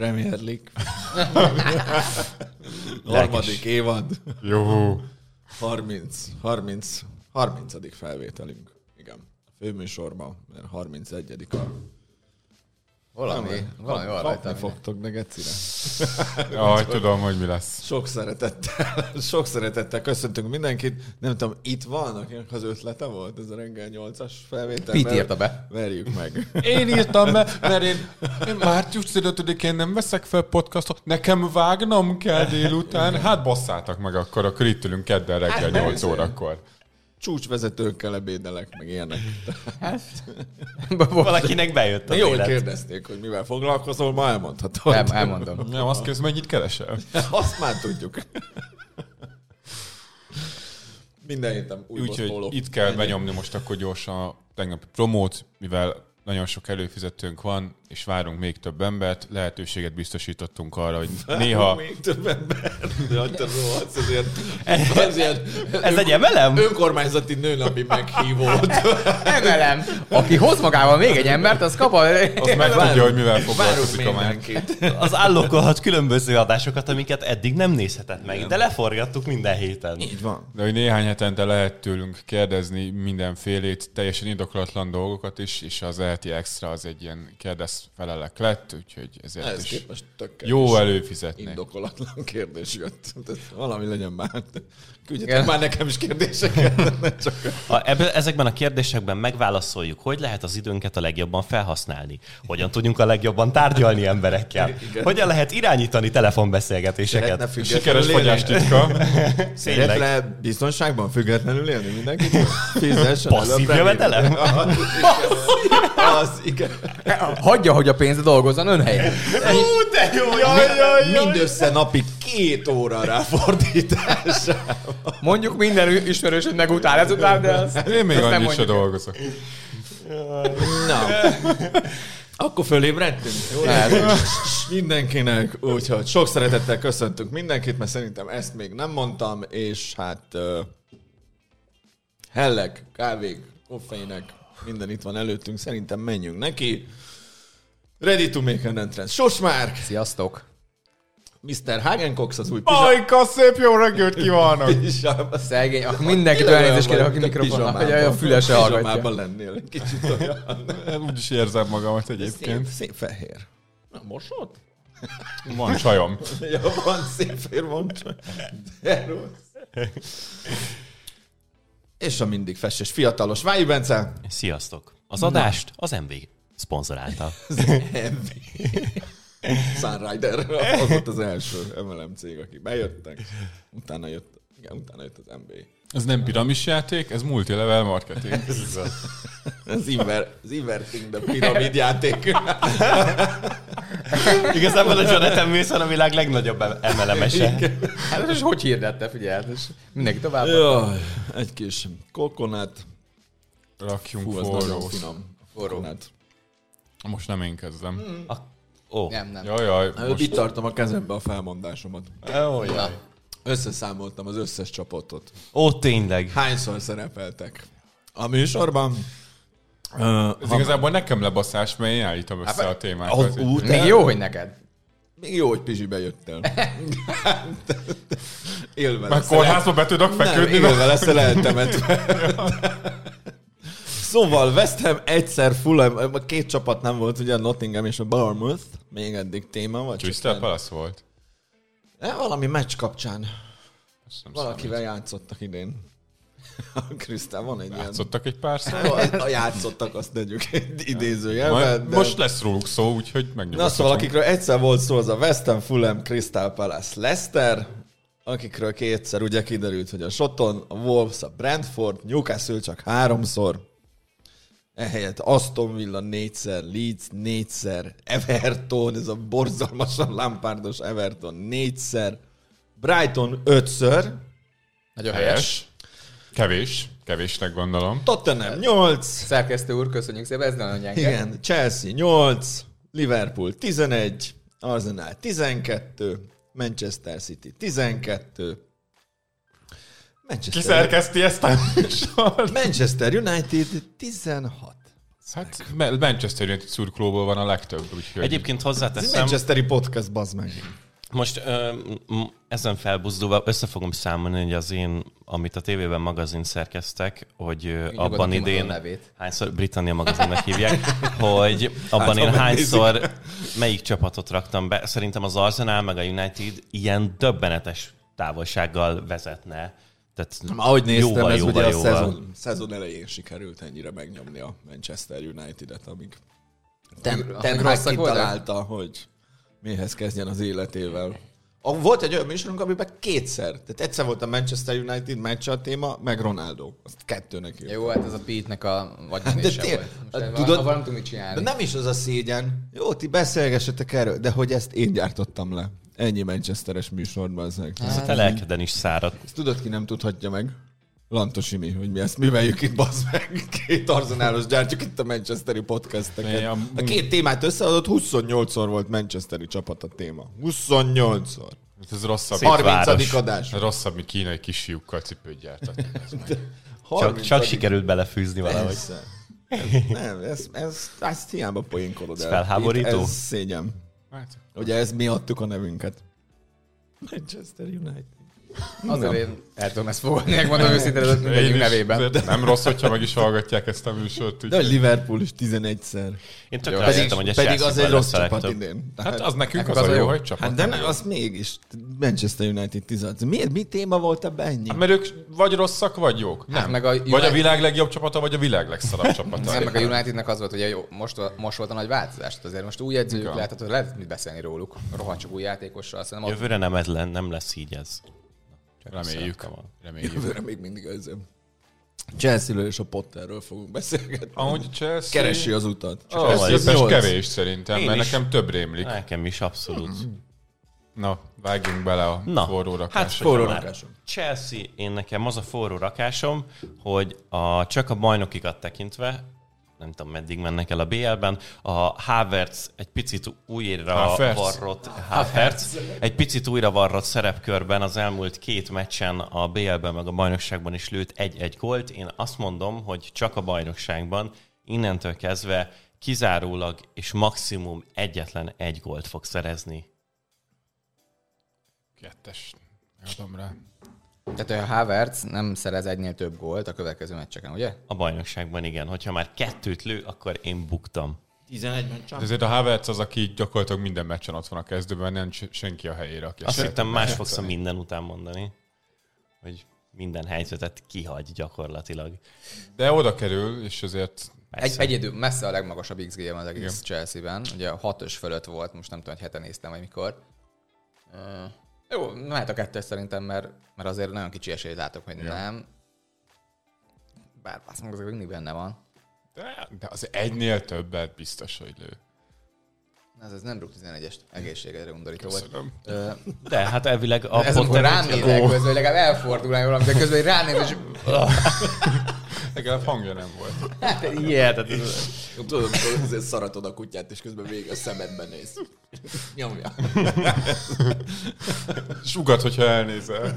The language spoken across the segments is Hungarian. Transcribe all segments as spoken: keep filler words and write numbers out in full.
Premier League. Harmadik évad. Jó. harminc, harminc, harmincadik felvételünk. Igen. A főműsorban, mert harmincegyedik a... Valami, Nem, valami kap, van kapni rajta. fogtok, de gecire. Jaj, tudom, hogy mi lesz. Sok szeretettel, sok szeretettel köszöntünk mindenkit. Nem tudom, itt van, akinek az ötlete volt ez a reggel nyolcas felvétel. Pete írta be. Verjük meg. Én írtam be, mert én, én március tizenötödikén nem veszek fel podcastot, nekem vágnom kell délután. Hát basszátok meg akkor, akkor itt ülünk kedden reggel Hát, nyolc persze. órakor. Csúcsvezetőkkel ebédelek, meg ilyenek. Valakinek bejött az Jó, hogy élet. kérdezték, hogy mivel foglalkozol, ma elmondhatod. El, elmondom. Nem, azt kezd, mennyit keresel? Azt már tudjuk. Minden héten új Úgyhogy boszpóló. itt kell Ennyi. benyomni most akkor gyorsan a tegnapi promót, mivel nagyon sok előfizetőnk van, és várunk még több embert, lehetőséget biztosítottunk arra, hogy néha... Még több ember. De te rohadt, azért, azért Ez egy emelem? önkormányzati nőnapi meghívót. Emelem. Aki hoz magával még egy embert, az kap a... Azt meg tudja, hogy mivel Várunk foglalkozik a már. mindenkit. Az állokkolhat különböző adásokat, amiket eddig nem nézhetett meg, de leforgattuk minden héten. Így van. De hogy néhány hetente lehet tőlünk kérdezni mindenfélét, teljesen indokolatlan dolgokat is, és az E H T Extra az egy ilyen kérdez-felelek lett, úgyhogy ezért Ez is képest tök jó kevés előfizetni. indokolatlan kérdés jött. Tehát valami legyen már. Küldjetek Igen. már nekem is kérdéseket. Ne csak... Ha ebből, ezekben a kérdésekben megválaszoljuk, hogy lehet az időnket a legjobban felhasználni, hogyan tudjunk a legjobban tárgyalni emberekkel, Igen. hogyan lehet irányítani telefonbeszélgetéseket. Szeretne Sikeres függetlenül élni? fogyástitka. Tényleg. Szeretne biztonságban függetlenül élni mindenkit? Fizessen Passzív előbb jövedelem? remélem. Az, igen. Hagyja, hogy a pénz dolgozzon ön helyen. Ú, de jó! Jaj, jaj, jaj. Mindössze napi két óra ráfordítása. Mondjuk minden ismerősödnek utál ezután, de az... Én még azt nem annyit se mondjuk. dolgozok. Na. Akkor fölébredtünk. Jó, Hát. mindenkinek, úgyhogy sok szeretettel köszöntünk mindenkit, mert szerintem ezt még nem mondtam, és hát uh, hellek, kávék, koffeinek, minden itt van előttünk, szerintem menjünk neki. Ready to make an entrance. Sosmárk, Sziasztok. miszter Hagencox az új Ajka, szép jó reggelt kívánok! pizsában. Szegény. Akkor mindenkit olyan elnézést kérek, aki mikrofonnak, hogy a füle se hallgatja. Pizsamában lennél egy kicsit olyan. Úgyis érzem magamat Szép, egyébként. szép fehér. Na, mosod? Van csajom. Ja, van szép fehér, van csak. De rossz. És a mindig fesses, fiatalos Vályi Bence. Sziasztok! Az adást az em vé szponzorálta. em vé. Sunrider. Az volt az első em el em cég, akik bejöttek. Utána jött, igen, utána jött az em bé. Ez nem piramis játék, ez multilevel marketing. Az, inver, az inverting, de piramid játék. Igazából a Jonathan Wilson a világ legnagyobb em el em-ese. Hát és hogy hirdette, figyeld, és mindenki tovább. Jaj, egy kis kokonát. Rakjunk Fú, az nagyon forrót. finom. Kokonát. Most nem én kezdem. A... Ó, Nem, nem. Jaj, jaj, Most... most Itt tartom a kezembe a felmondásomat. ó, jaj. Összeszámoltam az összes csapatot. Ó, tényleg. Hányszor szerepeltek a műsorban? Uh, ez igazából nekem lebaszás, mert én állítom össze a témákat. Az út, Még jó, hogy neked. Még jó, hogy Pizsi bejöttél. Élve Már leszel. kórházba be tudok Nem, feküdni. élve leszel eltemetve. Szóval West Ham egyszer Fulham, a két csapat nem volt, ugye Nottingham és a Bournemouth, még eddig téma, vagy Crystal csak Palace volt. nem? Valami meccs kapcsán. Azt nem Valakivel játszottak idén. A Crystal van egy ilyen... Játszottak egy pár szó. A, a játszottak, azt tegyük egy idézőjelben. Majd, de... Most lesz róluk szó, úgyhogy Na megnyugodhatunk. szóval akikről egyszer volt szó, az a West Ham, Fulham, Crystal Palace, Leicester, akikről kétszer ugye kiderült, hogy a Soton, a Wolves, a Brentford, Newcastle csak háromszor, ehelyett Aston Villa négyszer, Leeds négyszer, Everton, ez a borzalmasan Lampárdos Everton négyszer, Brighton ötször, Nagyon helyes. Helyes. Kevés. Kevésnek gondolom. Tottenham nyolc, Szerkesztő úr, köszönjük szépen, ez nagyon gyenge. igen, Chelsea nyolc, Liverpool tizenegy, Arsenal tizenkettő, Manchester City tizenkettő, Ki Manchester, szerkeszti ezt a műsort? Manchester United tizenhat. Hát Manchester United szurkolóból van a legtöbb, úgyhogy... Egyébként hozzáteszem... Manchesteri podcast, bazd meg. Most ö, ezen felbuzdulva össze fogom számolni, hogy az én, amit a tévében magazin szerkeztek, hogy ö, abban idén... Hányszor Britannia magazinnak hívják, hogy abban én hányszor melyik csapatot raktam be. Szerintem az Arsenal meg a United ilyen döbbenetes távolsággal vezetne. Tehát ahogy néztem, jóval, ez jóval, ugye a jóval. szezon, szezon elején sikerült ennyire megnyomni a Manchester United-et, amíg Ten, Ten Hag kitalálta, hogy mihez kezdjen az életével. A, volt egy olyan műsorunk, amiben kétszer, tehát egyszer volt a Manchester United meccs a téma, meg Ronaldo. Azt kettőnek jött. Jó, hát ez a Pete-nek a vagyonése volt. Most tudod, ha valamit tudunk csinálni. De nem is az a szégyen. Jó, ti beszélgessetek erről, de hogy ezt én gyártottam le. Ennyi Manchesteres műsorban ezek. Ez a te lelkeden is szárad. Ezt tudod, ki nem tudhatja meg? Lantos Imi, hogy mi ezt műveljük itt, bazd meg. Két arzenálos gyártjuk itt a Manchesteri podcasteket. A... a két témát összeadott, huszonnyolcszor volt Manchesteri csapat a téma. huszonnyolcszor. Ez rosszabb. harmincadik adás. Rosszabb, mint kínai kisfiúkkal cipőt gyártatni. Csak, csak sikerült belefűzni valahogy. Nem, ez, ez, ez hiába poénkolod el. Ez felháborító? Ez szégyen. Hát. Ugye ez mi adtuk a nevünket. Manchester United. Azért én el tudom ezt fogadni, megmondom őszintén, ez mindegyik nevében. Nem rossz, hogyha meg is hallgatják ezt a műsort. De a Liverpool is tizenegyszer. Én tökre azt hittem, hogy a pedig az egy rossz csapat legtöbb. idén. Hát az nekünk az, az a jó, hogy csapat. Hát de ne, az mégis. Manchester United tizenhat. Miért? Mi téma volt ebben ennyi? Hát, mert ők vagy rosszak, vagy jók. Nem. Hát meg a United... Vagy a világ legjobb csapata, vagy a világ legszarabb csapata. Nem, meg a Unitednek az volt, hogy jó, most, most volt a nagy változás. Azért most új edzők ja. lehet, hogy lehet mit beszélni róluk. Rohadt csak új játékossal. Jövőre nem, ez, nem lesz így ez. Reméljük. Reméljük. Jövőre még mindig az. Chelsea-ről és a Potterről fogunk beszélgetni. Ahogy Chelsea... Keresi az utat. Oh, ez kevés szerintem, én mert is. Nekem több rémlik. Nekem is abszolút. Na, vágjunk bele a Na, forró rakásra. Hát forró rakásom. Chelsea, én nekem az a forró rakásom, hogy a, csak a bajnokikat tekintve, nem tudom, meddig mennek el a bé el-ben. A Havertz egy picit újra varrott, Havertz egy picit újra varrott szerepkörben az elmúlt két meccsen a bé el-ben meg a bajnokságban is lőtt egy-egy gólt. Én azt mondom, hogy csak a bajnokságban innentől kezdve kizárólag és maximum egyetlen egy gólt fog szerezni. Kettes. Adom rá. Tehát a Havertz nem szerez egynél több gólt a következő meccseken, ugye? A bajnokságban igen. Hogyha már kettőt lő, akkor én buktam. tizenegy meccsen. De azért a Havertz az, aki gyakorlatilag minden meccsen ott van a kezdőben, nem senki a helyére. Aki azt hittem, más fogsz a minden után mondani. Hogy minden helyzetet kihagy gyakorlatilag. De oda kerül, és azért... Egy, egyedül messze a legmagasabb iksz gé-je van az egész Chelsea-ben. Ugye a hatos fölött volt, most nem tudom, hogy heten néztem, vagy mikor. Uh, jó, mehet a kettős szerintem, mert, mert azért nagyon kicsi esélyt látok, hogy ja. nem. Bár azt mondom, mindig benne van. De, de az egynél többet biztos, hogy lő. Ez, ez nem rúg tizenegyest. Egészségedre undorító volt. Köszönöm. De hát elvileg a ez amikor rám nézek közben, legalább elfordul valami, de közben rám néz, és... Legalább hangja nem volt. Hát ilyen. Tudom, amikor azért szaratod a kutyát, és közben végig a szemedben néz. Nyomja. Sugat, hogyha elnézel.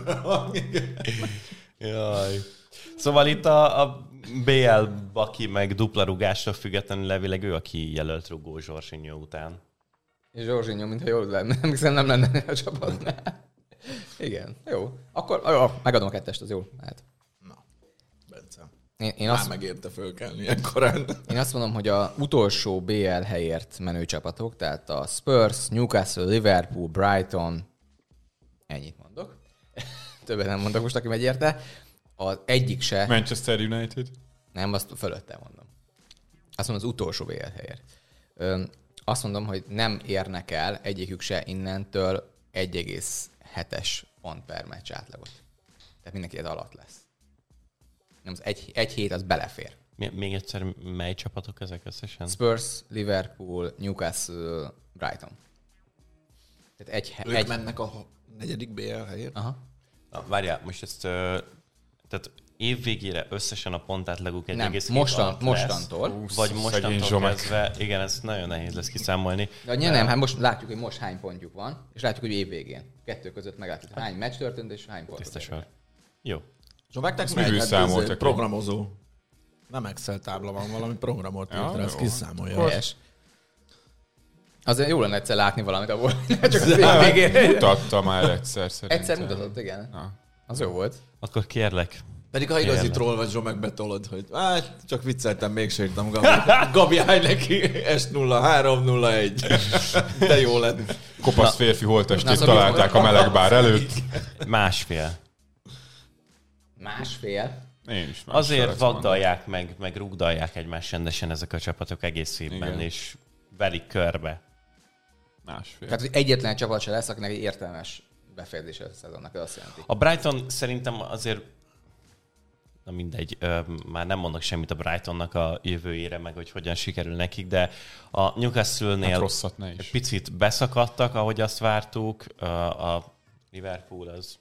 Jaj. Szóval itt a, a bé el Baki meg dupla rugásra függetlenül levileg ő, aki jelölt rugó Jorginho után. És Jorginho, mintha jól lenne, nem hiszem nem lenne a csapatnál. Igen, jó. Akkor jó, megadom a kettest, az jó. Hát. Na, Bence. Én, én azt, megérte fölkelni ilyen korán. Én azt mondom, hogy a utolsó bé el helyért menő csapatok, tehát a Spurs, Newcastle, Liverpool, Brighton, ennyit mondok. Többet nem mondok most, aki megy érte. Az egyik se... Manchester United? Nem, azt fölöttem mondom. Azt mondom, az utolsó bé el helyért. Ö, azt mondom, hogy nem érnek el egyikük se innentől egy egész hetes pont per meccs átlagot. Tehát mindenki ez alatt lesz. Nem, az egy, egy hét az belefér. Még egyszer, mely csapatok ezek összesen? Spurs, Liverpool, Newcastle, Brighton. Tehát egy, ők egy... mennek a negyedik bé el helyért? Aha. Na, várjál, most ezt... Tehát év végére összesen a pontátlaguk egy nem, egész mostan, mostantól. Húsz, vagy mostantól kezdve, igen, ez nagyon nehéz lesz kiszámolni. De, de nem, hát most látjuk, hogy most hány pontjuk van, és látjuk, hogy év végén. Kettő között meglátjuk, hogy hány meccs történt, és hány pont. Tisztesen. Jó. Zsomagták meg, hát programozó. Nem Excel tábla van, valami programot Ja, írt, ezt jó. kiszámolja. Helyes. Azért jó lenne egyszer látni valamit abból. Csak a végén. Mutatta már egyszer szerintem. Egyszer mutatott, igen. Na. Az jó volt. Akkor kérlek. Pedig ha igazi Kérlek. troll vagy, Zsó, meg betolod, hogy hát, csak vicceltem, mégse írtam Gabi. Gabi, állj neki, S nulla három nulla egy. De jó lett. Kopasz férfi holttestét Na, szóval találták a melegbár előtt. Másfél. Másfél. Én is más Azért szeretem vagdalják meg, meg rugdalják egymást rendesen ezek a csapatok egész évben, Igen. és velik körbe. mondani. Másfél. Tehát, hogy egyetlen csapat se lesz, akinek egy értelmes befejezése a szezonnak, ez azt jelenti. A Brighton szerintem azért, na mindegy, ö, már nem mondok semmit a Brightonnak a jövőjére, meg hogy hogyan sikerül nekik, de a Newcastle-nél Hát rosszat ne egy is. picit beszakadtak, ahogy azt vártuk. Ö, A Liverpool az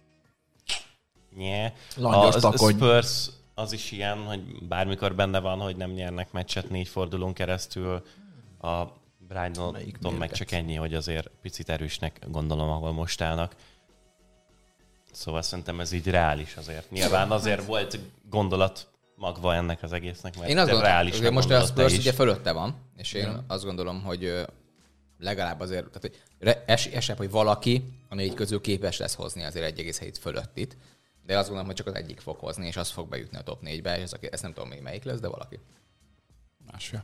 nye. Langyos A takony. Spurs az is ilyen, hogy bármikor benne van, hogy nem nyernek meccset négy fordulón keresztül. A Brighton meg mérget? csak ennyi, hogy azért picit erősnek gondolom, ahol most állnak. Szóval szerintem ez így reális azért. Nyilván azért volt gondolat magva ennek az egésznek, mert Én azt gondolom, reálisnak hogy most a gondolod te Spurs is. ugye fölötte van, és én ja. azt gondolom, hogy ö, legalább azért, tehát hogy re- es- esebb, hogy valaki a négy közül képes lesz hozni azért egy egész hét fölöttit, de azt gondolom, hogy csak az egyik fog hozni, és az fog bejutni a top négybe, és ez, ezt nem tudom még melyik lesz, de valaki. Másfél.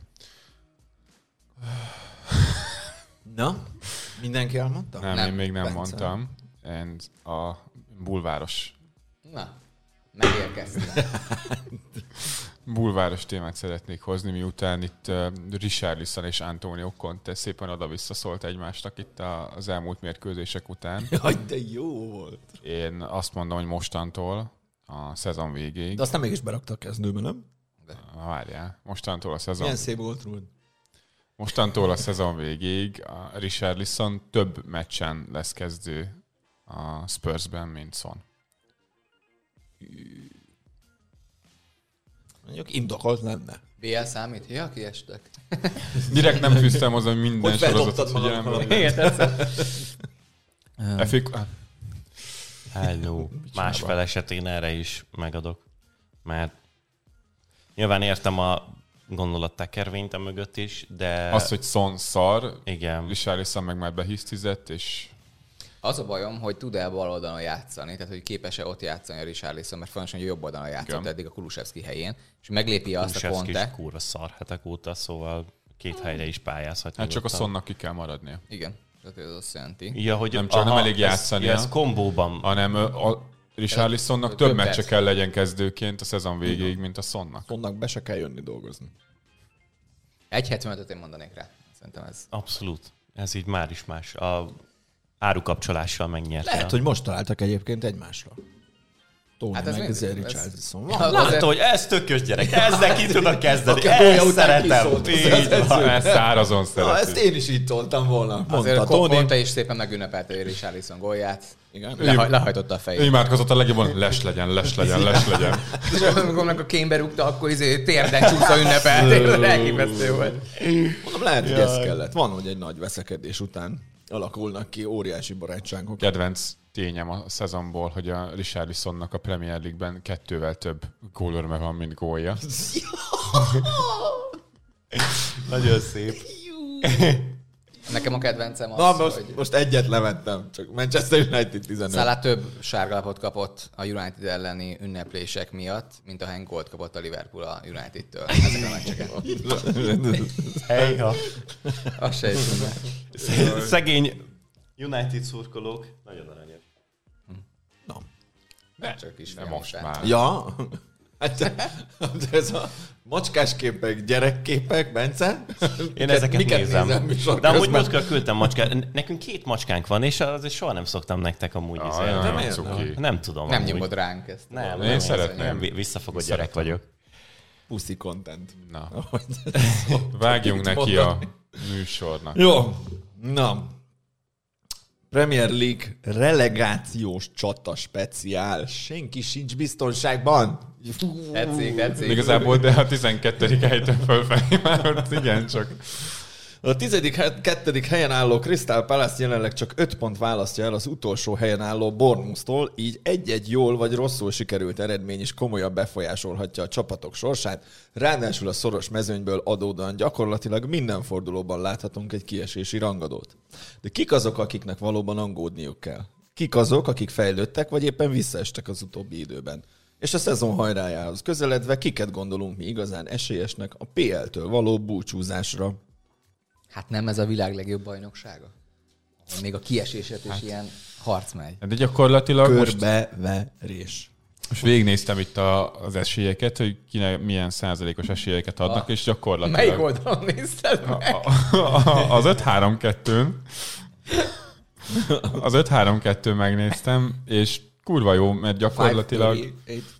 Na, mindenki elmondta? Nem, Nem, én még nem Bence. mondtam. Én a bulváros, Na, megérkeztünk. bulváros témát szeretnék hozni, miután itt uh, Richarlison és Antonio Conte szépen oda-vissza szólt egymásnak itt a, az elmúlt mérkőzések után. Jaj, de jó volt. Én azt mondom, hogy mostantól a szezon végéig, De aztán mégis berakta a kezdőbe, nem? Na, várjál, mostantól a szezon, Milyen szép volt rúd. mostantól a szezon végéig a Richarlison több meccsen lesz kezdő a Spursben, mint Son. Mondjuk indokolt lenne. bé el számít? Ja, kiestek. Direkt nem fűztem hozzá, hogy minden Hogy sorozatot feldobtad figyelembe. magad. Igen, tetszett. F A- Hello. Másfél esetén erre is megadok. Mert nyilván értem a gondolattekervényt a mögött is, de Az, hogy Son szar, igen. Richarlison meg már behisztizett, és Az a bajom, hogy tud-e bal oldalon játszani, tehát hogy képes-e ott játszani a Richarlison, mert fontosan, hogy jobb oldalon játszott Igen. eddig a Kulusevski helyén, és meglépi azt a Kulusevski is Conte. kurva szar hetek óta, szóval két helyre is pályázhat. hát csak a nyugodtan. Sonnak ki kell maradnia. Igen, tehát ez azt jelenti. Ja, hogy Nem csak nem elég játszania. Ez, ez kombóban. Hanem ö, a Richarlisonnak Több több meccse perc. kell legyen kezdőként a szezon végéig, mint a Sonnak. Sonnak be se kell jönni dolgozni. egy hetvenötöt én mondanék rá. Szerintem ez. Abszolút. Ez így már is más. A árukapcsolással megnyerte. Lehet, hogy most találtak egyébként egymásra. Tony Hát hát ez meg mind- Zé ez- Richardson. Ja, Van. azért- Látta, hogy ez tökös gyerek, ezzel ki tudok kezdeni, Aki a gólja ezt után szeretem. kiszólt az Így edző. van. Ezt szárazon Na, ezt szereti. én is így toltam volna. Azért Mondta a Tony. Conte is szépen megünnepelte a Richarlison gólját. Igen. Leha- lehajtotta a fejét. Imádkozott a legjobban, les legyen, les legyen, les legyen. És amikor meg a Kane berúgta, akkor izé térden csúszva ünnepelt. Elképesztő volt. Mondom, lehet, hogy ez kellett. Van, hogy egy nagy veszekedés után alakulnak ki óriási barátságok. Kedvenc tényem a szezonból, hogy a Richarlisonnak a Premier League-ben kettővel több gólörme van, mint gólja. Nagyon szép. Nekem a kedvencem az, Na, most, hogy most egyet levettem, csak Manchester United tizenöt. Salah több sárgalapot kapott a United elleni ünneplések miatt, mint ahány gólt kapott a Liverpool a United-től. Ezek a meccseken. Hejha. Azt se hiszem. Szegény United szurkolók. Nagyon aranyos. Na. Csak is De most már. Ja, hát ez a macskás képek, gyerekképek, Bence? Én ezeket miket nézem. nézem műsor De amúgy közben? múltkor küldtem macskát. Nekünk két macskánk van, és azért soha nem szoktam nektek amúgy Ah, izélni. nagyon miért? cuki. Nem tudom. Nem amúgy. nyomod ránk ezt. Nem, Én nem, szeretném. Nem, visszafogott Én gyerek szeretem. vagyok. Pussy content. Na, Ahogy- vágjunk Mit neki a mondani? műsornak. Jó, na. Premier League relegációs csata speciál. Senki sincs biztonságban. Tetszik, tetszik. Igazából, de a tizenkettedik helytől fölfelé már ott igen, csak A tizedik kettedik helyen álló Crystal Palace jelenleg csak öt pont választja el az utolsó helyen álló Bournemouth-tól, így egy-egy jól vagy rosszul sikerült eredmény is komolyan befolyásolhatja a csapatok sorsát, ráadásul a szoros mezőnyből adódóan gyakorlatilag minden fordulóban láthatunk egy kiesési rangadót. De kik azok, akiknek valóban aggódniuk kell? Kik azok, akik fejlődtek, vagy éppen visszaestek az utóbbi időben? És a szezon hajrájához közeledve kiket gondolunk mi igazán esélyesnek a pé el-től való búcsúzásra? Hát nem ez a világ legjobb bajnoksága? Ahol még a kieséset is hát. ilyen harc megy. De gyakorlatilag körbeverés. Most végignéztem itt a, az esélyeket, hogy kinek milyen százalékos esélyeket adnak, a... és gyakorlatilag... Melyik oldalon nézted meg? A, a, a, az öt három kettőn az öt három kettőn megnéztem, és kurva jó, mert gyakorlatilag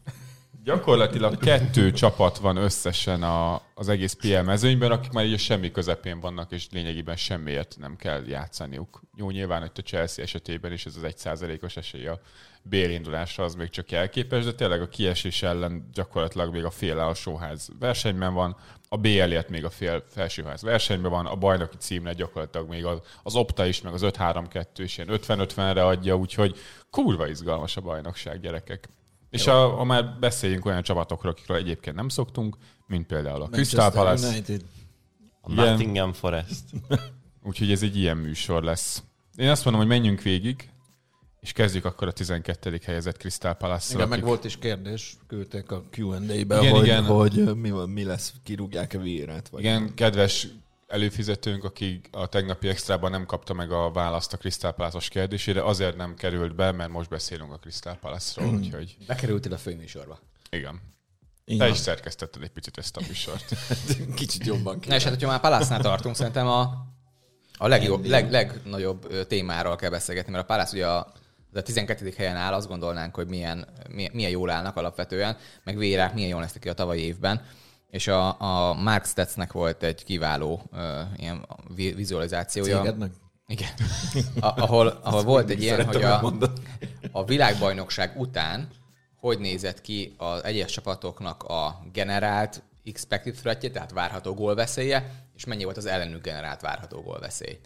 gyakorlatilag kettő csapat van összesen a, az egész pé el mezőnyben, akik már így a semmi közepén vannak, és lényegében semmiért nem kell játszaniuk. Jó, nyilván, hogy a Chelsea esetében is ez az egy százalékos esély a bé el-indulásra, az még csak elképes, de tényleg a kiesés ellen gyakorlatilag még a fél alsóház versenyben van, a bé el-ért még a fél felsőház versenyben van, a bajnoki címre gyakorlatilag még az, az Opta is, meg az öt három kettő is ilyen ötven ötvenre adja, úgyhogy kurva izgalmas a bajnokság, gyerekek. És a, a már beszéljünk olyan csapatokról, akikről egyébként nem szoktunk, mint például a Crystal Palace. United. A Nottingham Forest. Úgyhogy ez egy ilyen műsor lesz. Én azt mondom, hogy menjünk végig, és kezdjük akkor a tizenkettedik helyezett Crystal Palace-szal. Igen, akik... meg volt is kérdés, küldtek a kú és á-be, igen, hogy, igen. hogy mi, mi lesz, kirúgják-e Vérát. Vagy igen, nem. Kedves előfizetőnk, aki a tegnapi extrában nem kapta meg a választ a Crystal Palace-os kérdésére, azért nem került be, mert most beszélünk a Crystal Palace-ról, mm. úgyhogy... Bekerültél a főműsorba. Igen. Igen. Te is szerkesztetted egy picit ezt a műsort. Kicsit jobban kell. Na és hát, hogyha már Palace-nál tartunk, szerintem a, a legjobb, leg, legnagyobb témáról kell beszélgetni, mert a Palace ugye a, a tizenkettedik helyen áll, azt gondolnánk, hogy milyen, milyen, milyen jól állnak alapvetően, meg Vérák milyen jól lesznek ki a tavalyi évben. És a, a Mark Statsnek volt egy kiváló uh, ilyen vizualizációja. Cégednek? Igen. A, ahol ahol volt egy ilyen, hogy a, a világbajnokság után hogy nézett ki az egyes csapatoknak a generált expected threatje, tehát várható gólveszélye, és mennyi volt az ellenük generált várható gólveszély.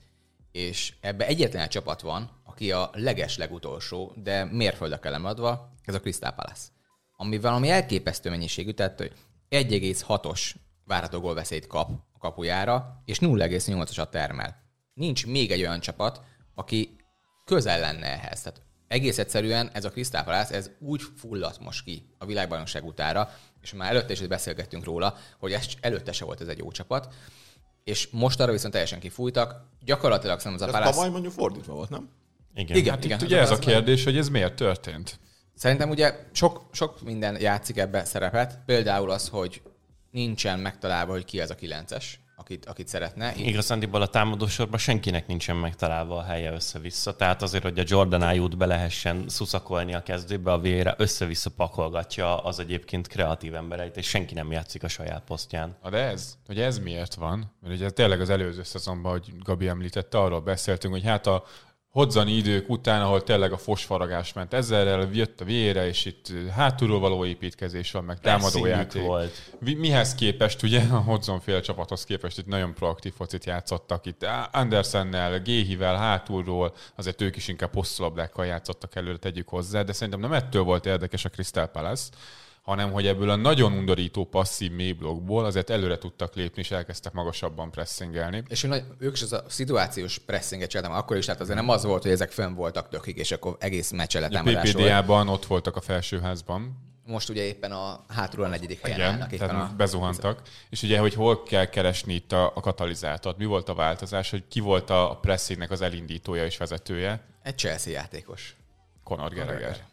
És ebbe egyetlen egy csapat van, aki a leges legutolsó, de mérföldre lemadva, ez a Crystal Palace. Ami valami elképesztő mennyiségű, tehát hogy egy egész hatos várható gólveszélyt kap a kapujára, és nulla egész nyolcasat termel. Nincs még egy olyan csapat, aki közel lenne ehhez. Tehát egész egyszerűen ez a Crystal Palace, ez úgy fulladt most ki a világbajnokság utára, és már előtte is beszélgettünk róla, hogy ez előtte se volt ez egy jó csapat, és most arra viszont teljesen kifújtak. Gyakorlatilag szerintem az a Palace... Ez tavaly mondjuk fordítva volt, nem? Igen, igen. Hát igen itt ugye ez a kérdés, hogy ez miért történt? Szerintem ugye sok, sok minden játszik ebbe szerepet. Például az, hogy nincsen megtalálva, hogy ki az a kilences, akit, akit szeretne. Igazándiból a támadósorban senkinek nincsen megtalálva a helye össze-vissza. Tehát azért, hogy a Jordan Ayew-t be lehessen szuszakolni a kezdőbe, a Vieira össze-vissza pakolgatja az egyébként kreatív embereit, és senki nem játszik a saját posztján. De ez, hogy ez miért van? Mert ugye tényleg az előző szezonban, hogy Gabi említette, arról beszéltünk, hogy hát a hodzani idők után, ahol tényleg a fosfaragás ment ezerrel, jött a Vieira, és itt hátulról való építkezés van, meg támadójáték. Volt. Mihez képest, ugye a hodzonféle csapathoz képest itt nagyon proaktív focit játszottak. Itt Andersennel, Géhivel hátulról, azért ők is inkább hosszúlabdákkal játszottak előre, tegyük hozzá, de szerintem nem ettől volt érdekes a Crystal Palace, hanem hogy ebből a nagyon undorító passzív mélyblokkból azért előre tudtak lépni, és elkezdtek magasabban pressingelni. És ők is az a szituációs pressinget csináltam akkor is, tehát azért nem az volt, hogy ezek fönn voltak tökig, és akkor egész meccse letámadás volt. A pé pé dé á-ban ott voltak a felsőházban. Most ugye éppen a hátulról a negyedik helyen igen, állnak. tehát a... bezuhantak. És ugye, hogy hol kell keresni itt a, a katalizátort, mi volt a változás, hogy ki volt a pressingnek az elindítója és vezetője? Egy Chelsea játékos. Conor Gallagher.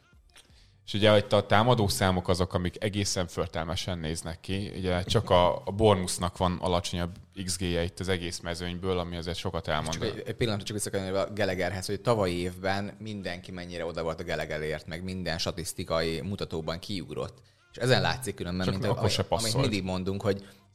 És ugye itt a támadó számok azok, amik egészen förtelmesen néznek ki. Ugye csak a, a Bournemouthnak van alacsonyabb iksz gé-je itt az egész mezőnyből, ami azért sokat elmond. Csak egy, egy pillanatot csak visszakanyarodni a Gallagherhez, hogy tavalyi évben mindenki mennyire oda volt a Gallagherért, meg minden statisztikai mutatóban kiugrott. És ezen látszik különben, csak mint a, amit mindig mondunk, hogy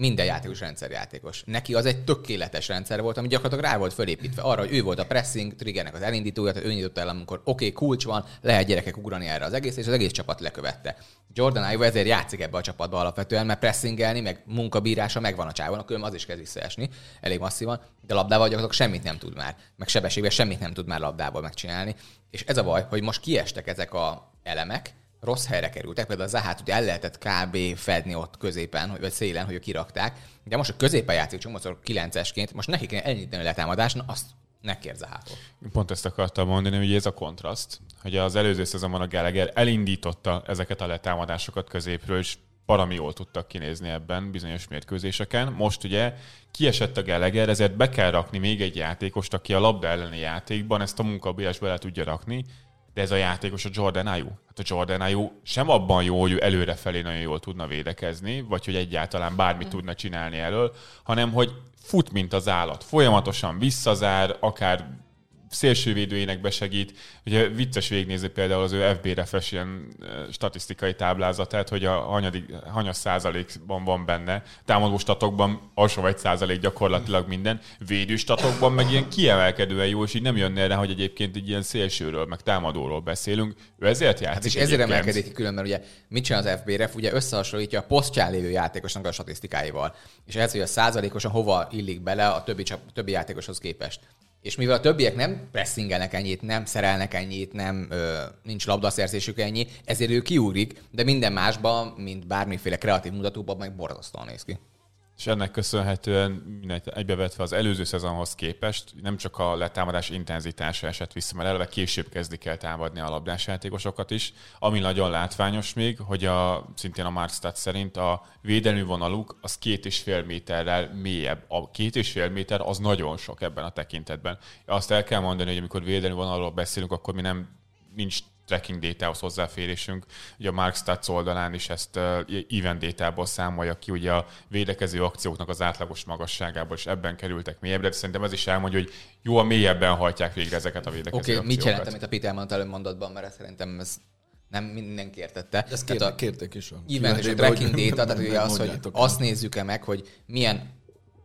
Minden játékos rendszerjátékos. Neki az egy tökéletes rendszer volt, ami gyakorlatilag rá volt fölépítve arra, hogy ő volt a pressing triggernek az elindítója, tehát ő indította el, amikor oké, okay, kulcs van, lehet gyerekek ugrani erre az egész, és az egész csapat lekövette. Jordan Ayew ezért játszik ebbe a csapatba alapvetően, mert pressingelni, meg munkabírása megvan a csávon, akkor az is kezd visszaesni elég masszívan, de labdával gyakorlatilag semmit nem tud már, meg sebességben semmit nem tud már labdából megcsinálni. És ez a baj, hogy most kiestek ezek a elemek, rossz helyre kerültek, például a Zahát ugye el lehetett kb. Fedni ott középen, vagy szélen, hogy ők kirakták, de most a középen játszik csomószor kilencesként, most neki kéne elnyitani a letámadást, na azt ne kérd Zahától. Pont ezt akartam mondani, hogy ez a kontraszt, hogy az előző szezonban a Gallagher elindította ezeket a letámadásokat középről, és baromi jól tudtak kinézni ebben bizonyos mérkőzéseken. Most ugye kiesett a Gallagher, ezért be kell rakni még egy játékost, aki a labda elleni játékban ezt a munkabírásba el tudja rakni, de ez a játékos a Jordan Ayew. Hát a Jordan Ayew sem abban jó, hogy ő előrefelé nagyon jól tudna védekezni, vagy hogy egyáltalán bármit tudna csinálni elől, hanem hogy fut, mint az állat. Folyamatosan visszazár, akár szélsővédőjének besegít. Ugye vicces végignézni például az ő ef bé refes ilyen statisztikai táblázatát, hogy a hanyadik, hanyas százalékban van benne. Támadó statokban alsó egy százalék gyakorlatilag minden. Védő statokban meg ilyen kiemelkedően jó, és így nem jönne rá, hogy egyébként egy ilyen szélsőről, meg támadóról beszélünk. Ő ezért játszik. Hát és ezért emelkedik ki különben, ugye mit csinál az ef bé ref, ugye összehasonlítja a posztján lévő játékosnak a statisztikáival. És ez, hogy a százalékosan hova illik bele a többi, többi játékoshoz képest. És mivel a többiek nem pressingelnek ennyit, nem szerelnek ennyit, nem ö, nincs labdaszerzésük ennyi, ezért ő kiúrik, de minden másban, mint bármiféle kreatív mutatóban, meg borzasztóan néz ki. És ennek köszönhetően egybevetve az előző szezonhoz képest nem csak a letámadás intenzitása esett vissza, mert eleve később kezdik el támadni a labdásjátékosokat is. Ami nagyon látványos még, hogy a, szintén a Markstad szerint a védelmi vonaluk az két és fél méterrel mélyebb. A két és fél méter az nagyon sok ebben a tekintetben. Azt el kell mondani, hogy amikor védelmi vonalról beszélünk, akkor mi nem nincs tracking data-hoz hozzáférésünk. Ugye a Markstats oldalán is ezt uh, event data-ból számolja ki, ugye a védekező akcióknak az átlagos magasságából, és ebben kerültek mélyebbre, de szerintem ez is elmondja, hogy jóval mélyebben hajtják végre ezeket a védekező okay, akciókat. Mit jelent, amit a Peter mondta előbb mondatban, mert szerintem ez nem mindenki értette. Ezt kértek, a kértek is. Event és a tracking data, tehát ugye az, hogy azt nézzük-e meg, hogy milyen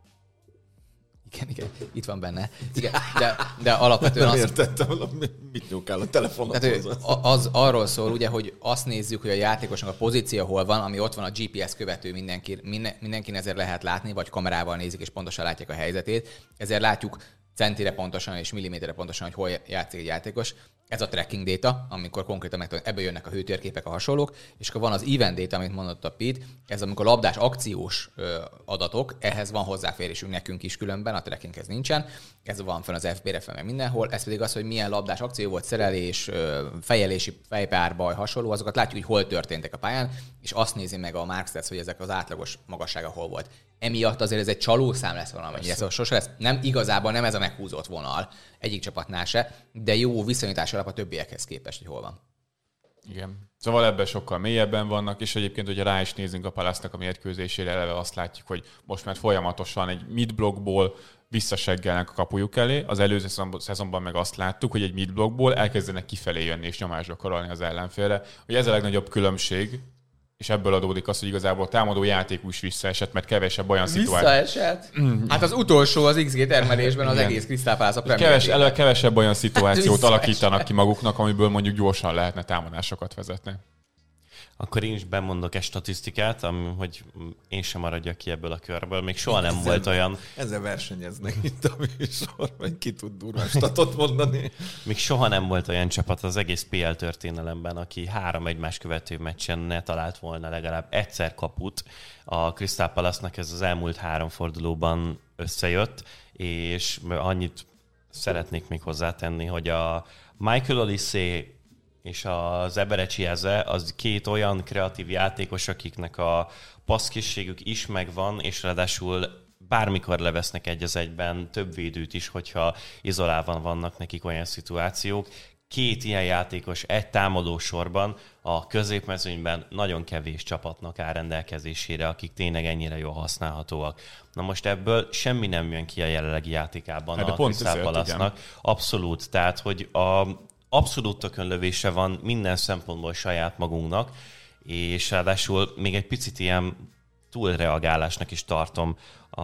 Igen, igen, itt van benne. Igen, de, de alapvetően nem az... értettem, mit nyúkál a telefonot hozzá. Az arról szól, ugye, hogy azt nézzük, hogy a játékosnak a pozíció hol van, ami ott van a gé pé es követő mindenki, minden, mindenkin ezért lehet látni, vagy kamerával nézik, és pontosan látják a helyzetét. Ezért látjuk centire pontosan és milliméterre pontosan, hogy hol játszik egy játékos. Ez a tracking data, amikor konkrétan meg ebből jönnek a hőtérképek, a hasonlók, és akkor van az event data, amit mondott a Pete, ez amikor labdás akciós adatok, ehhez van hozzáférésünk nekünk is különben, a trackinghez nincsen, ez van fenn az ef bé ref-en meg mindenhol, ez pedig az, hogy milyen labdás akció volt, szerelés, fejelési, fejpárbaj, hasonló, azokat látjuk, hogy hol történtek a pályán, és azt nézi meg a Markstats, hogy ezek az átlagos magassága hol volt. Emiatt azért ez egy csalószám lesz valamennyire, szóval sose lesz, nem igazából nem ez a meghúzott vonal egyik csapatnál se, de jó viszonyítás alap a többiekhez képest, hogy hol van. Igen. Szóval ebben sokkal mélyebben vannak, és egyébként, hogyha rá is nézünk a Palace-nak a mérkőzésére, eleve azt látjuk, hogy most már folyamatosan egy mid-blockból visszaseggelnek a kapujuk elé. Az előző szezonban meg azt láttuk, hogy egy mid-blockból elkezdenek kifelé jönni és nyomást gyakorolni az ellenfélre. Hogy ez a legnagyobb különbség, és ebből adódik az, hogy igazából támadó játékú is visszaesett, mert kevesebb olyan szituáció. Visszaesett? Hát az utolsó az iksz gé termelésben az egész Crystal Palace a Premier Keves, elő kevesebb olyan szituációt hát alakítanak ki maguknak, amiből mondjuk gyorsan lehetne támadásokat vezetni. Akkor én is bemondok egy statisztikát, ami, hogy én sem maradjak ki ebből a körből. Még soha nem ezzel, volt olyan... Ezzel versenyeznek itt a műsor, vagy ki tud durván statot mondani. Még soha nem volt olyan csapat az egész pé el történelemben, aki három egymás követő meccsen ne talált volna legalább egyszer kaput. A Crystal Palace-nak ez az elmúlt három fordulóban összejött, és annyit szeretnék még hozzátenni, hogy a Michael Olise és az Eberechi Eze az két olyan kreatív játékos, akiknek a passzkészségük is megvan, és ráadásul bármikor levesznek egy az egyben több védőt is, hogyha izolálvan vannak nekik olyan szituációk. Két ilyen játékos egy támadó sorban a középmezőnyben nagyon kevés csapatnak áll rendelkezésére, akik tényleg ennyire jól használhatóak. Na most ebből semmi nem jön ki a jelenlegi játékában hát a Crystal Palace-nak. Abszolút, tehát hogy a abszolút tökönlövése van minden szempontból saját magunknak, és ráadásul még egy picit ilyen túlreagálásnak is tartom a,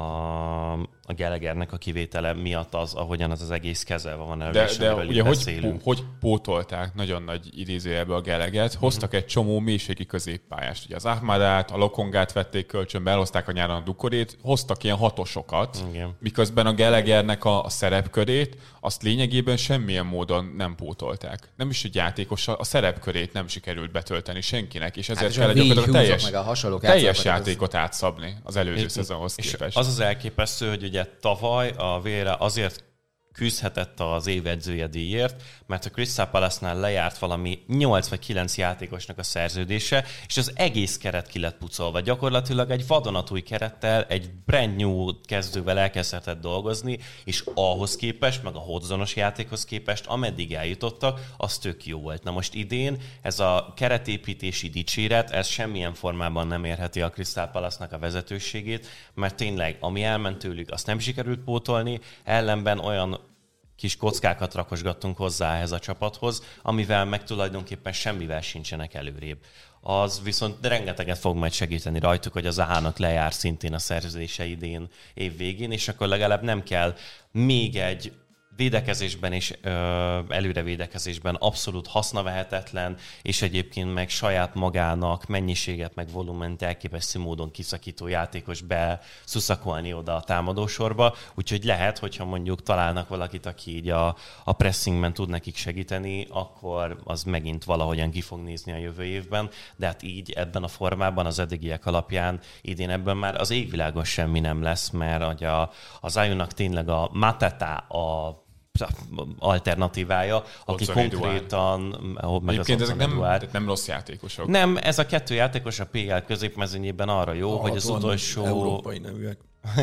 a Gallaghernek a kivétele miatt az, ahogyan az az egész kezelve van elő. De, de ugye hogy, hogy pótolták nagyon nagy idézőjelbe a Gallaghert, hoztak mm-hmm. egy csomó mélységi középpályást. Ugye az Ahmadát, a Lokongát vették kölcsönbe, elhozták a nyáron a Dukorét, hoztak ilyen hatosokat, igen. miközben a Gallaghernek a, a szerepkörét azt lényegében semmilyen módon nem pótolták. Nem is egy játékos, a szerepkörét nem sikerült betölteni senkinek, és ezért hát, kell gyakorlatilag a teljes, a teljes játékot átszabni az előző szezonhoz képest. Az az elképesztő, hogy ugye tavaly a Vieira azért küzdhetett az év edzője díjért, mert a Crystal Palace-nál lejárt valami nyolc vagy kilenc játékosnak a szerződése, és az egész keret ki lett pucolva. Gyakorlatilag egy vadonatúj kerettel, egy brand new kezdővel elkezdhetett dolgozni, és ahhoz képest, meg a hotzonos játékhoz képest, ameddig eljutottak, az tök jó volt. Na most idén ez a keretépítési dicséret, ez semmilyen formában nem érheti a Crystal Palace-nak a vezetőségét, mert tényleg, ami elment tőlük, azt nem sikerült pótolni, ellenben olyan kis kockákat rakosgattunk hozzá ehhez a csapathoz, amivel meg tulajdonképpen semmivel sincsenek előrébb. Az viszont rengeteget fog majd segíteni rajtuk, hogy az á há-nak lejár szintén a szerződése idén év végén, és akkor legalább nem kell még egy védekezésben és ö, előre védekezésben abszolút hasznavehetetlen, és egyébként meg saját magának mennyiséget, meg volument elképesztő módon kiszakító játékos beszuszakolni oda a támadósorba, úgyhogy lehet, hogyha mondjuk találnak valakit, aki így a, a pressingben tud nekik segíteni, akkor az megint valahogyan ki fog nézni a jövő évben, de hát így ebben a formában az eddigiek alapján idén ebben már az égvilágon semmi nem lesz, mert a, az Ajunak tényleg a Mateta, a alternatívája, aki Hudson konkrétan... Meg egyébként ezek nem, nem rossz játékosok. Nem, ez a kettő játékos a pé el középmezőnyében arra jó, a hogy az utolsó... Európai nevűek.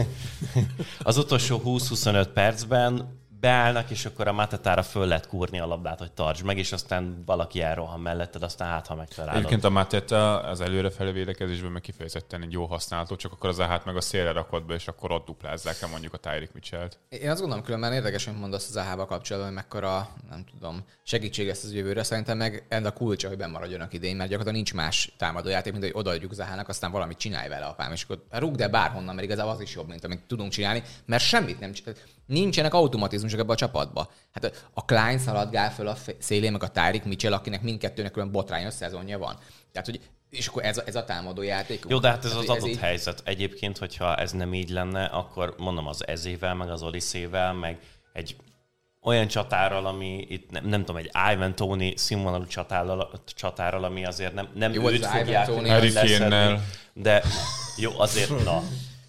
az utolsó húsz-huszonöt percben beállnak, és akkor a Matetára föl lehet kúrni a labdát, hogy tartsd meg, és aztán valaki elrohan melletted, aztán hát, ha megtalálod. Egyébként a Mateta az előrefelé védekezésben meg kifejezetten egy jó használható, csak akkor az á há-t meg a szélre rakod be, és akkor ott duplázzák el mondjuk a Tyreek Mitchellt. Én azt gondolom, különben érdekes, hogy mondasz az á há-val kapcsolatban, hogy mekkora, nem tudom, segítség lesz az jövőre. Szerintem meg ennek a kulcsa, hogy bennmaradjanak idén, mert gyakorlatilag nincs más támadójáték, mint hogy odaadjuk az á há-nak, aztán valamit csinálj vele, apám, és akkor rúgd el bárhonnan, mert igazából az is jobb, mint amit tudunk csinálni, mert semmit nem csinálunk. Nincsenek automatizmusok ebbe a csapatba. Hát a Klein szaladgál föl a szélén, meg a Tyreek Mitchell, akinek mindkettőnek olyan botrányos szezonja van. Tehát, hogy és akkor ez a, ez a támadó játék. Jó, de hát ez hát, az adott ez így... helyzet. Egyébként, hogyha ez nem így lenne, akkor mondom az Ezével, meg az Odyssey-vel, meg egy olyan csatárral, ami itt nem, nem tudom, egy Ivan Toney színvonalú csatárral, csatárral, ami azért nem, nem jó, őt fogják leszedni, de jó, azért na.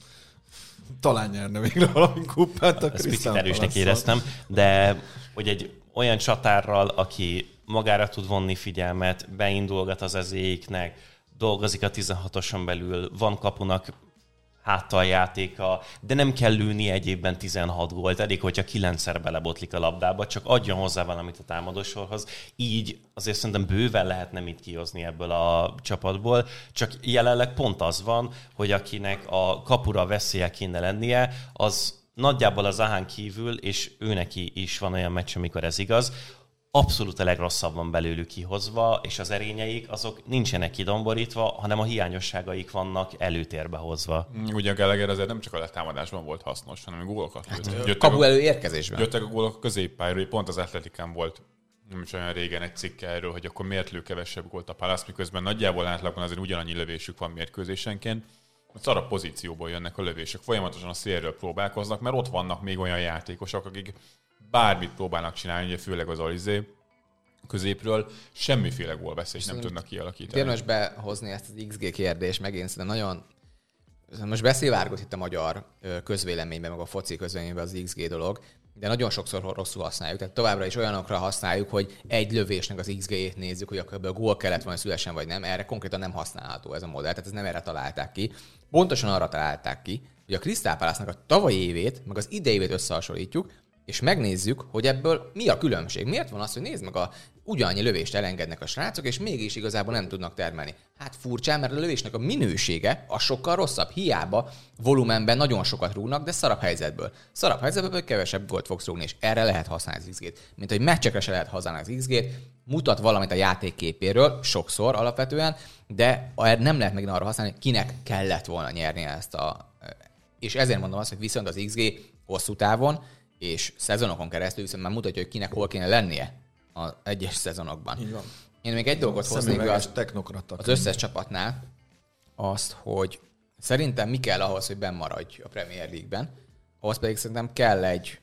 Talán nyerne végre valami kupát a Ezt picit erősnek éreztem, de hogy egy olyan csatárral, aki magára tud vonni figyelmet, beindulgat az ezéiknek, dolgozik a tizenhatoson belül, van kapunak háttal játéka, de nem kell lőni egy évben tizenhat gólt, elég, hogyha kilencszer belebotlik a labdába, csak adjon hozzá valamit a támadósorhoz. Így azért szerintem bőven lehetne mit kihozni ebből a csapatból, csak jelenleg pont az van, hogy akinek a kapura veszélye kéne lennie, az nagyjából az á hán kívül, és őneki is van olyan meccs, amikor ez igaz, abszolút a legrosszabb van belőlük kihozva, és az erényeik azok nincsenek kidomborítva, hanem a hiányosságaik vannak előtérbe hozva. Ugye a Gallagher azért nem csak a letámadásban volt hasznos, hanem a gólokat lőtt. Hát, kapu elő érkezésben. Jöttek a gólok a középpályáról, pont az Atletikán volt nem is olyan régen egy cikke erről, hogy akkor miért lő kevesebb gólt a Palace, miközben nagyjából átlagban azért ugyanannyi lövésük van mérkőzésenként. Szarabb pozícióból jönnek a lövések, folyamatosan a szélről próbálkoznak, mert ott vannak még olyan játékosok, akik bármit próbálnak csinálni, ugye főleg az Alizé középről, semmiféle gólveszélyt nem tudnak kialakítani. Érdemes behozni ezt az iksz gé kérdést, megint szerintem nagyon... Most beszélvárgott itt a magyar közvéleményben, meg a foci közvéleményben az iksz gé dolog, de nagyon sokszor rosszul használjuk. Tehát továbbra is olyanokra használjuk, hogy egy lövésnek az iksz gé-jét nézzük, hogy akkor a gól kellett volna szülesen vagy nem. Erre konkrétan nem használható ez a modell, tehát ez nem erre találták ki. Pontosan arra találták ki, hogy a Crystal Palace-nak a tavalyi évét, meg az idei évét összehasonlítjuk, és megnézzük, hogy ebből mi a különbség. Miért van az, hogy nézd meg, a ugyannyi lövést elengednek a srácok, és mégis igazából nem tudnak termelni. Hát furcsán, mert a lövésnek a minősége az sokkal rosszabb. Hiába volumenben nagyon sokat rúgnak, de szarabb helyzetből. Szarabb helyzetből kevesebb gólt fogsz rúgni, és erre lehet használni az iksz gét. Mint hogy meccsekre se lehet használni az iksz gét, mutat valamit a játékképéről, sokszor alapvetően, de nem lehet megint arra használni, kinek kellett volna nyerni ezt a... És ezért mondom azt, hogy viszont az iksz gé hosszú távon és szezonokon keresztül viszont már mutatja, hogy kinek hol kéne lennie az egyes szezonokban. Így van. Én még egy dolgot hoznék be az, technokrata. az összes csapatnál, azt, hogy szerintem mi kell ahhoz, hogy benn maradj a Premier League-ben, ahhoz pedig szerintem kell egy,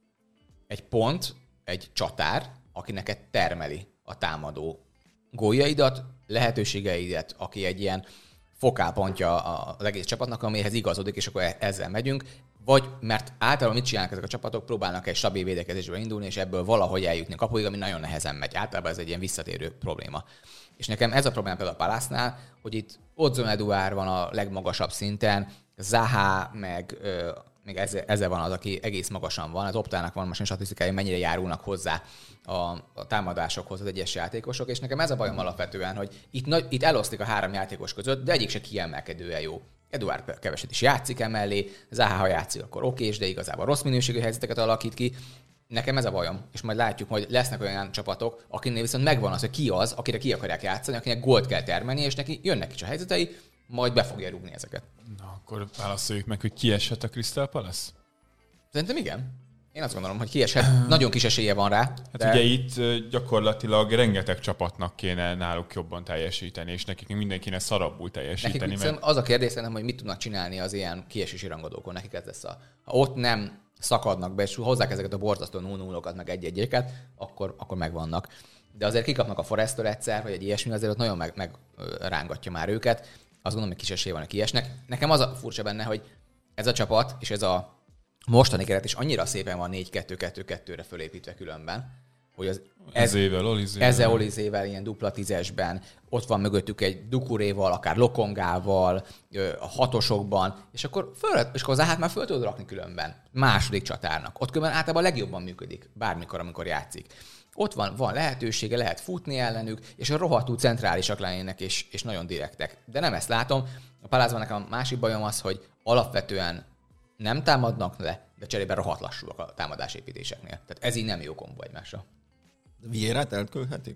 egy pont, egy csatár, aki neked termeli a támadó góljaidat, lehetőségeidet, aki egy ilyen fokálpontja az egész csapatnak, amihez igazodik, és akkor ezzel megyünk. Vagy mert általában mit csinálnak ezek a csapatok, próbálnak egy stabil védekezésből indulni, és ebből valahogy eljutni a kapuig, ami nagyon nehezen megy. Általában ez egy ilyen visszatérő probléma. És nekem ez a probléma például a Palace-nál, hogy itt Odzone Eduard van a legmagasabb szinten, Zaha, meg ö, még ezzel, ezzel van az, aki egész magasan van. Az Optának van most a statisztikai, mennyire járulnak hozzá a, a támadásokhoz az egyes játékosok, és nekem ez a bajom alapvetően, hogy itt, nagy, itt elosztik a három játékos között, de egyik se kiemelkedően jó. Eduard keveset is játszik emellé, Zaha, ha játszik, akkor okés, de igazából rossz minőségű helyzeteket alakít ki. Nekem ez a bajom, és majd látjuk, hogy lesznek olyan csapatok, akinél viszont megvan az, hogy ki az, akire ki akarják játszani, akinek gólt kell termelni, és neki jönnek is a helyzetei, majd be fogja rúgni ezeket. Na, akkor válaszoljuk meg, hogy ki eshet a Crystal Palace? Szerintem igen. Én azt gondolom, hogy kieshet. Nagyon kis esélye van rá. Hát de... ugye itt gyakorlatilag rengeteg csapatnak kéne náluk jobban teljesíteni, és nekik mindenkinek szarabbul teljesíteni. Nekik mert... az a kérdés szerintem, hogy mit tudnak csinálni az ilyen kiesési rangadókon. Nekik ez lesz a... Ha ott nem szakadnak be, és hozzák ezeket a borzasztó null-nullokat, meg egy-egyéket, akkor, akkor megvannak. De azért kikapnak a Forestől egyszer, vagy egy ilyesmi, azért ott nagyon meg, meg rángatja már őket. Azt gondolom, hogy kis esélye van, hogy kiesnek. Nekem az a furcsa benne, hogy ez a csapat, és ez a mostani keret is annyira szépen van négy kettő kettő kettőre fölépítve különben, hogy az ez, ezével, Olizével. Ezzel Olizével, ilyen dupla tízesben, ott van mögöttük egy Dukuréval, akár Lokongával, a hatosokban, és akkor, föl, és akkor az áhát már föl tudod rakni különben, második csatárnak. Ott különben általában legjobban működik, bármikor, amikor játszik. Ott van, van lehetősége, lehet futni ellenük, és a rohadtul centrálisak lennének, és, és nagyon direktek. De nem ezt látom. A Palázban nekem a másik bajom az, hogy alapvetően nem támadnak le, de cserében rohadt lassúak a támadásépítéseknél. Tehát ez így nem jó kombó egymásra. Vieirát elküldhetik?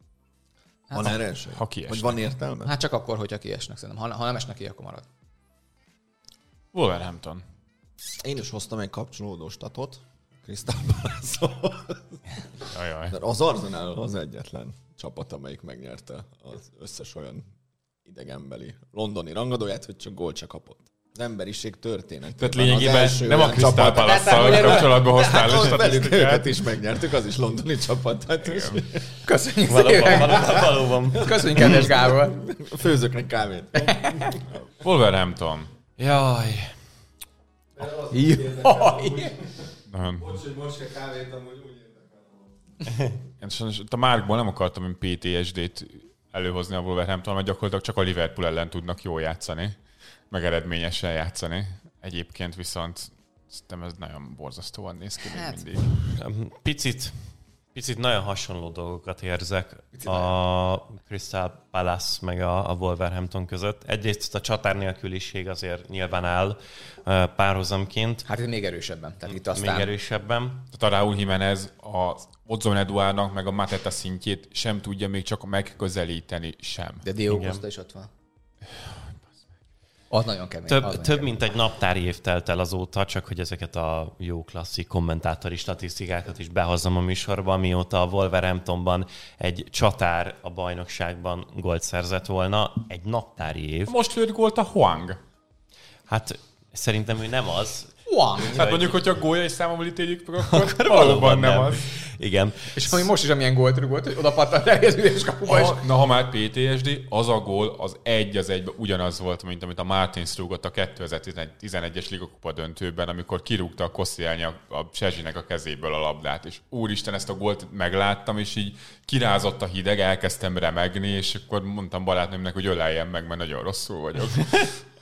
Van hát, erre esély? Ha kiesnek. Hogy van értelme? Hát csak akkor, hogyha kiesnek szerintem. Ha, ha nem esnek ki, akkor marad. Wolverhampton. Én is hoztam egy kapcsolódó statot. Crystal Palace. Ajaj. Az Arsenal az egyetlen csapat, amelyik megnyerte az összes olyan idegenbeli londoni rangadóját, hogy csak gólt se kapott. Az emberiség történet. Tehát lényegében nem a Crystal Palace-szal kapcsolatban hoztál a statisztikát. Őket is megnyertük, az is londoni csapat. Hát köszönjük Valóban, szépen. valóban, valóban. Köszönjük, kedves Gábor. Főzök neki kávét. Wolverhampton. Jaj. Jaj. Bocs, hogy most kell kávét, amúgy úgy érdekel. Én sajnos a Márkból nem akartam én pé té es dét előhozni a Wolverhampton, mert gyakorlatilag csak a Liverpool ellen tudnak jól játszani, meg eredményesen játszani. Egyébként viszont szerintem ez nagyon borzasztóan néz ki még mindig. Picit, picit nagyon hasonló dolgokat érzek picit a Crystal Palace meg a, a Wolverhampton között. Egyrészt a csatár nélküliség azért nyilván áll párhuzamként. Hát itt még erősebben. Tehát itt aztán... Még erősebben. Tehát a Raúl Jiménez az Odzone Eduardnak meg a Mateta szintjét sem tudja még csak megközelíteni sem. De Diogo Costa is ott van. Az nagyon kemény. Több, nagyon több kemény. mint egy naptári év telt el azóta, csak hogy ezeket a jó klasszik kommentátori statisztikákat is behozzam a műsorba, mióta a Wolverhamptonban egy csatár a bajnokságban gólt szerzett volna. Egy naptári év. Most lőtt gólt a Huang. Hát szerintem ő nem az. Wow. Hát mondjuk, hogyha gólya és számomra ítéljük, akkor, Akkor valóban nem az. Igen. És ami most is amilyen gólt rúgott, hogy oda pattant el az üres kapuba is. Ha, na, ha már pé té es dé, az a gól az egy az egyben ugyanaz volt, mint amit a Martins rúgott a kétezer-tizenegyes ligakupa döntőben, amikor kirúgta a Koscielny a, a Sezsinek a kezéből a labdát. És úristen, ezt a gólt megláttam, és így kirázott a hideg, elkezdtem remegni, és akkor mondtam barátnőmnek, hogy öleljem meg, mert nagyon rosszul vagyok.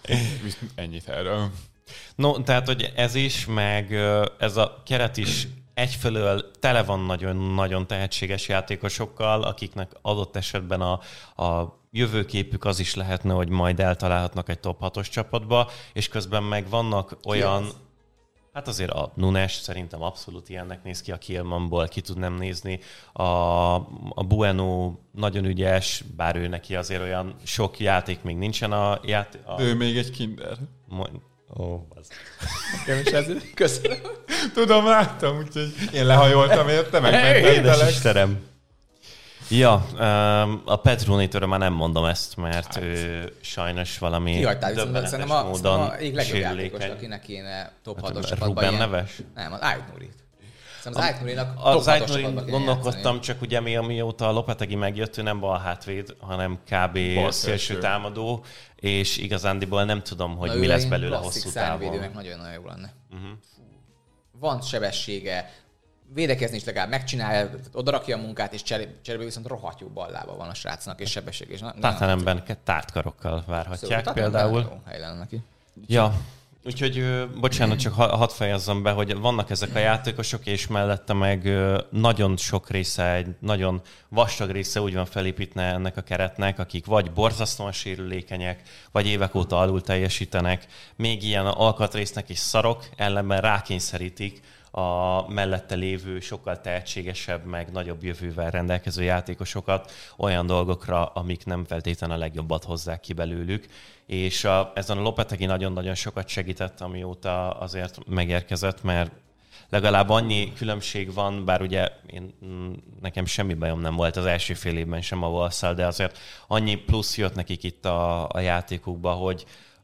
Ennyit erről. No, tehát, hogy ez is, meg ez a keret is egyfelől tele van nagyon-nagyon tehetséges játékosokkal, akiknek adott esetben a, a jövőképük az is lehetne, hogy majd eltalálhatnak egy top hatos csapatba, és közben meg vannak olyan... Ki hát azért a Nunes szerintem abszolút ilyennek néz ki, a Kielmanból ki tudnám nézni. A, a Bueno nagyon ügyes, bár ő neki azért olyan sok játék még nincsen a játék. A... Ő még egy kinder. Ó, oh, az. Nekem is ezért. Köszönöm. Tudom, láttam, úgyhogy én lehajoltam érte, meg édes Istenem. Ja, a Petrónitől már nem mondom ezt, mert hát. ő sajnos valami kihagytál, döbbenetes a, módon a ég legjobb játékos, akinek kéne top hatos csapatban. Ruben neves? Nem, az Ait-Nurit. Az Ait-Nurinak az Ait-Nurin gondolkodtam, csak ugye mi, amióta a Lopetegi megjött, ő nem bal hátvéd, hanem kb. Szélső támadó, és igazándiból nem tudom, hogy na, mi lesz belőle hosszú távon. Nagyon-nagyon jó lenne. Uh-huh. Van sebessége, védekezni is legalább megcsinálja, odarakja a munkát, és cserébe viszont rohadt jó ballába van a srácnak, és sebesség. És Tatanemben tártkarokkal várhatják szóval, például. Jó hely lenne neki. Ja, úgyhogy bocsánat, csak hadd fejezzem be, hogy vannak ezek a játékosok, és mellette meg nagyon sok része, egy nagyon vastag része úgy van felépítve ennek a keretnek, akik vagy borzasztóan sérülékenyek, vagy évek óta alul teljesítenek, még ilyen alkatrésznek is szarok, ellenben rákényszerítik a mellette lévő, sokkal tehetségesebb, meg nagyobb jövővel rendelkező játékosokat olyan dolgokra, amik nem feltétlenül a legjobbat hozzák ki belőlük. És a, ezen a Lopetegi nagyon-nagyon sokat segített, amióta azért megérkezett, mert legalább annyi különbség van, bár ugye én, nekem semmi bajom nem volt az első fél évben sem a Wolves-szal, de azért annyi plusz jött nekik itt a, a játékukba, hogy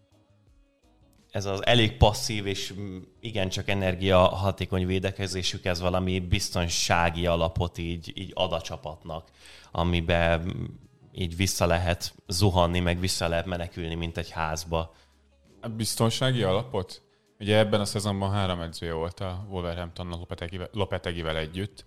ez az elég passzív és igencsak energiahatékony védekezésük, ez valami biztonsági alapot így, így ad a csapatnak, amiben így vissza lehet zuhanni, meg vissza lehet menekülni, mint egy házba. A biztonsági alapot? Ugye ebben a szezonban három edzője volt a Wolverhampton Lopetegivel, Lopetegivel együtt,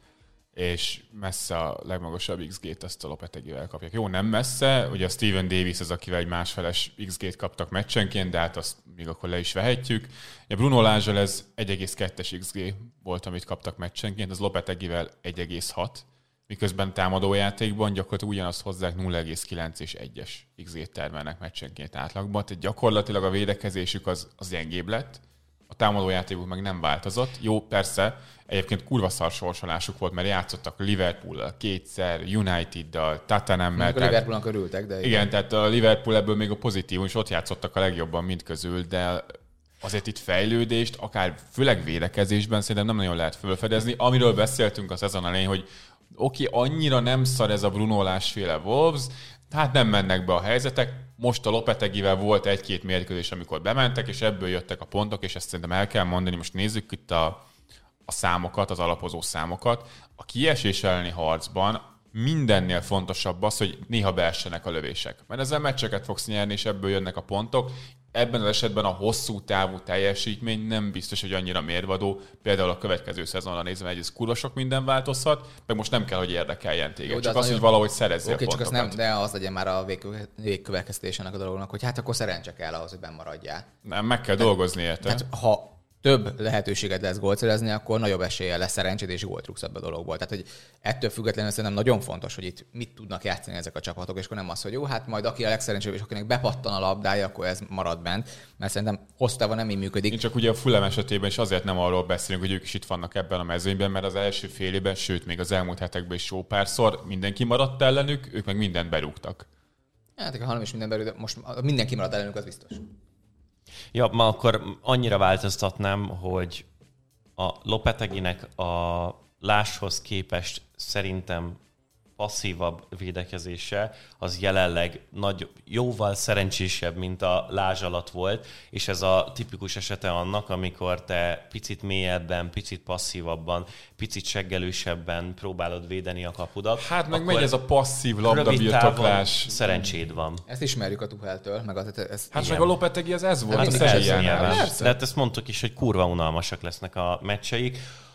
és messze a legmagasabb iksz gét azt a Lopetegivel kapják. Jó, nem messze, ugye a Steven Davis az, akivel egy másfeles iksz gét kaptak meccsenként, de hát azt még akkor le is vehetjük. A Bruno Lage-el ez egy egész kettes iksz gé volt, amit kaptak meccsenként, az Lopetegivel egy egész hat, miközben támadójátékban gyakorlatilag ugyanazt hozzák nulla egész kilenc és egyes iksz gét termelnek meccsenként átlagban, tehát gyakorlatilag a védekezésük az, az gyengébb lett, a támadójátékuk meg nem változott. Jó, persze, egyébként kurva szar sorsolásuk volt, mert játszottak Liverpool-al kétszer, United-dal, Tottenhammel. A Liverpoolnak örültek, de igen. Igen, tehát a Liverpool ebből még a pozitívum, és ott játszottak a legjobban mind közül, de azért itt fejlődést, akár főleg védekezésben szerintem nem nagyon lehet fölfedezni. Amiről beszéltünk a szezon elején, hogy oké, okay, annyira nem szar ez a Bruno Lage-féle Wolves, tehát nem mennek be a helyzetek. Most a Lopetegivel volt egy-két mérkőzés, amikor bementek, és ebből jöttek a pontok, és ezt szerintem el kell mondani. Most nézzük itt a, a számokat, az alapozó számokat. A kiesés elleni harcban mindennél fontosabb az, hogy néha beessenek a lövések. Mert ezzel meccseket fogsz nyerni, és ebből jönnek a pontok. Ebben az esetben a hosszú távú teljesítmény nem biztos, hogy annyira mérvadó. Például a következő szezonra nézve, hogy ez kurva sok minden változhat, meg most nem kell, hogy érdekeljen téged. Jó, csak az, az hogy valahogy szerezzél okay, pontokat. Csak az nem, de az legyen már a végkövetkeztetés ennek a dolognak, hogy hát akkor szerencse kell ahhoz, hogy benn maradjál. Nem, meg kell de, dolgozni érte. Tehát ha több lehetőséged lesz gólt szerezni, akkor nagyobb esélye lesz szerencséd és gólt rúgsz ebbe a dologból. Tehát, hogy ettől függetlenül szerintem nagyon fontos, hogy itt mit tudnak játszani ezek a csapatok, és akkor nem az, hogy jó, hát majd aki a legszerencsésebb, és akinek bepattan a labdája, akkor ez marad bent, mert szerintem hosszú távon nem így működik. Én csak ugye a Fulham esetében is azért nem arról beszélünk, hogy ők is itt vannak ebben a mezőnyben, mert az első fél évben, sőt, még az elmúlt hetekben is jó párszor mindenki maradt ellenük, ők meg mindent berúgtak. Hát, ha nem is minden berúgtak, most mindenki maradt ellenük, az biztos. Ja, ma akkor annyira változtatnám, hogy a Lopeteginek a Láshoz képest szerintem passzívabb védekezése az jelenleg nagy, jóval szerencsésebb, mint a Lázs alatt volt, és ez a tipikus esete annak, amikor te picit mélyebben, picit passzívabban, picit seggelősebben próbálod védeni a kapudat. Hát meg megy ez a passzív labdabirtoklás. Szerencséd van. Ezt ismerjük a Tucheltől, meg az, ez, hát igen. Meg a Lopetegi az ez volt. Hát a Szeriánál. De hát ezt mondtuk is, hogy kurva unalmasak lesznek a meccseik.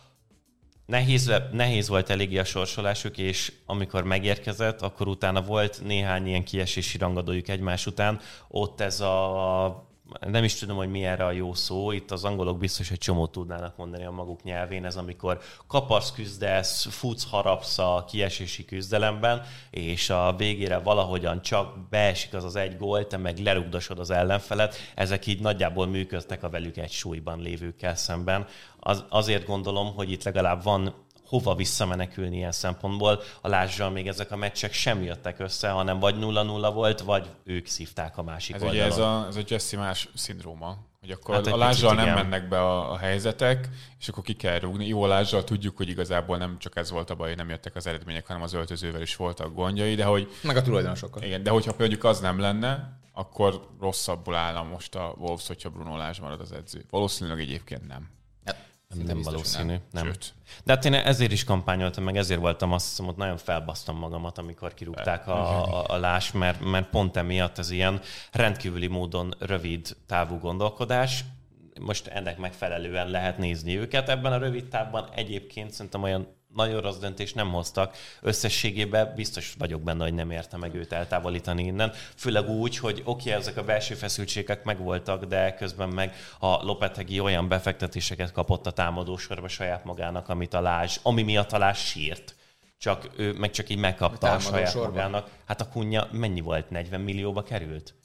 Nehéz, nehéz volt eléggé a sorsolásuk, és amikor megérkezett, akkor utána volt néhány ilyen kiesési rangadójuk egymás után. Ott ez a nem is tudom, hogy mi erre a jó szó, itt az angolok biztos, hogy csomót tudnának mondani a maguk nyelvén, ez amikor kaparsz, küzdesz, futsz, harapsz a kiesési küzdelemben, és a végére valahogyan csak beesik az az egy gól, te meg lerugdosod az ellenfelet, ezek így nagyjából működtek a velük egy súlyban lévőkkel szemben. Az, azért gondolom, hogy itt legalább van hova visszamenekülni ilyen szempontból. A Lászsal még ezek a meccsek sem jöttek össze, hanem vagy nulla nulla volt, vagy ők szívták a másik ez oldalon. Ugye ez a, ez a Jesse más szindróma, hogy akkor Hát a Lászsal nem igen. mennek be a, a helyzetek, és akkor ki kell rúgni. Jó, a Lászsal tudjuk, hogy igazából nem csak ez volt a baj, hogy nem jöttek az eredmények, hanem az öltözővel is voltak gondjai, de hogy... Meg a tulajdonosokkal. Igen, de hogyha mondjuk az nem lenne, akkor rosszabbul állna most a Wolves, hogyha Bruno Lage marad az edző. Valószínűleg egyébként nem. Nem, nem valószínű. Nem. nem. Sőt. De hát én ezért is kampányoltam, meg ezért voltam, azt hiszem, ott nagyon felbasztam magamat, amikor kirúgták a, a, a Lás, mert, mert pont emiatt ez ilyen rendkívüli módon rövid távú gondolkodás. Most ennek megfelelően lehet nézni őket. Ebben a rövid távban egyébként szerintem olyan nagyon rossz döntést nem hoztak. Összességében biztos vagyok benne, hogy nem érte meg őt eltávolítani innen. Főleg úgy, hogy oké, okay, ezek a belső feszültségek megvoltak, de közben meg a Lopetegui olyan befektetéseket kapott a támadósorba saját magának, amit a Lázs, ami miatt a Lázs sírt. Csak ő meg csak így megkapta a, a saját sorban. Magának. Hát a Kunja mennyi volt? negyven millióba került?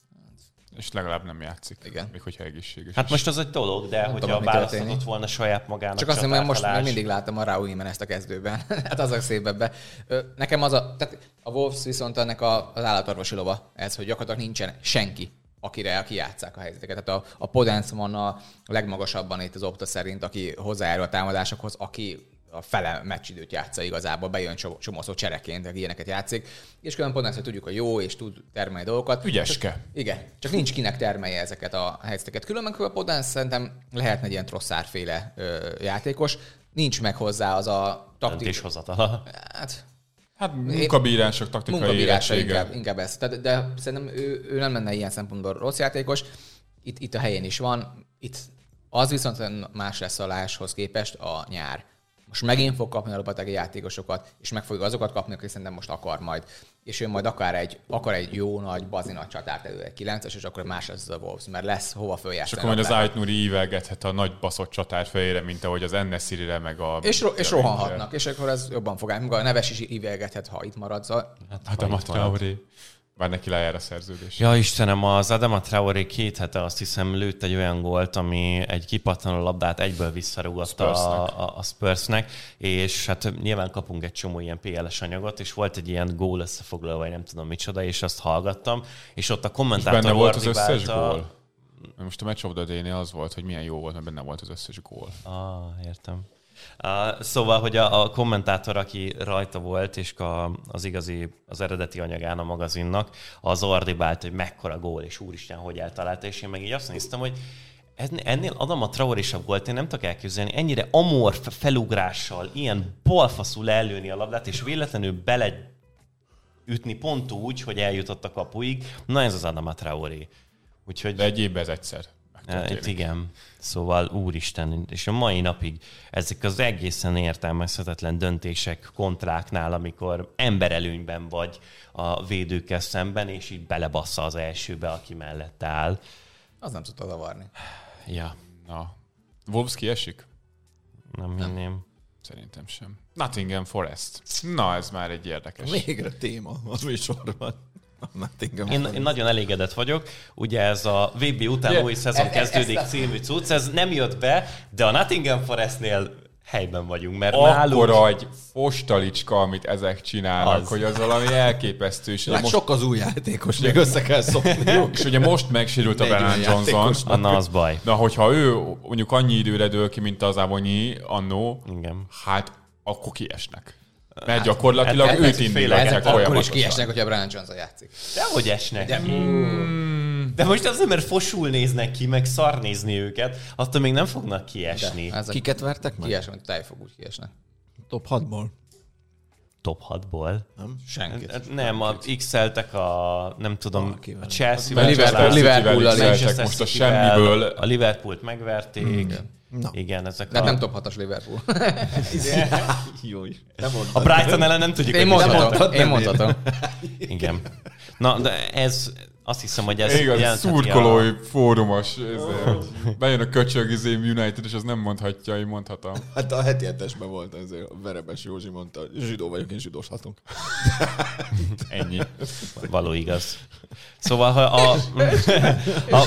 És legalább nem játszik, igen. még hogyha egészséges. Hát most az egy dolog, de nem hogyha tudom, választhatott volna saját magának. Csak azt mondom, most még mindig láttam a Raúl Jiménezt a kezdőben. Hát az a szép ebbe. Nekem az a, tehát a Wolves viszont ennek a, az állatorvosi lova, ez, hogy gyakorlatilag nincsen senki, akire aki játsszák a helyzeteket. Tehát a, a Podence van a legmagasabban itt az Opta szerint, aki hozzájárul a támadásokhoz, aki a fele meccsidőt játsza igazából, bejön csomószó csereként, aki ilyeneket játszik, és külön pont hogy tudjuk, hogy jó, és tud termelni dolgokat. Ügyeske. Csak, igen, csak nincs kinek termelje ezeket a helyzeteket. Különben a Podence szerintem lehetne egy ilyen Trossard-féle ö, játékos, nincs meg hozzá az a taktik... Döntéshozatala. Hát, hát munkabírások, taktikai munkabírások érettsége. inkább, inkább ez. De, de szerintem ő, ő nem lenne ilyen szempontból rossz játékos. Itt, itt a helyén is van. Itt az viszont más lesz a Láshoz képest a nyár. Most megint fog kapni a Lopetegui játékosokat, és meg fogja azokat kapni, akik szerintem most akar majd. És ő majd akar egy, akar egy jó nagy, bazi nagy csatárt elő, egy kilences, és akkor más lesz az a Wolves, mert lesz hova följátszani. És akkor majd az Ait Nuri ívelgethet a nagy baszott csatár fejére, mint ahogy az Enneszirire meg a... És, ro- és rohanhatnak, és akkor ez jobban fog állni. A Neves is ívelgethet, ha itt maradsz. Hát, hát a Traoré. Bár neki lejár a szerződés. Ja Istenem, az Adama Traoré két hete azt hiszem lőtt egy olyan gólt, ami egy kipattanó labdát egyből visszarúgatta a, a, a Spursnek, és hát nyilván kapunk egy csomó ilyen pé el-es anyagot, és volt egy ilyen gól összefoglaló, vagy nem tudom micsoda, és azt hallgattam, és ott a kommentátor benne volt az összes gól? Most a Match of the Day-nél az volt, hogy milyen jó volt, mert benne volt az összes gól. Ah, értem. Uh, szóval, hogy a, a kommentátor, aki rajta volt, és a, az igazi, az eredeti anyagán a magazinnak, az ordibált, hogy mekkora gól, és úristen, hogy eltalálta, és én meg így azt néztem, hogy ennél Adama Traorésabb gólt én nem tudok elképzelni, ennyire amorf felugrással, ilyen balfaszul ellőni a labdát, és véletlenül bele ütni pont úgy, hogy eljutott a kapuig. Na ez az Adama Traoré. Úgyhogy... De egy évben ez egyszer. Hát igen. Szóval úristen, és a mai napig ezek az egészen értelmezhetetlen döntések kontráknál, amikor emberelőnyben vagy a védőkkel szemben, és így belebassza az elsőbe, aki mellette áll. Az nem tudta zavarni. Ja. Na. Wolves kiesik? Nem hinném. Szerintem sem. Nottingham Forest. Na, ez már egy érdekes. Végre téma a műsorban. Én, én nagyon elégedett vagyok. Ugye ez a vé bé után yeah. új szezon e, kezdődik e, című cucc, ez nem jött be, de a Nottingham Forestnél helyben vagyunk, mert akkor náluk... egy fostalicska, amit ezek csinálnak, az. Hogy az valami elképesztő. És hát most... sok az új játékos, még össze kell szokni. És ugye most megsérült a Brennan Johnson. Na, az baj. Na, hogyha ő mondjuk annyi időre dől ki, mint az Avonyi annó, igen. Hát akkor kiesnek. Mert hát, gyakorlatilag hát, őt indítják folyamatosan. Akkor is kiesnek, hogyha Brennan Johnson játszik. Dehogy esnek De, ki. Mm. De most azért, mert fosul néznek ki, meg szar nézni őket, attól még nem fognak kiesni. Kiket vertek meg? Kiesnek, mint Tájfog úgy kiesnek. Top hatból. Top hatból? Nem? Senkit. Nem, a X-eltek a, nem tudom, a Chelsea-vel. A Liverpool-al most a semmiből. A Liverpoolt megverték. Mm. No. Igen, ezek De a... nem top hatos Liverpool. Jó is. A Brighton ellen nem tudjuk, én hogy mondhatom. Én mondhatom. Igen. Na, de ez Azt hiszem, hogy ez igen, szurkolói a... fórumos. Oh. Bejön a köcsög izé United, és az nem mondhatja, én mondhatom. Hát a heti hetesben volt ez, a Verebes Józsi mondta, zsidó vagyok, én zsidóshatunk. Ennyi. Való igaz. Szóval, ha a... a,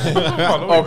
a,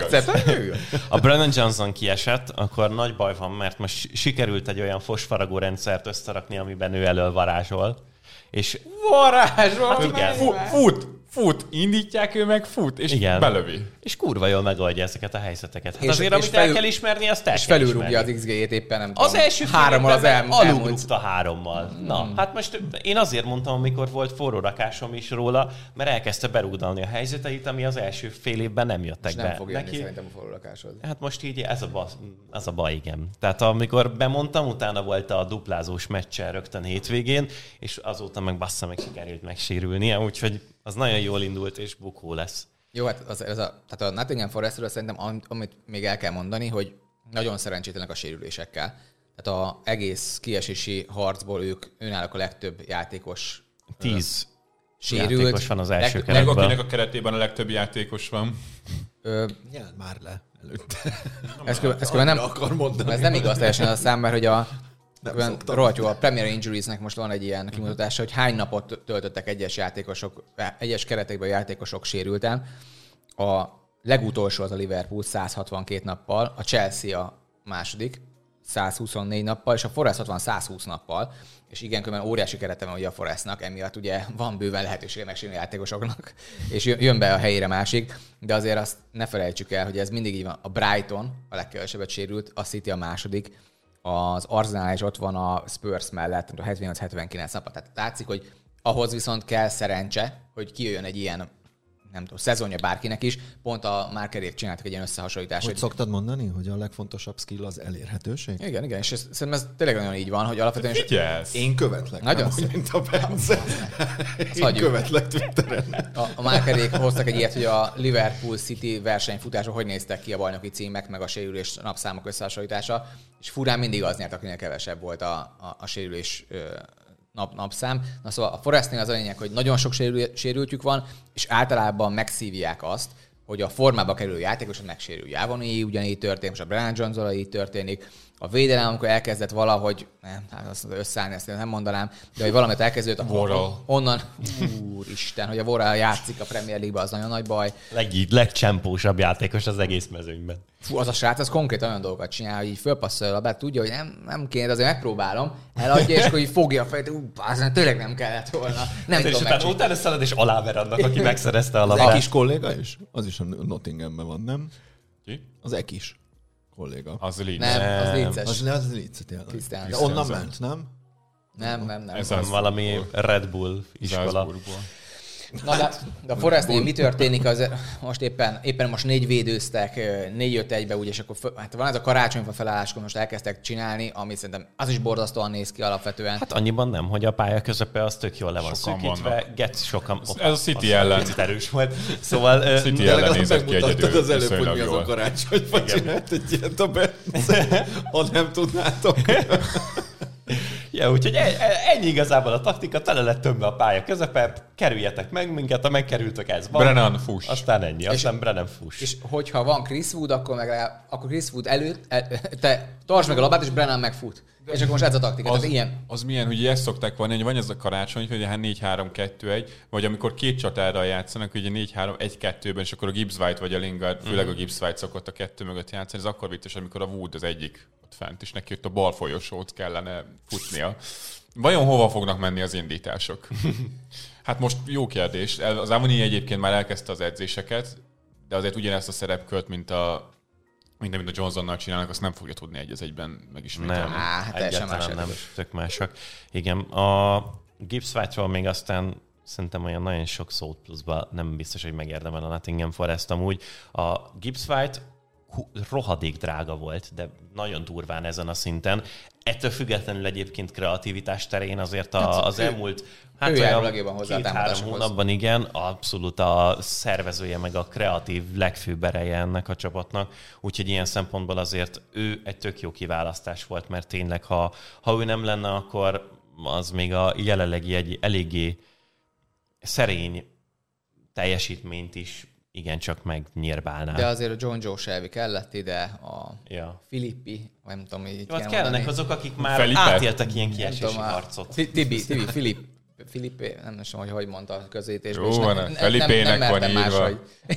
a Brennan Johnson kiesett, akkor nagy baj van, mert most sikerült egy olyan fosfaragó rendszert összerakni, amiben ő elől varázsol. És varázsol! Hát igen. Fut! Fut, indítják, ő meg fut, és igen. belövi. És kurva jól megoldja ezeket a helyzeteket. Hát és azért, és amit felül, el kell ismerni, azt el és kell felülrúgja az iksz gé-jét éppen, nem az tudom. első hárommal az elmúlt. Alulrúgta hárommal. Hmm. Na, hát most én azért mondtam, amikor volt forró rakásom is róla, mert elkezdte berúgdalni a helyzeteit, ami az első fél évben nem jöttek és be. nem fog jönni neki. Szerintem a forró rakásod. Hát most így ez a, baj, az a baj, igen. Tehát amikor bemondtam, utána volt a duplázós meccsen rögtön hétvégén, és azóta meg bassza meg sikerült megsérülnie, úgyhogy az nagyon jól indult, és bukó lesz. Jó, hát az, az a, tehát a Nottingham Forestről szerintem, amit még el kell mondani, hogy nagyon szerencsétlenek a sérülésekkel. Tehát az egész kiesési harcból ők önállók a legtöbb játékos Tíz sérült. játékos van az első leg, keretben. Akinek a keretében a legtöbb játékos van. Ö, Jel már le előtte. Ez, kö, ez, nem, akar mondani. Ez nem igaz teljesen a szám, mert hogy a rohadt jó, a Premier Injuriesnek most van egy ilyen kimutatása, hogy hány napot töltöttek egyes játékosok, egyes keretekben játékosok sérülten. A legutolsó az a Liverpool száz hatvankét nappal, a Chelsea a második száz huszonnégy nappal, és a Forest ott van száz húsz nappal, és igen, különben óriási kerete van ugye a Forestnak, emiatt ugye van bőven lehetősége megsérülni a játékosoknak, és jön be a helyére másik, de azért azt ne felejtsük el, hogy ez mindig így van. A Brighton a legkevesebbet sérült, a City a második, az Arsenal is ott van a Spurs mellett, a hetvennyolc hetvenkilenc napot. Tehát látszik, hogy ahhoz viszont kell szerencse, hogy kijöjjön egy ilyen, nem tudom, szezonja bárkinek is. Pont a Markerék csináltak egy ilyen összehasonlítást. Hogy szoktad mondani, hogy a legfontosabb skill az elérhetőség? Igen, igen, és ez, szerintem ez tényleg nagyon így van, hogy alapvetően... Figyelsz! Én követlek, nagyon nem, hogy mint a Bence. Én hagyjuk. Követlek Twitteren. A, a Markerék hoztak egy ilyet, hogy a Liverpool City versenyfutások hogy néztek ki a bajnoki címek, meg a sérülés napszámok összehasonlítása, és furán mindig az nyert, akinek kevesebb volt a, a, a sérülés nap, napszám. Na szóval a Forestnél az a lényeg, hogy nagyon sok sérül, sérültjük van, és általában megszívják azt, hogy a formába kerülő játékos megsérül. Jávoni ugyanígy történik, most a Brennan Johnson így történik. A védelem, amikor elkezdett valahogy, nem, hát azt összeállni, ezt nem mondanám, de hogy valamit elkezdődött, a onnan, úristen, hogy a Vorral játszik a Premier League-ben, az nagyon nagy baj. Legígy, legcsempósabb játékos az egész mezőnyben. Fú, az a srác, az konkrétan olyan dolgokat csinál, hogy így fölpasszolja a labát, tudja, hogy nem, nem kéne, de azért megpróbálom, eladja, és akkor így fogja a fejét, ú, bázen, tényleg nem kellett volna. Nem és tudom utána, utána szalad, és aláver annak, aki megszerezte a labát. Az Ekis kolléga is? Az is a Nottinghamben van, nem? Ki? Az Ekis kolléga. Az Leeds. Nem, az Leeds-es. Az, az Leeds, tényleg. Krisztián. De onnan ment, nem? Nem, nem, nem. Ez az valami Red Bull iskola. Na de, de a Forestnél mi történik, az most éppen, éppen most négy védőztek, négy jött egybe, ugye, és akkor föl, hát van ez a karácsonyfa felállás, akkor most elkezdtek csinálni, ami szerintem az is borzasztóan néz ki alapvetően. Hát annyiban nem, hogy a pálya közepe az tök jól le van sokan szűkítve, Getsz sokan... Ez, ez a City ellen. Picit erős volt. Szóval... City ellen nézett ki egyedül. Az előbb, hogy mi az a karácsonyfa csinált egy ilyet a Bence, ha nem tudnátok. Ja, úgyhogy ennyi igazából a taktika, tele lett tömve a pálya közepe, kerüljetek meg minket, ha megkerültök, ez van. Brennan fuss. Aztán ennyi, aztán és, Brennan fuss. És hogyha van Chris Wood, akkor, meg, akkor Chris Wood előtt, te tartsd meg a labát, és Brennan megfut. De és akkor most ez a taktika. Az, tehát ilyen. Az milyen, hogy ezt szokták volna, hogy van ez a karácsony, hogy hát négy három kettő egy, vagy amikor két csatárral játszanak, ugye négy három egy kettőben, és akkor a Gibbs White vagy a Lingard, főleg a Gibbs White szokott a kettő mögött játszani, ez akkor vicces, amikor a Wood az egyik ott fent, és neki ott a bal folyosót kellene futnia. Vajon hova fognak menni az indítások? Hát most jó kérdés. Az Amoni egyébként már elkezdte az edzéseket, de azért ugyanezt a szerepkört, mint a Mint amit a Johnsonnal csinálnak, azt nem fogja tudni egy az egyben megismételni. Nem, hát egyáltalán nem, tök mások. Igen, a Gibbs White-ról még aztán szerintem olyan nagyon sok szót pluszban nem biztos, hogy megérdemel a Nottingham Forest amúgy. A Gibbs White rohadék drága volt, de nagyon durván ezen a szinten. Ettől függetlenül egyébként kreativitás terén azért a, az elmúlt hát olyan két-három hónapban igen, abszolút a szervezője meg a kreatív legfőbb ereje ennek a csapatnak. Úgyhogy ilyen szempontból azért ő egy tök jó kiválasztás volt, mert tényleg ha, ha ő nem lenne, akkor az még a jelenlegi egy eléggé szerény teljesítményt is igencsak megnyírbálná. De azért a John Joe Shelby kellett ide, a ja. Filippi, nem tudom, így Jó, hát kellenek azok, akik már Felipe? átéltek ilyen kiesési harcot. Tibi, Tibi, Filip, Filipe, nem tudom, hogy hogy mondta a közvetítésben. Jó van, nem, Felipének nem, nem van írva. Máshogy.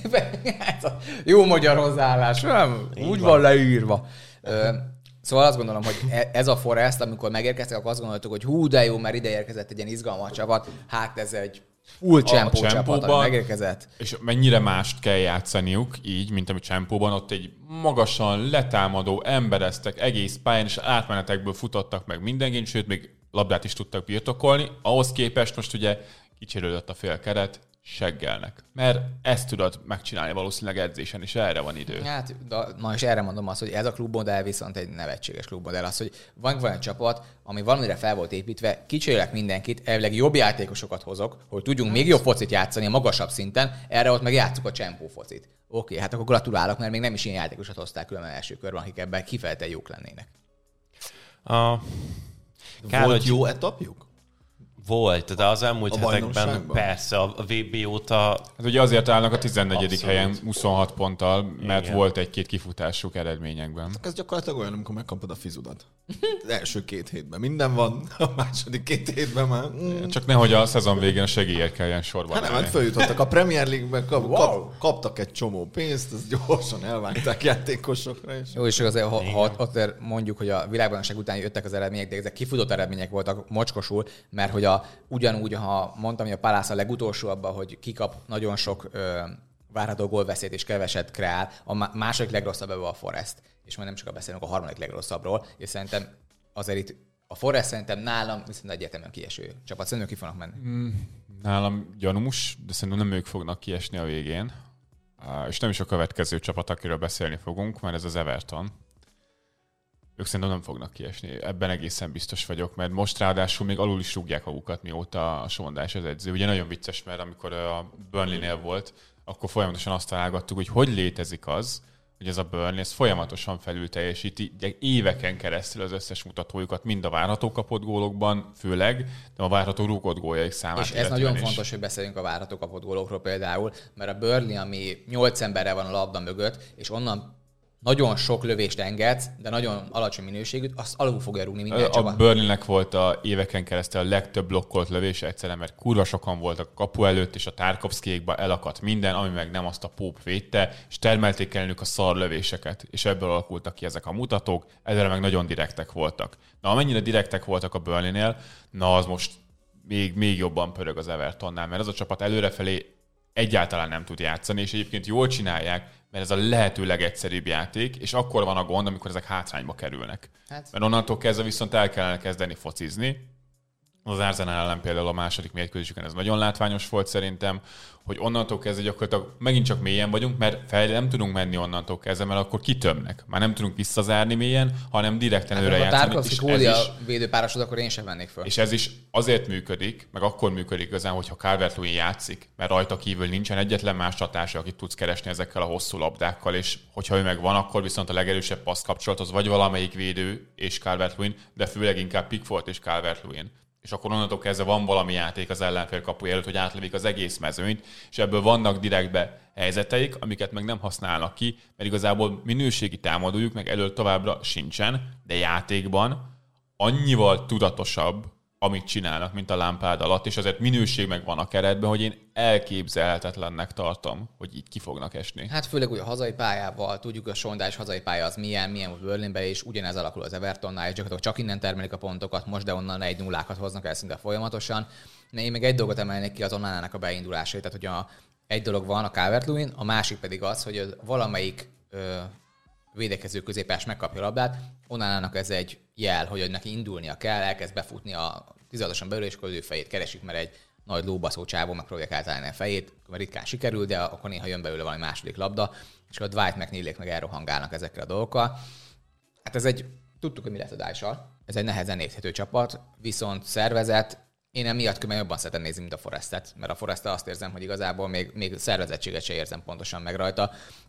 Jó magyar hozzáállás, nem? Úgy van, van leírva. Szóval azt gondolom, hogy ez a Forest, amikor megérkeztek, akkor azt gondoltuk, hogy hú, de jó, mert ide érkezett egy ilyen izgalmas csapat. Hát ez egy full csempó csapat, ami megérkezett. És mennyire mást kell játszaniuk így, mint ami csempóban, ott egy magasan letámadó embereztek egész pályán, és átmenetekből futottak meg mindenkin, sőt, még labdát is tudtak birtokolni. Ahhoz képest most ugye kicserélődött a fél keret, seggelnek. Mert ezt tudod megcsinálni valószínűleg edzésen, és erre van idő. Hát, de, na és erre mondom azt, hogy ez a klubmodell viszont egy nevetséges klubmodell. Az, hogy van van egy csapat, ami valamire fel volt építve, kicserélek mindenkit, elvileg jobb játékosokat hozok, hogy tudjunk még jobb focit játszani a magasabb szinten, erre ott meg játsszuk a csempó focit. Oké, hát akkor gratulálok, mert még nem is ilyen játékosat hozták különben első körben, akik ebben kifejezetten jók lennének. A... Kár, volt hogy... jó etapjuk? Volt, de az elmúlt a hetekben persze, a vé bé óta... Hát ugye azért állnak a tizennegyedik helyen huszonhat ponttal, mert igen. volt egy-két kifutásuk eredményekben. Ez gyakorlatilag olyan, amikor megkapod a fizudat. Az első két hétben minden van, a második két hétben már... Mm. Csak nehogy a szezon végén a segélyért kelljen sorba. Hát nem, hát följutottak a Premier League-ben, kap, wow. kap, kaptak egy csomó pénzt, ezt gyorsan elvágták játékosokra. És... Jó, és azért, ha, ha azért mondjuk, hogy a világbajnokság után jöttek az eredmények, de ezek kifutott eredmények voltak mocskosul, mert hogy a, ugyanúgy, ha mondtam, hogy a Palace a legutolsó abban, hogy kikap nagyon sok ö, várható gólveszélyt és keveset kreál, a második legrosszabb ebben a Forest. És majd nem csak a beszélünk a harmadik legrosszabbról, és szerintem azért itt a Forest szerintem nálam viszont egyértelműen kieső csapat. Szerintem ki fognak menni. Mm, nálam gyanús, de szerintem nem ők fognak kiesni a végén. Uh, és nem is a következő csapat, akiről beszélni fogunk, mert ez az Everton. Ők szerintem nem fognak kiesni. Ebben egészen biztos vagyok, mert most ráadásul még alul is rúgják magukat, mióta a Sondás az edző. Ugye nagyon vicces, mert amikor a Burnley-nél volt, akkor folyamatosan azt találgattuk, hogy hogy létezik az, hogy ez a Burnley ez folyamatosan felül teljesíti éveken keresztül az összes mutatójukat, mind a várható kapott gólokban, főleg, de a várható rúgott góljaik számát. És ez nagyon is fontos, hogy beszéljünk a várható kapott gólokról például, mert a Burnley, ami nyolc emberre van a labda mögött, és onnan nagyon sok lövést engedsz, de nagyon alacsony minőségűt, azt alul fogja rúgni minden a csapat. A Burnleynek volt a éveken keresztül a legtöbb blokkolt lövése egyszerűen, mert kurva sokan voltak a kapu előtt, és a Tarkovszkijékba elakadt minden, ami meg nem azt a Pope védte, és termelték ellenük a szar lövéseket, és ebből alakultak ki ezek a mutatók, ezzel meg nagyon direktek voltak. Na, amennyire direktek voltak a Burnleynél, na az most még, még jobban pörög az Evertonnál, mert az a csapat előrefelé egyáltalán nem tud játszani, és egyébként jól csinálják, mert ez a lehető legegyszerűbb játék, és akkor van a gond, amikor ezek hátrányba kerülnek. Hát. Mert onnantól kezdve viszont el kellene kezdeni focizni. Az Arsenal ellen például a második mérkőzésükön ez nagyon látványos volt szerintem, hogy onnantól kezdve gyakorlatilag megint csak mélyen vagyunk, mert fel nem tudunk menni onnantól kezdve, mert akkor kitömnek. Már nem tudunk visszazárni mélyen, hanem direkten előre hát, játszani. Ha Tarkovsky a védőpárosod, akkor én sem vennék föl. És ez is azért működik, meg akkor működik igazán, hogyha Calvert-Lewin játszik, mert rajta kívül nincsen egyetlen más csatása, akit tudsz keresni ezekkel a hosszú labdákkal, és hogyha ő meg van, akkor viszont a legerősebb passz kapcsolat az vagy valamelyik védő és Calvert-Lewin, de főleg inkább Pickford és Calvert-Lewin. És akkor onnantól kezdve van valami játék az ellenfél kapuja előtt, hogy átlövik az egész mezőnyt, és ebből vannak direktbe helyzeteik, amiket meg nem használnak ki, mert igazából minőségi támadójuk meg elől továbbra sincsen, de játékban annyival tudatosabb, amit csinálnak, mint a lámpád alatt, és azért minőség meg van a keretben, hogy én elképzelhetetlennek tartom, hogy így ki fognak esni. Hát főleg úgy a hazai pályával, tudjuk, a Sondás hazai pálya az milyen, milyen volt Berlinben, és ugyanez alakul az Evertonnál, és gyakorlatilag csak innen termelik a pontokat, most de onnan egy nullákat hoznak el szinte folyamatosan. De én még egy dolgot emelnék ki az Onanának a beindulásait, tehát hogy a, egy dolog van a Calvert-Lewin, a másik pedig az, hogy valamelyik ö, védekező középpás megkapja a labdát, Onanának ez egy jel, hogy neki indulnia kell, elkezd befutni a tizedatosan belül, és akkor ő fejét keresik, mert egy nagy lóbaszó csávó megpróbálják átállni a fejét, mert ritkán sikerül, de akkor néha jön belőle valami második labda, és akkor a Dwight McNeilék meg elrohangálnak ezekkel a dolgokkal. Hát ez egy, tudtuk, hogy mi lett a Dyche-sal, ez egy nehezen nézhető csapat, viszont szervezet, én emiatt különben jobban szeretem nézni, mint a Forestet, mert a Forestet azt érzem, hogy igazából még, még szervezettséget se érzem pontosan meg rajta.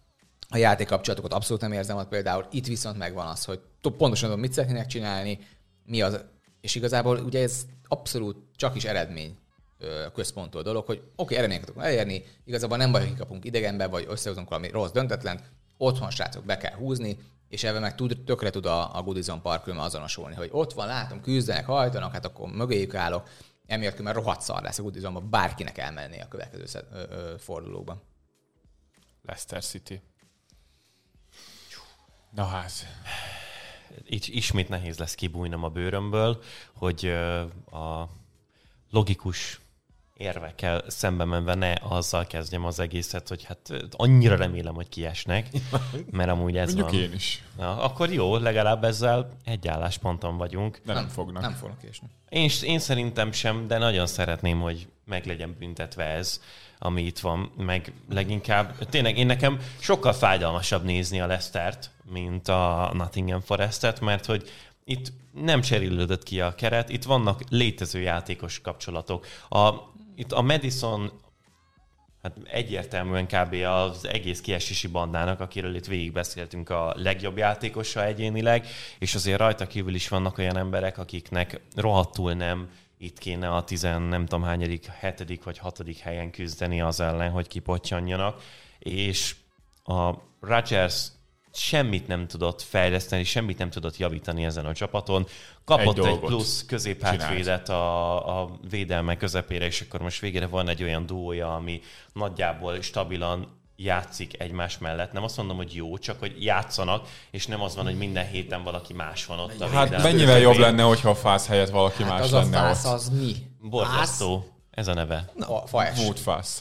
A játékkapcsolatokat abszolút nem érzem ott például, itt viszont megvan az, hogy pontosan tudom, mit szeretnének csinálni, mi az, és igazából ugye ez abszolút csak is eredmény központtól dolog, hogy oké, okay, eredményeket tudunk elérni, igazából nem baj, hogy kikapunk idegenbe, vagy összehozunk valami rossz döntetlent, otthon srácok be kell húzni, és ebben meg tud, tökre tud a, a Goodison Park azonosulni, hogy ott van, látom, küzdenek, hajtanak, hát akkor mögéjük állok, emiatt különben rohadt szar lesz a Goodisonba, bárkinek elmenni a következő szed, ö, ö, fordulóban. Leicester City. Na hát. Így ismét nehéz lesz kibújnom a bőrömből, hogy a logikus érvekkel szembe menve ne azzal kezdjem az egészet, hogy hát annyira remélem, hogy kiesnek, mert amúgy ez mondjuk van. én is. Na, akkor jó, legalább ezzel egy állásponton vagyunk. De nem, nem fognak. Nem fognak kiesni. Én, én szerintem sem, de nagyon szeretném, hogy meg legyen büntetve ez, ami itt van, meg leginkább, tényleg én nekem sokkal fájdalmasabb nézni a Leicestert, mint a Nottingham Forestet, mert hogy itt nem cserélődött ki a keret, itt vannak létező játékos kapcsolatok. A, itt a Madison hát egyértelműen kb. Az egész kiesési bandának, akiről itt végig beszéltünk, a legjobb játékosa egyénileg, és azért rajta kívül is vannak olyan emberek, akiknek rohadtul nem itt kéne a tizen nem tudom hányadik, hetedik vagy hatodik helyen küzdeni az ellen, hogy kipottyanjanak, és a Rodgers semmit nem tudott fejleszteni, semmit nem tudott javítani ezen a csapaton. Kapott egy, egy plusz középhátvédet a, a védelme közepére, és akkor most végére van egy olyan duója, ami nagyjából stabilan játszik egymás mellett. Nem azt mondom, hogy jó, csak hogy játszanak, és nem az van, hogy minden héten valaki más van ott a hát védelme. mennyivel jobb lenne, hogyha a Fász helyett valaki hát más az lenne a Fász ott. az mi? Borzasztó. Ez a neve. A Fász. Wood Fász.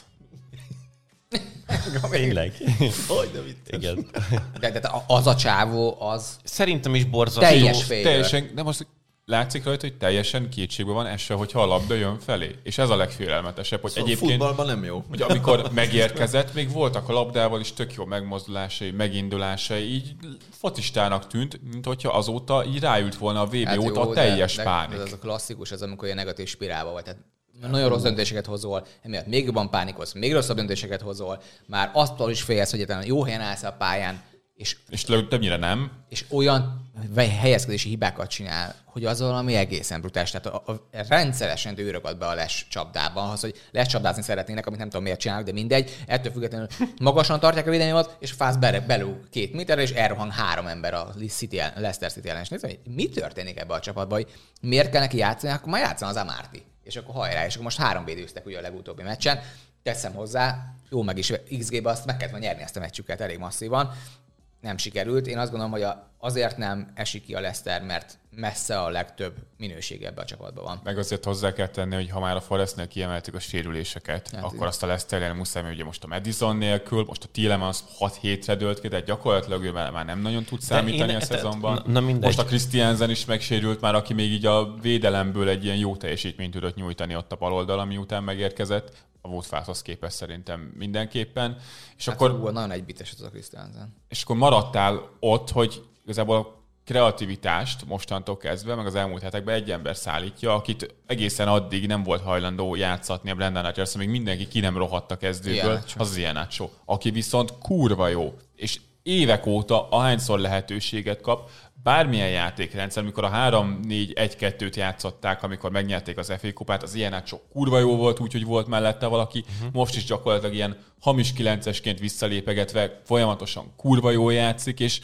Tényleg. Hogy de mit? Igen. De, de az a csávó, az Szerintem is borzasztó. teljes failure. Teljesen, de most látszik rajta, hogy teljesen kétségbe van esve, hogyha a labda jön felé. És ez a legfélelmetesebb, hogy Szóval egyébként, futballban nem jó. hogy amikor megérkezett, még voltak a labdával is tök jó megmozdulásai, megindulásai, így focistának tűnt, mint hogyha azóta így ráült volna a vé bé hát óta jó, a teljes de, pánik. de ez a klasszikus, ez amikor ilyen negatív spirálba vagy. Tehát nagyon rossz döntéseket hozol, emiatt még jobban pánikolsz, még rosszabb döntéseket hozol, már attól is félsz, hogy egyáltalán jó helyen állsz a pályán, és, És többnyire nem. és olyan helyezkedési hibákat csinál, hogy az valami egészen brutális. Tehát a, a, rendszeresen dőrögad be a les csapdában, az, hogy les csapdázni szeretnének, amit nem tudom miért csinálnak, de mindegy. Ettől függetlenül magasan tartják a védelmémat, és a Fász belül két méterre, és elrohang három ember a City, Leicester City ellen. És nézd, hogy mi történik ebbe a csapatban, hogy miért kell neki játszani, akkor már játszan az Amárti. És akkor hajrá, és akkor most három védőztek ugye a legutóbbi meccsen. Teszem hozzá, jó meg is iksz gé-be azt meg kellett volna nyerni ezt a meccsüket elég masszívan. Nem sikerült. Én azt gondolom, hogy azért nem esik ki a Leicester, mert messze a legtöbb minőség ebbe a csapatban van. Meg azért hozzá kell tenni, hogy ha már a Forestnél kiemeltük a sérüléseket, hát akkor igen. Azt a Leicester muszáj, mert ugye most a Madison nélkül, most a Tielemans hat hétre dőlt ki, tehát gyakorlatilag ő már nem nagyon tud számítani én, a szezonban. Na, na most a Christiansen is megsérült már, aki még így a védelemből egy ilyen jó teljesítményt tudott nyújtani ott a baloldal, miután megérkezett. A Wood Fászhoz képest szerintem mindenképpen. És hát akkor hú, nagyon egybites az a Christiansen. És akkor maradtál ott, hogy igazából a kreativitást mostantól kezdve, meg az elmúlt hetekben egy ember szállítja, akit egészen addig nem volt hajlandó játszatni a Brendan Rodgers, még mindenki ki nem rohadt a kezdőből, az az Iheanacho, aki viszont kurva jó, és évek óta ahányszor lehetőséget kap, bármilyen játékrendszer, amikor a három négy egy kettőt játszották, amikor megnyerték az ef á kupát, az Iheanacho kurva jó volt, úgyhogy volt mellette valaki, uh-huh. Most is gyakorlatilag ilyen hamis kilencesként visszalépegetve folyamatosan kurva jól játszik, és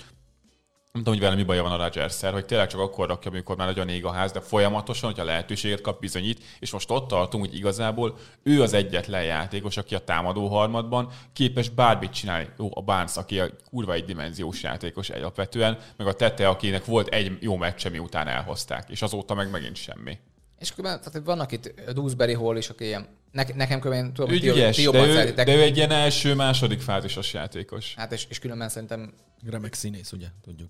nem tudom, hogy vele mi baja van a Rodgers-szel, hogy tényleg csak akkor rakja, amikor már nagyon ég a ház, de folyamatosan, hogyha lehetőséget kap, bizonyít, és most ott tartunk, hogy igazából ő az egyetlen játékos, aki a támadó harmadban képes bármit csinálni. Jó, a Barnes, aki a kurva egy dimenziós játékos alapvetően, meg a Tete, akinek volt egy jó meccse, miután elhozták, és azóta meg megint semmi. És akkor tehát vannak itt Dewsbury Hall is, aki ilyen, ne, nekem különben tudom, ő hogy ügyes, ti de, jobban ő, szeretitek. de ő egy ilyen első-második fázisos játékos. Hát és, és különben szerintem remek színész, ugye? Tudjuk.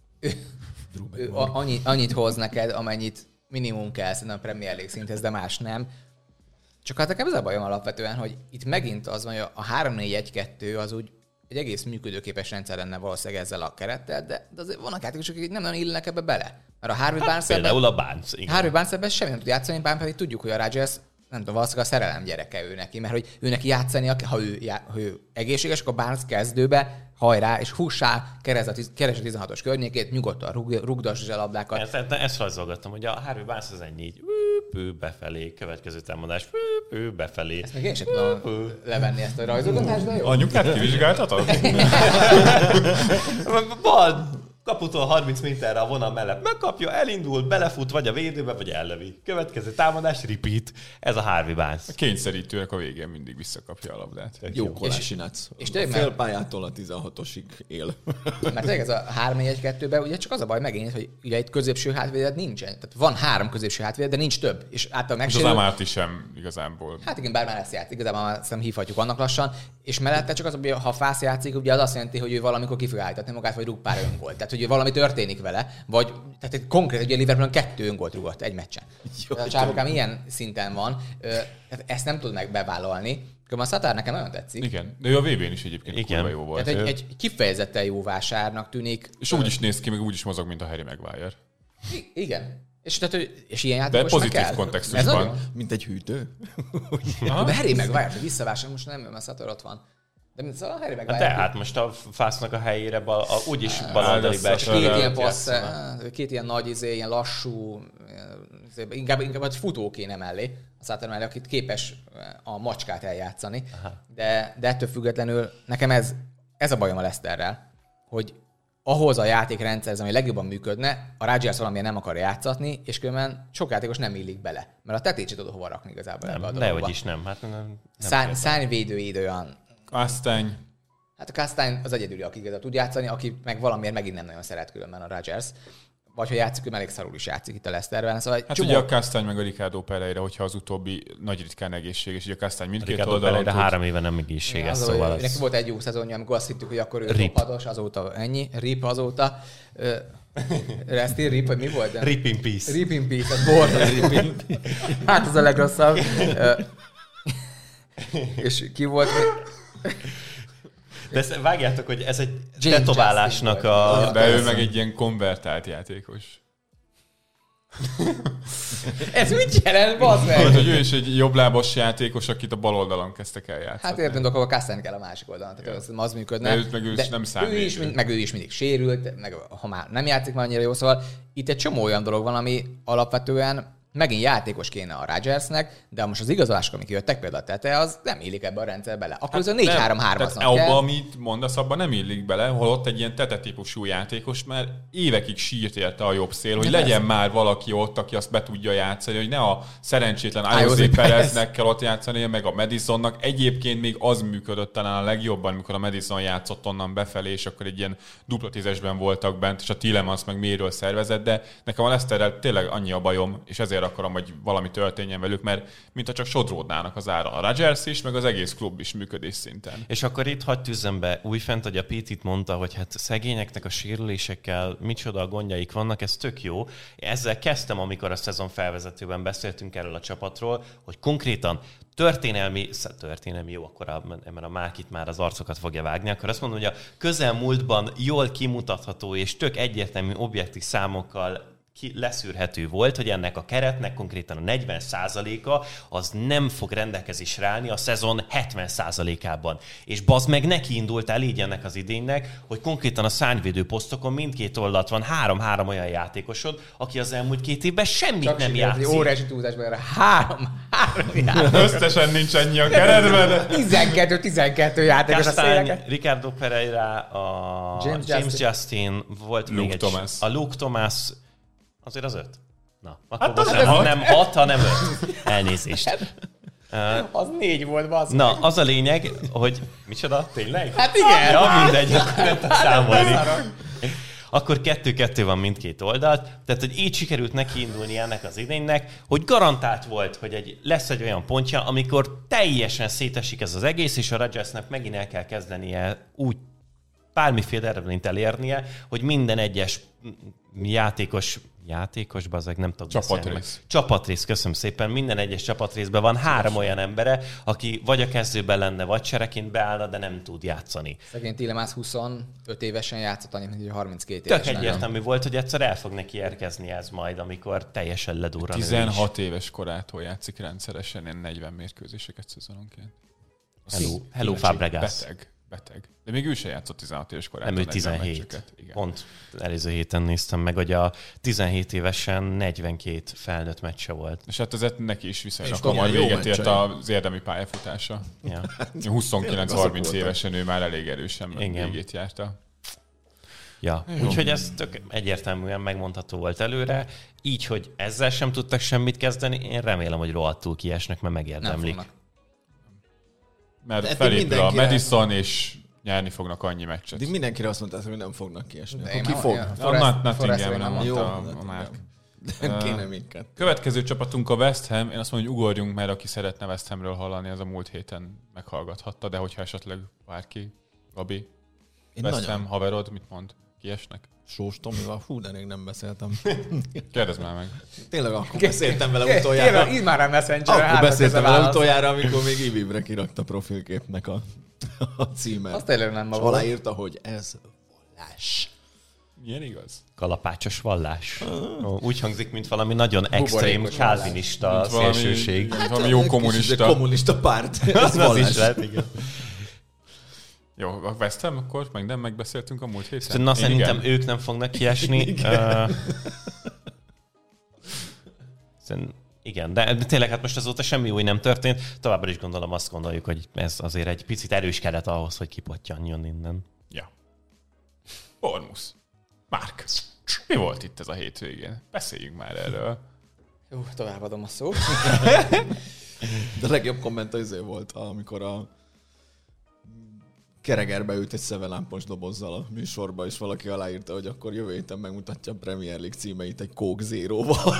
ő annyit, annyit hoz neked, amennyit minimum kell szerintem a Premier League szinthez, de más nem. Csak hát nekem ez a bajom alapvetően, hogy itt megint az van, hogy a három négy egy kettő az úgy egy egész működőképes rendszer lenne valószínűleg ezzel a kerettel, de, de azért vannak játékosok, akik nem nagyon illenek ebbe bele. Mert a Harvey hát, Barnes például a Barnes, igen. Harvey Barnes ebben semmi nem tud játszani, bár pedig tudjuk, hogy a Rodgers nem tudom, valószínűleg a szerelem gyereke ő neki, mert hogy ő neki játszani, ha ő, ha ő egészséges, akkor Barnes kezdőbe hajrá, és hussál, keresd a tizenhatos környékét, nyugodtan rug, rugdass a labdákat. Ezt, ezt rajzolgattam, hogy a Harvey Barnes az ennyi, így ő befelé, következő támadás, ő befelé. Ezt még én sem tudom levenni ezt a rajzolgatást, de jó. Anyukát kivizsgáltatod? Bal kaputól harminc méterre a vonal mellett megkapja, elindul, belefut, vagy a védőbe, vagy ellövi. Következő támadás, repeat. Ez a Harvey Barnes. A kényszerítőnek a végén mindig visszakapja a labdát. Jó Kolásinec. És a félpályától a tizenhatosig él. Mert tényleg ez a három négy egy kettőben ugye csak az a baj megint, hogy ugye egy középső hátvéded nincsen. Tehát van három középső hátvéded, de nincs több. És által megsérül. Az Amárti sem igazából. Hát igen, bár már ezt játszik, igazából már ezt nem hívhatjuk annak lassan. És mellette csak az, hogy ha Fász játszik, ugye az azt jelenti, hogy ő valamikor ki fog állítani magát, vagy rúg pár öngolt. Tehát, hogy valami történik vele, vagy tehát egy konkrét, ugye Liverpoolon kettő öngolt rúgott egy meccsen. Jó, a csávokám ilyen szinten van, tehát ezt nem tud meg bevállalni. A Satár nekem nagyon tetszik. Igen, de ő a vé bén is egyébként igen. jó volt. Tehát egy, egy kifejezetten jó vásárnak tűnik. És úgy is néz ki, meg úgy is mozog, mint a Harry Maguire. I- igen. És, tehát, és ilyen játékosnak de pozitív kell. kontextusban. Mint egy hűtő. De Harry Maguire, hogy visszavásár, most nem, mert Satár ott van. De mint szóval Harry Maguire. De hát most a Fásznak a helyére bal, a, úgyis baloldali belső. Két ilyen passz, két ilyen nagy, izé, ilyen lassú, inkább, inkább egy futó kéne mellé, a Satár mellé, akit képes a macskát eljátszani. De, de ettől függetlenül nekem ez, ez a bajom a Leicesterrel, hogy ahhoz a játékrendszer, ami legjobban működne, a Rodgers valamiért nem akar játszatni, és különben sok játékos nem illik bele. Mert a tetét sem tudod hova rakni igazából ebbe a dologba. Dehogy is nem. Hát nem, nem Szárnyvédőid olyan. Aztán Hát a Castagne az egyedüli, aki igazán tud játszani, aki meg valamiért megint nem nagyon szeret különben a Rodgers. Vagy ha játszik, ő elég szarul is játszik itt a Leicesterben. Szóval hát csomó... ugye a Castagne meg a Ricardo Pereira, hogyha az utóbbi nagy ritkán egészséges, ugye a Castagne mindkét Ricardo oldalon Pereira tud... három éve nem egészséges, az, szóval az... az... volt egy jó szezonja, amikor azt hittük, hogy akkor ő Rip. hatos, azóta ennyi. Rip azóta. Resti Rip, vagy mi volt? De... Rip in peace. Rip in peace, az borda Rip in peace. Hát az a legrosszabb. És ki volt? De ezt vágjátok, hogy ez egy James tetoválásnak a... De ő meg egy ilyen konvertált játékos. Ez mit jelent, bazd meg? Hát, hogy ő is egy jobblábas játékos, akit a bal oldalon kezdtek el játszani. Hát értem, akkor a Castagne kell a másik oldalon, tehát az, az működne. De őt meg ő is nem számít. Ő is, meg ő is mindig sérült, meg ha már nem játszik már annyira jó, szóval itt egy csomó olyan dolog van, ami alapvetően megint játékos kéne a Rodgersnek, de most az igazolások, amik jöttek, például a Tete, az nem illik ebbe a rendszer bele. Akkor ez a négy három három-aznak kell. kell. Abba, amit mondasz, abban nem illik bele, holott egy ilyen Tete típusú játékos, mert évekig sírt érte a jobb szél, hogy de legyen ez... már valaki ott, aki azt be tudja játszani, hogy ne a szerencsétlen Ayoze Pereznek kell ott játszani, meg a Madisonnak. Egyébként még az működött talán a legjobban, amikor a Madison játszott onnan befelé, és akkor egy ilyen dupla tízesben voltak bent, és a Tielemans meg mélyről szervezett, de nekem a Leicesterrel tényleg annyi a bajom, és ezért akarom, hogy valami történjen velük, mert mintha csak sodródnának az ára. A Rodgers is, meg az egész klub is működés szinten. És akkor itt hadd tűzzem be újfent, hogy a Pitit mondta, hogy hát szegényeknek a sérülésekkel micsoda a gondjaik vannak, ez tök jó. Ezzel kezdtem, amikor a szezon felvezetőben beszéltünk erről a csapatról, hogy konkrétan történelmi, történelmi jó, akkor a, mert a Márkit már az arcokat fogja vágni, akkor azt mondom, hogy a közelmúltban jól kimutatható és tök egyértelmű objektív számokkal ki leszűrhető volt, hogy ennek a keretnek konkrétan a negyven százaléka az nem fog rendelkezésre állni a szezon hetven százalékában. És bazd meg neki indult el így ennek az idénynek, hogy konkrétan a szárnyvédő posztokon mindkét oldalt van három-három olyan játékosod, aki az elmúlt két évben semmit csak nem játszik. Óriási túlzásban erre három, három játékos. Összesen nincs ennyi a keretben. tizenkettő tizenkettő játékos a Castagne, Ricardo Pereira, a James, James Justin. Justin, volt Luke még egy... Thomas. A Luke Thomas, azért az öt? Na, akkor Hát most az nem, hat. nem hat, hanem öt. Elnézést. Uh, Az négy volt, bazd. na, az a lényeg, hogy... Micsoda? Tényleg? Hát igen. Ja, mindegy, akkor nem tudsz számolni. Akkor kettő-kettő van mindkét oldalt. Tehát, hogy így sikerült neki indulni ennek az idénynek, hogy garantált volt, hogy egy, lesz egy olyan pontja, amikor teljesen szétesik ez az egész, és a Rodgersnek megint el kell kezdenie úgy bármiféle eredményt elérnie, hogy minden egyes játékos játékos, bazeg, nem tudok Csapatrész. Csapatrész, köszönöm szépen. Minden egyes csapatrészben van három olyan embere, aki vagy a kezdőben lenne, vagy csereként beállna, de nem tud játszani. Szegény Tielemans huszonöt évesen játszott, annyit, mint harminckét Tök évesen. egyértelmű volt, hogy egyszer el fog neki érkezni ez majd, amikor teljesen ledurran. tizenhat éves korától játszik rendszeresen, ilyen negyven mérkőzéseket szezononként. Hello, hello Fabregas. Beteg, beteg. De még ő sem játszott tizenhat éves korától. Nem, ő tizenhét. Pont előző héten néztem meg, hogy a tizenhét évesen negyvenkét felnőtt meccse volt. És hát azért neki is viszonylag hamar véget ért az érdemi pályafutása. Ja. huszonkilenc-harminc évesen ő már elég erősen Igen. végét járta. Ja, úgyhogy ez tök egyértelműen megmondható volt előre. Így, hogy ezzel sem tudtak semmit kezdeni, én remélem, hogy rohadtul kiesnek, mert megérdemlik. Mert eddig felépül a mindenkire- Madison, és nyerni fognak annyi meccset. De mindenkire azt mondták, hogy nem fognak kiesni. De Akkor én ki már- fog? ja, A Forrest- Nott- Nottingham Forrest nem Wayne mondta Jó, a, a Márk. De kéne minket. Következő csapatunk a West Ham. Én azt mondom, hogy ugorjunk, mert aki szeretne West Hamről hallani, az a múlt héten meghallgathatta, de hogyha esetleg bárki, Gabi, Én West nagyon Ham haverod, mit mond? Kiesnek? Sós Tomival, hú, de rég nem beszéltem. Kérdezd már meg. Tényleg akkor beszéltem vele utoljára. Így már a Messenger. Akkor hátra beszéltem kezem vele válasz. utoljára, amikor még Ibibre kirakta profilképnek a, a címet. Azt tényleg nem ma És volt. aláírta, hogy ez vallás. Milyen igaz? Kalapácsos vallás. Ó, úgy hangzik, mint valami nagyon extrém Buborékos kálvinista Mint valami, szélsőség. mint valami jó Kicsit kommunista. kommunista párt. Ez Az, az vallás. is lehet, igen. Jó, a West Ham, akkor meg nem megbeszéltünk a múlt héten? Na, Én szerintem igen. ők nem fognak kiesni. Uh, szerint, igen, de tényleg hát most azóta semmi új nem történt. Továbbra is gondolom, azt gondoljuk, hogy ez azért egy picit erős keret ahhoz, hogy kipottyanjon innen. Ja. Bournemouth. Márk, mi volt itt ez a hétvégén? Beszéljünk már erről. Jó, továbbadom a szót. De a legjobb komment az volt, amikor a Keregerbe ült egy szevelámpos dobozzal a műsorba, és valaki aláírta, hogy akkor jövő héten megmutatja a Premier League címeit egy Coke Zero-val.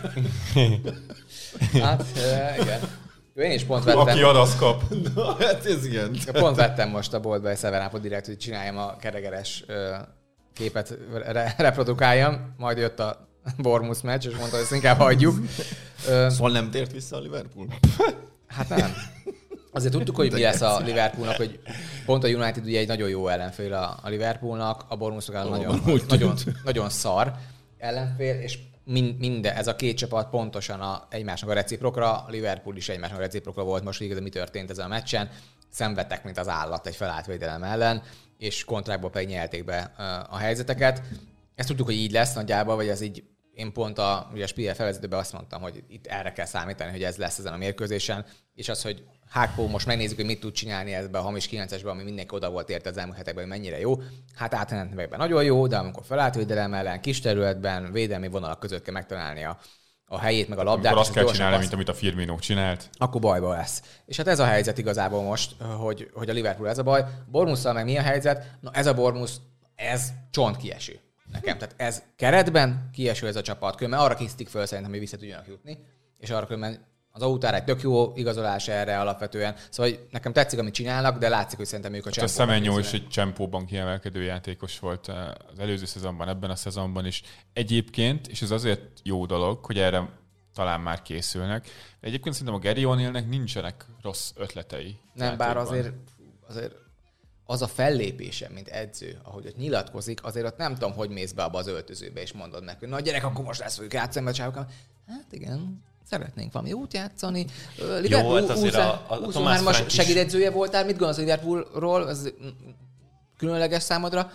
Hát, e, igen. Jó, én is pont vettem. Aki ad, az kap. Na, hát ez ilyen. Pont vettem most a boltba egy szevenápot direkt, hogy csináljam a keregeres ö, képet, re- reprodukáljam. Majd jött a Bournemouth meccs, és mondta, hogy ezt inkább hagyjuk. Ö, Szóval nem tért vissza a Liverpool? Hát nem. Azért tudtuk, hogy mi lesz a Liverpoolnak, hogy pont a United ugye egy nagyon jó ellenfél a, a Liverpoolnak, a Bournemouth nagyon, úgy nagyon, nagyon szar ellenfél, és mind, minden, ez a két csapat pontosan a, egymásnak a reciprokra, a Liverpool is egymásnak a reciprokra volt most, hogy mi történt ezen a meccsen. Szenvedtek, mint az állat egy felállt védelem ellen, és kontrákból pedig nyelték be a helyzeteket. Ezt tudtuk, hogy így lesz nagyjából, vagy ez így. Én pont a, ugye a Spiel felvezetőben azt mondtam, hogy itt erre kell számítani, hogy ez lesz ezen a mérkőzésen, és az, hogy Hákpó, most megnézzük, hogy mit tud csinálni ebbe a hamis kilencesben, ami mindenki oda volt érte az elmúlt hetekben, hogy mennyire jó. Hát átmenetben nagyon jó, de amikor felállt védelem ellen, kis területben, védelmi vonalak között kell megtalálni a, a helyét, meg a labdát. Akkor azt kell gyorsan csinálni, passz- mint amit a Firmino csinált. akkor bajba lesz. És hát ez a helyzet igazából most, hogy, hogy a Liverpool ez a baj. Bournemouth-szal meg mi a helyzet? Na ez a Bournemouth, ez csont kieső nekem. Tehát ez keretben kieső ez a csapat. Különben arra készítik föl szerintem, hogy vissza tudjanak jutni. És arra különben az Autár egy tök jó igazolás erre alapvetően. Szóval hogy nekem tetszik, amit csinálnak, de látszik, hogy szerintem ők a A csempóban Semenyo is készülnek. egy csempóban kiemelkedő játékos volt az előző szezonban, ebben a szezonban is. Egyébként, és ez azért jó dolog, hogy erre talán már készülnek. Egyébként szerintem a Gary O'Neillnek nincsenek rossz ötletei. Nem, bár játékban. azért, azért az a fellépése, mint edző, ahogy ott nyilatkozik, azért ott nem tudom, hogy mész be abba az öltözőbe, és mondod meg, hogy na gyerek, akkor most lesz fogjuk játszani, mert csávok. Hát igen, szeretnénk valami jót játszani. Liverpool hát azért a- a Thomas huszonhármas Frank is- segédedzője voltál, mit gondolsz a Liverpoolról? Ez különleges számodra?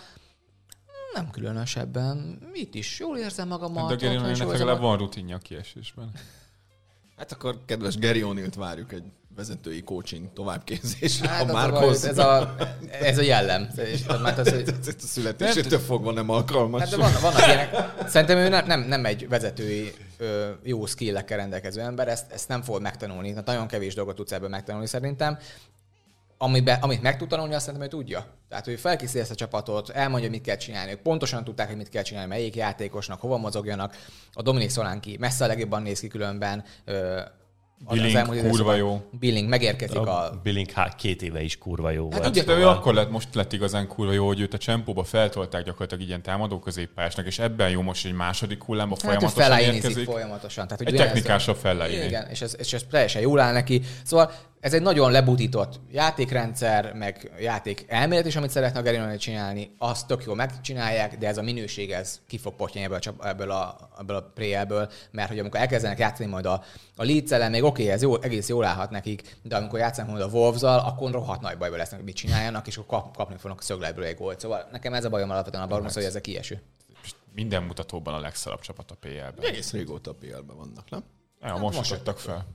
Nem különösebben. Itt is jól érzem magamat. De a Gary otthon is O'Neillnek jól érzem legalább magamat. van rutinja a kiesésben. Hát akkor kedves Gary O'Neillt várjuk egy vezetői coaching továbbképzésre Hát a az a baj, Márkhoz. ez, a, ez a jellem. És tehát már az, hogy Ez a születésétől fogva nem alkalmas. Hát de vannak, vannak ilyenek. Szerintem ő nem, nem, nem egy vezetői ö, jó skill-ekkel rendelkező ember, ezt, ezt nem fogod megtanulni. Tehát nagyon kevés dolgot tudsz ebből megtanulni szerintem. Amibe, amit meg tud tanulni, azt szerintem ő tudja. Tehát, hogy felkészíti ezt a csapatot, elmondja, mit kell csinálni. Ők pontosan tudták, hogy mit kell csinálni, melyik játékosnak, hova mozogjanak. A Dominik Solanke messze a legjobban néz ki különben. Ö, Billing kurva jó. Billing megérkezik a... a... Billing há, két éve is kurva jó hát volt. ugye, de ő akkor lett, most lett igazán kurva jó, hogy őt a csempóba feltolták gyakorlatilag ilyen támadó középpályásnak, és ebben jó most egy második hullámba hát folyamatosan érkezik. folyamatosan. Tehát, hogy egy technikásabb felleíni. Igen, és ez, és ez teljesen jól áll neki. Szóval ez egy nagyon lebutított játékrendszer, meg játék elmélet is, amit szeretne a Garinoni csinálni, azt tök jól megcsinálják, de ez a minőség, ez ki fog pottyani ebből a, ebből a, ebből a pré-elből, mert hogy amikor elkezdenek játszani majd a, a Leeds-ellen, még oké, okay, ez jó, egész jól állhat nekik, de amikor játszanak majd a Wolves-zal, akkor rohadt nagy bajba lesznek, hogy mit csináljanak, és akkor kap, kapni fognak a szögletből egy gólt. Szóval nekem ez a bajom alapvetően a Bournemouth, hogy ezek kieső. Minden mutatóban a legszarabb csapat a pé el-ben. Egész régóta a pé el-ben vannak, nem? Ja, hát most adtak fel.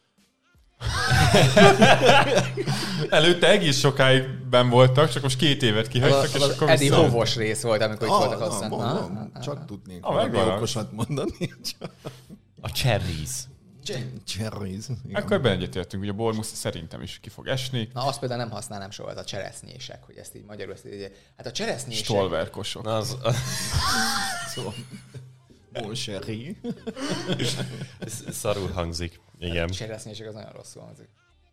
Előtte egész sokáig benn voltak, csak most két évet kihagytak, az, és az akkor Eddie vissza... Hovos rész volt, amikor itt Ah, voltak na, hosszan. mondom, csak tudnék Ah, valami megvan. okosat mondani. A Cherries. Cherries. Akkor ebben egyetértünk, hogy a Bournemouth szerintem is ki fog esni. Na, azt például nem használnám soha, ez a cseresznyések, hogy ezt így magyarul, ezt így, hát a cseresznyések... Stolverkosok. Na, az, Szóval, bon chéri. ez szarul hangzik. Igen. A cseresznyések az nagyon rosszul hangzik.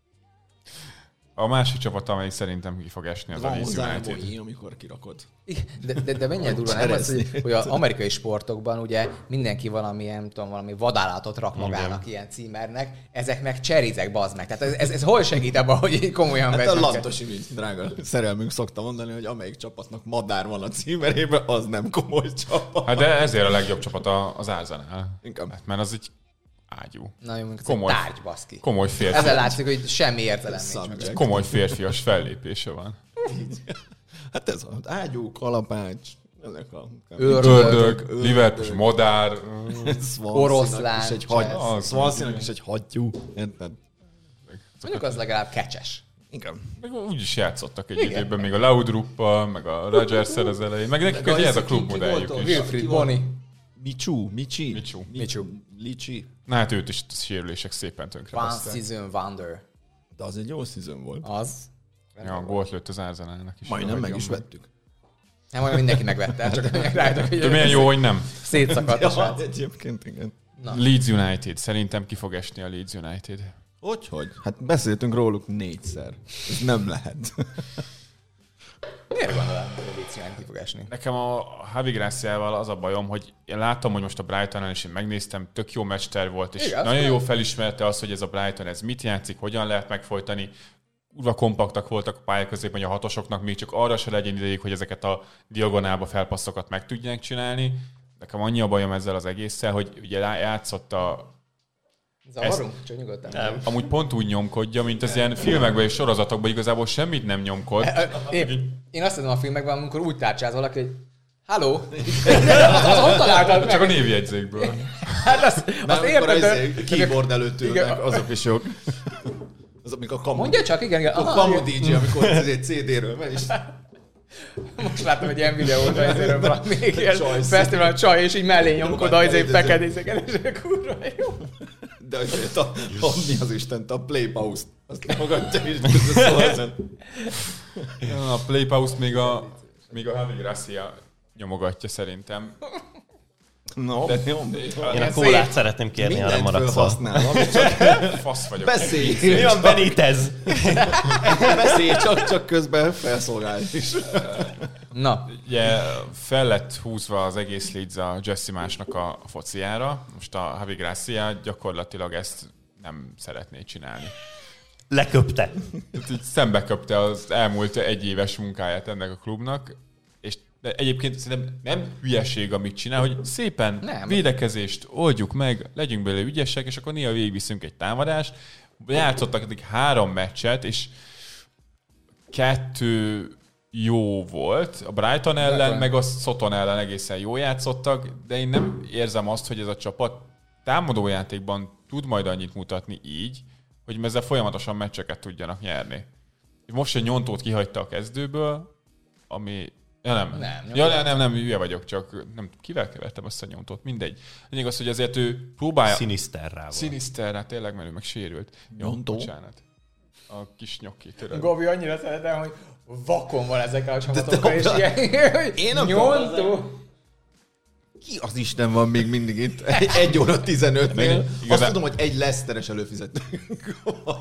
A másik csapat, amelyik szerintem ki fog esni, az a Van Leeds hozzá United. bonyí, amikor kirakod. De, de, de mennyire durva, nem az, hogy, hogy az amerikai sportokban ugye mindenki valami, nem tudom, valami vadállatot rak magának Igen. ilyen címernek, ezek meg cserizek, bazd meg. Tehát ez, ez, ez hol segít abban, hogy komolyan Hát a vegyünk? Lantos Imi, drága szerelmünk szokta mondani, hogy amelyik csapatnak madár van a címerében, az nem komoly csapat. Hát de ezért a legjobb csapat a- az Arsenal. Inkább. Hát, mert az egy ágyú. Na jó, mondjuk ez Komoly. egy tárgy, baszki. Komoly férfi. Ezzel látszik, hogy semmi értelem nincs meg. Subject. Komoly férfias fellépése van. Hát ez az ágyú, kalapács, ezek a... Ördög. Ördög, Liverpool, madár. Oroszlán, is egy hagy... Chelsea. Swansea-nak is egy hattyú. Érted? Mondjuk az legalább kecses. Igen. Meg úgy is játszottak egy Igen. időben, még a Laudruppal, meg a Rodgers-szel az elején. Meg nekik ugye ez a klubmodelljük is. Wilfried Ki volt? Boni. Michu, Michi. Michu. Michu. Lichi. Na hát őt is sérülések szépen tönkre One hozták. Season Wonder. De az egy jó season volt. Az. Ja, gólt lőtt az Arsenalnak is. Majdnem meg is vettük. Nem, majd mindenki megvette, csak rájöttek, De hogy milyen jó, hogy nem. szétszakadt a Ja, srác. egyébként igen. Na. Leeds United. Szerintem ki fog esni a Leeds United. Hogyhogy? Hát beszéltünk róluk négyszer. Ez nem lehet. Miért gondolom, hogy a Leeds United ki fog esni? Nekem a Javi Graciával az a bajom, hogy én láttam, hogy most a Brightonnal is én megnéztem, tök jó meccster volt, és Igen, nagyon azt jó felismerte azt, hogy ez a Brighton, ez mit játszik, hogyan lehet megfojtani. Urva kompaktak voltak a pálya középen, hogy a hatosoknak még csak arra se legyen idejük, hogy ezeket a diagonálba felpasszokat meg tudják csinálni. Nekem annyi a bajom ezzel az egésszel, hogy ugye játszott a Zavarunk? Csak nyugodtan. Nem. amúgy pont úgy nyomkodja, mint az ilyen filmekben és sorozatokban igazából semmit nem nyomkod. Én, én azt tudom a filmekben, amikor úgy tárcsáz valaki, hogy halló? Az ott találtad Csak a meg. névjegyzékből. Hát azt, azt érted, de... Keyboard előtt ülnek, Igen. azok is jók. Azok, amikor a kamu, Mondja csak, igen, igen. a Aha, kamu igen. dé dzsé, amikor egy cé dé-ről megy, és Most láttam egy ilyen videót, ezért valami ilyen Csaj fesztivál csaj, és így mellé nyomkod, Jó, az egy hát, fekedészeket, és kurva jó. de hogy a, a, mi az Istent, a play pause azt magadja is, közben szól ezen. Ja, a play pause még a, még a Javi Gracia nyomogatja szerintem. No, De- jó. Én a kólát szeretném kérni, arra Mindent maradsz. felhasznál, amit csak Fasz vagyok. beszélj, Mi van Benitez? beszélj, csak, csak közben felszolgálj is. Na, Ugye fel lett húzva az egész Leeds a Jesse másnak a, a fociára. Most a Javi Gracia gyakorlatilag ezt nem szeretné csinálni. Leköpte. Tehát így szembe köpte az elmúlt egyéves munkáját ennek a klubnak, és de egyébként szerintem nem hülyeség, amit csinál, hogy szépen Nem. védekezést oldjuk meg, legyünk belőle ügyesek, és akkor néha végigviszünk egy támadást. Játszottak eddig három meccset, és kettő jó volt. A Brighton ellen, Brighton. meg a Soton ellen egészen jó játszottak, de én nem érzem azt, hogy ez a csapat támadójátékban tud majd annyit mutatni így, hogy ezzel folyamatosan meccseket tudjanak nyerni. Most egy nyontót kihagyta a kezdőből, ami... Ja nem. Nem, ja, nem, nem, nem, hülye vagyok, csak nem, kivel kevertem azt a nyontót, mindegy. Lényeg az, hogy azért ő próbálja... Sinisterrá volt. Sinister, hát tényleg, mert ő meg sérült. Jó, Nyontó? bocsánat. A kis nyokki, tudod. Gabi, annyira szeretem, hogy vakon van ezekkel a csapatokkal, és de- ilyen, Én nem nyomtó. Ki az Isten van még mindig itt? egy óra tizenötnél. Azt tudom, hogy egy Leicesteres előfizetünk.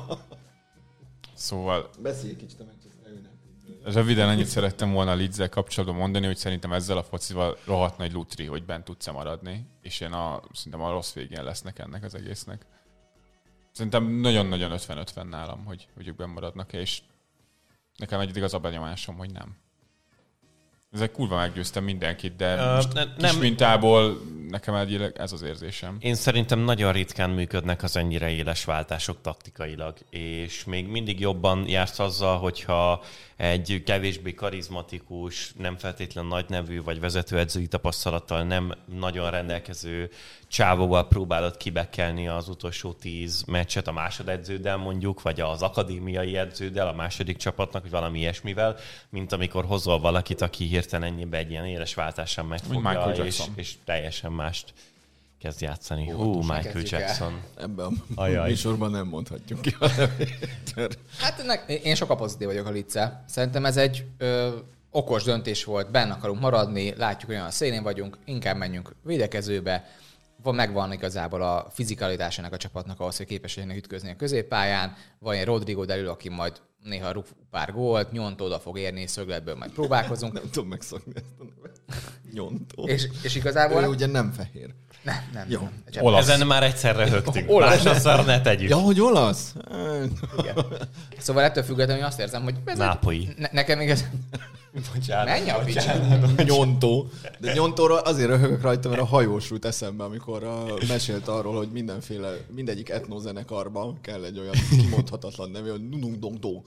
Szóval... Beszélj kicsit a Manchester. Röviden annyit szerettem volna a Leeds-zel kapcsolatban mondani, hogy szerintem ezzel a focival rohadt nagy lutri, hogy bent tudsz-e maradni, és én a, szerintem a rossz végén lesznek ennek az egésznek. Szerintem nagyon-nagyon ötven-ötven nálam, hogy, hogy ők benn maradnak-e, és nekem egyedül az a benyomásom, hogy nem. Ezek kurva meggyőztem mindenkit, de uh, most ne, kis nem. mintából nekem egyébként ez az érzésem. Én szerintem nagyon ritkán működnek az ennyire éles váltások taktikailag, és még mindig jobban jársz azzal, hogyha egy kevésbé karizmatikus, nem feltétlen nagynevű vagy vezetőedzői tapasztalattal nem nagyon rendelkező csávóval próbálod kibekkelni az utolsó tíz meccset a másodedződdel mondjuk, vagy az akadémiai edződdel, a második csapatnak, vagy valami ilyesmivel, mint amikor hozol valakit, aki hirtelen ennyibe egy ilyen éles váltással megfogja, és, és teljesen mást kezd játszani. Hú, Hú Michael Jackson. Ebben a műsorban nem mondhatjuk ki a nevét. Hát ennek, én sokkal pozitív vagyok a Leeds-el. Szerintem ez egy ö, okos döntés volt, benne akarunk maradni, látjuk, hogy olyan szélén vagyunk, inkább menjünk védekezőbe. Van, megvan igazából a fizikalitásának a csapatnak ahhoz, hogy képes legyenek ütközni a középpályán. Van egy Rodrigo delül, aki majd néha rúg pár gólt, Nyontó oda fog érni, szögletből majd próbálkozunk. Nem tudom megszokni ezt a nevet. Nyontó. És, és igazából... Ő ugye nem fehér. Nem, nem. Jó. nem. Olasz. Ezen már egyszer röhögtünk. Olasz. Másodszor ne tegyük. Ja, hogy olasz? Igen. Szóval ettől függetlenül azt érzem, hogy... Nápolyi. Ne, nekem igaz... Bocsánat. Menj a bocsánat. Nyontó. De Nyontóra azért röhögök rajta, mert a hajós jut eszembe, amikor uh, mesélt arról, hogy mindenféle, mindegyik etnozenekarban kell egy olyan kimondhatatlan nevű, hogy nunung-dong-dó.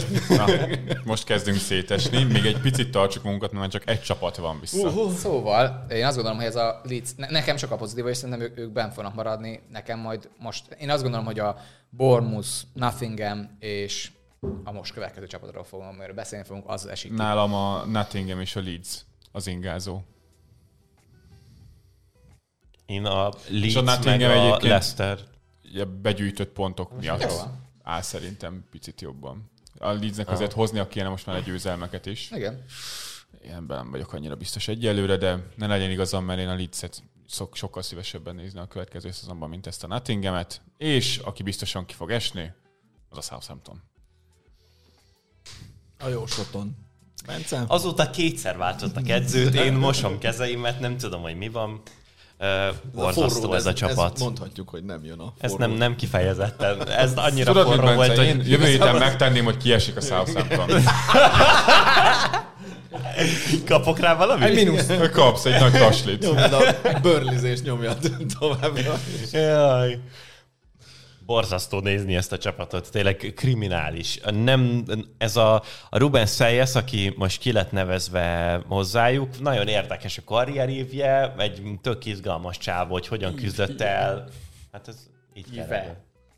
Most kezdünk szétesni, még egy picit tartsuk munkat, mert csak egy csapat van vissza. Uh-huh. Szóval én azt gondolom, hogy ez a Leeds, ne, nekem sokkal pozitív, és szerintem ők, ők benn fognak maradni. Nekem majd most, én azt gondolom, hogy a Bournemouth, Nottingham és a most következő csapatról fogom, amiről beszélni fogunk, az esik. Nálam a Nottingham és a Leeds az ingázó. Én a Leeds a meg a Leicester. Begyűjtött pontok most miatt áll szerintem picit jobban. A Leedsnek ah. azért hoznia kéne most már egy győzelmeket is. Igen. Én nem vagyok annyira biztos egyelőre, de ne legyen igazam, mert én a Leedset szok, sokkal szívesebben nézni a következő szezonban, mint ezt a Nottinghamet. És aki biztosan ki fog esni, az a Southampton. A jósoton. Bence? Azóta kétszer váltottak edzőt, én mosom kezeimet, nem tudom, hogy mi van. Uh, borzasztó ez, ez a csapat. Ez mondhatjuk, hogy nem jön a forró. Ez nem, nem kifejezetten. Ez annyira Tudod, forró Bence, volt, én hogy... jövő héten megtenném, hogy kiesik a Southampton. Kapok rá valami? Egy mínusz. Kapsz egy nagy taslit. Nyomjad a bőrlizést, nyomjad továbbra. Jaj. Borzasztó nézni ezt a csapatot, tényleg kriminális. Nem, ez a, a Ruben Seyes, aki most ki lett nevezve hozzájuk, nagyon érdekes a karrierévje, egy tök izgalmas csávó, hogy hogyan küzdött el. Hát ez így kell.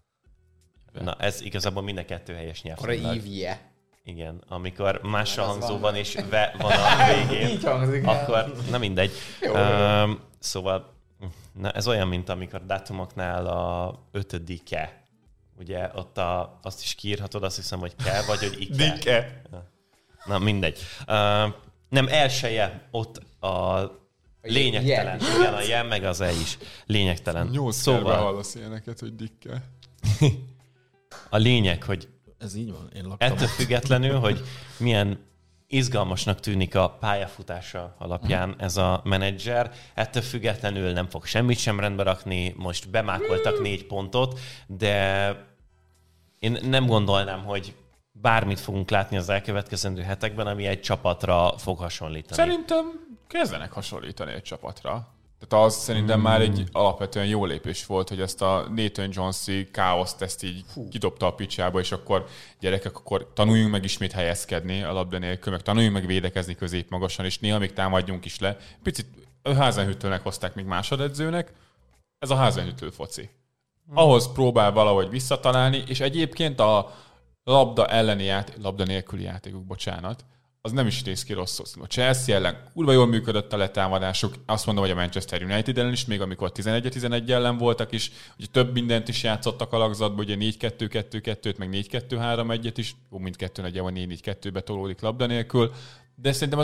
Na, ez igazából mind a kettő helyes nyelvszólag. Karrierévje. Igen, amikor mással hangzóban és ve van a végén. Így hangzik. Akkor, na mindegy. Jó, um, szóval na, ez olyan, mint amikor dátumoknál a ötödike. Ugye ott a, azt is kiírhatod, azt hiszem, hogy ke, vagy hogy ike. Dike. Na mindegy. Uh, nem, elseje ott a lényegtelen. Yeah. Igen, a jel, meg az e is. Lényegtelen. Nyolc szóval hallasz ilyeneket, hogy dikke. A lényeg, hogy ez így van, én laktam. Ettől függetlenül, hogy milyen izgalmasnak tűnik a pályafutása alapján mm. ez a menedzser, ettől függetlenül nem fog semmit sem rendbe rakni, most bemákoltak mm. négy pontot, de én nem gondolnám, hogy bármit fogunk látni az elkövetkezendő hetekben, ami egy csapatra fog hasonlítani. Szerintem kezdenek hasonlítani egy csapatra. Tehát az szerintem mm. már egy alapvetően jó lépés volt, hogy ezt a Nathan Jones-i káoszt ezt így Hú. kidobta a picsába, és akkor gyerekek, akkor tanuljunk meg ismét helyezkedni a labda nélkül, meg tanuljunk meg védekezni középmagasan, és néha még támadjunk is le. Picit Hasenhüttlnek hozták még másodedzőnek, ez a Hasenhüttl foci. Mm. Ahhoz próbál valahogy visszatalálni, és egyébként a labda elleni játék, labda nélküli játékok, bocsánat, az nem is néz ki rosszul. A Chelsea ellen kurva jól működött a letámadásuk, azt mondom, hogy a Manchester United ellen is, még amikor tizenegy tizenegy ellen voltak is, ugye több mindent is játszottak alakzatban, ugye négy kettő kettő kettőt, meg négy kettő három egyet is, jó, mindkettő nagyjából négy négy kettőbe tolódik labda nélkül, de szerintem az a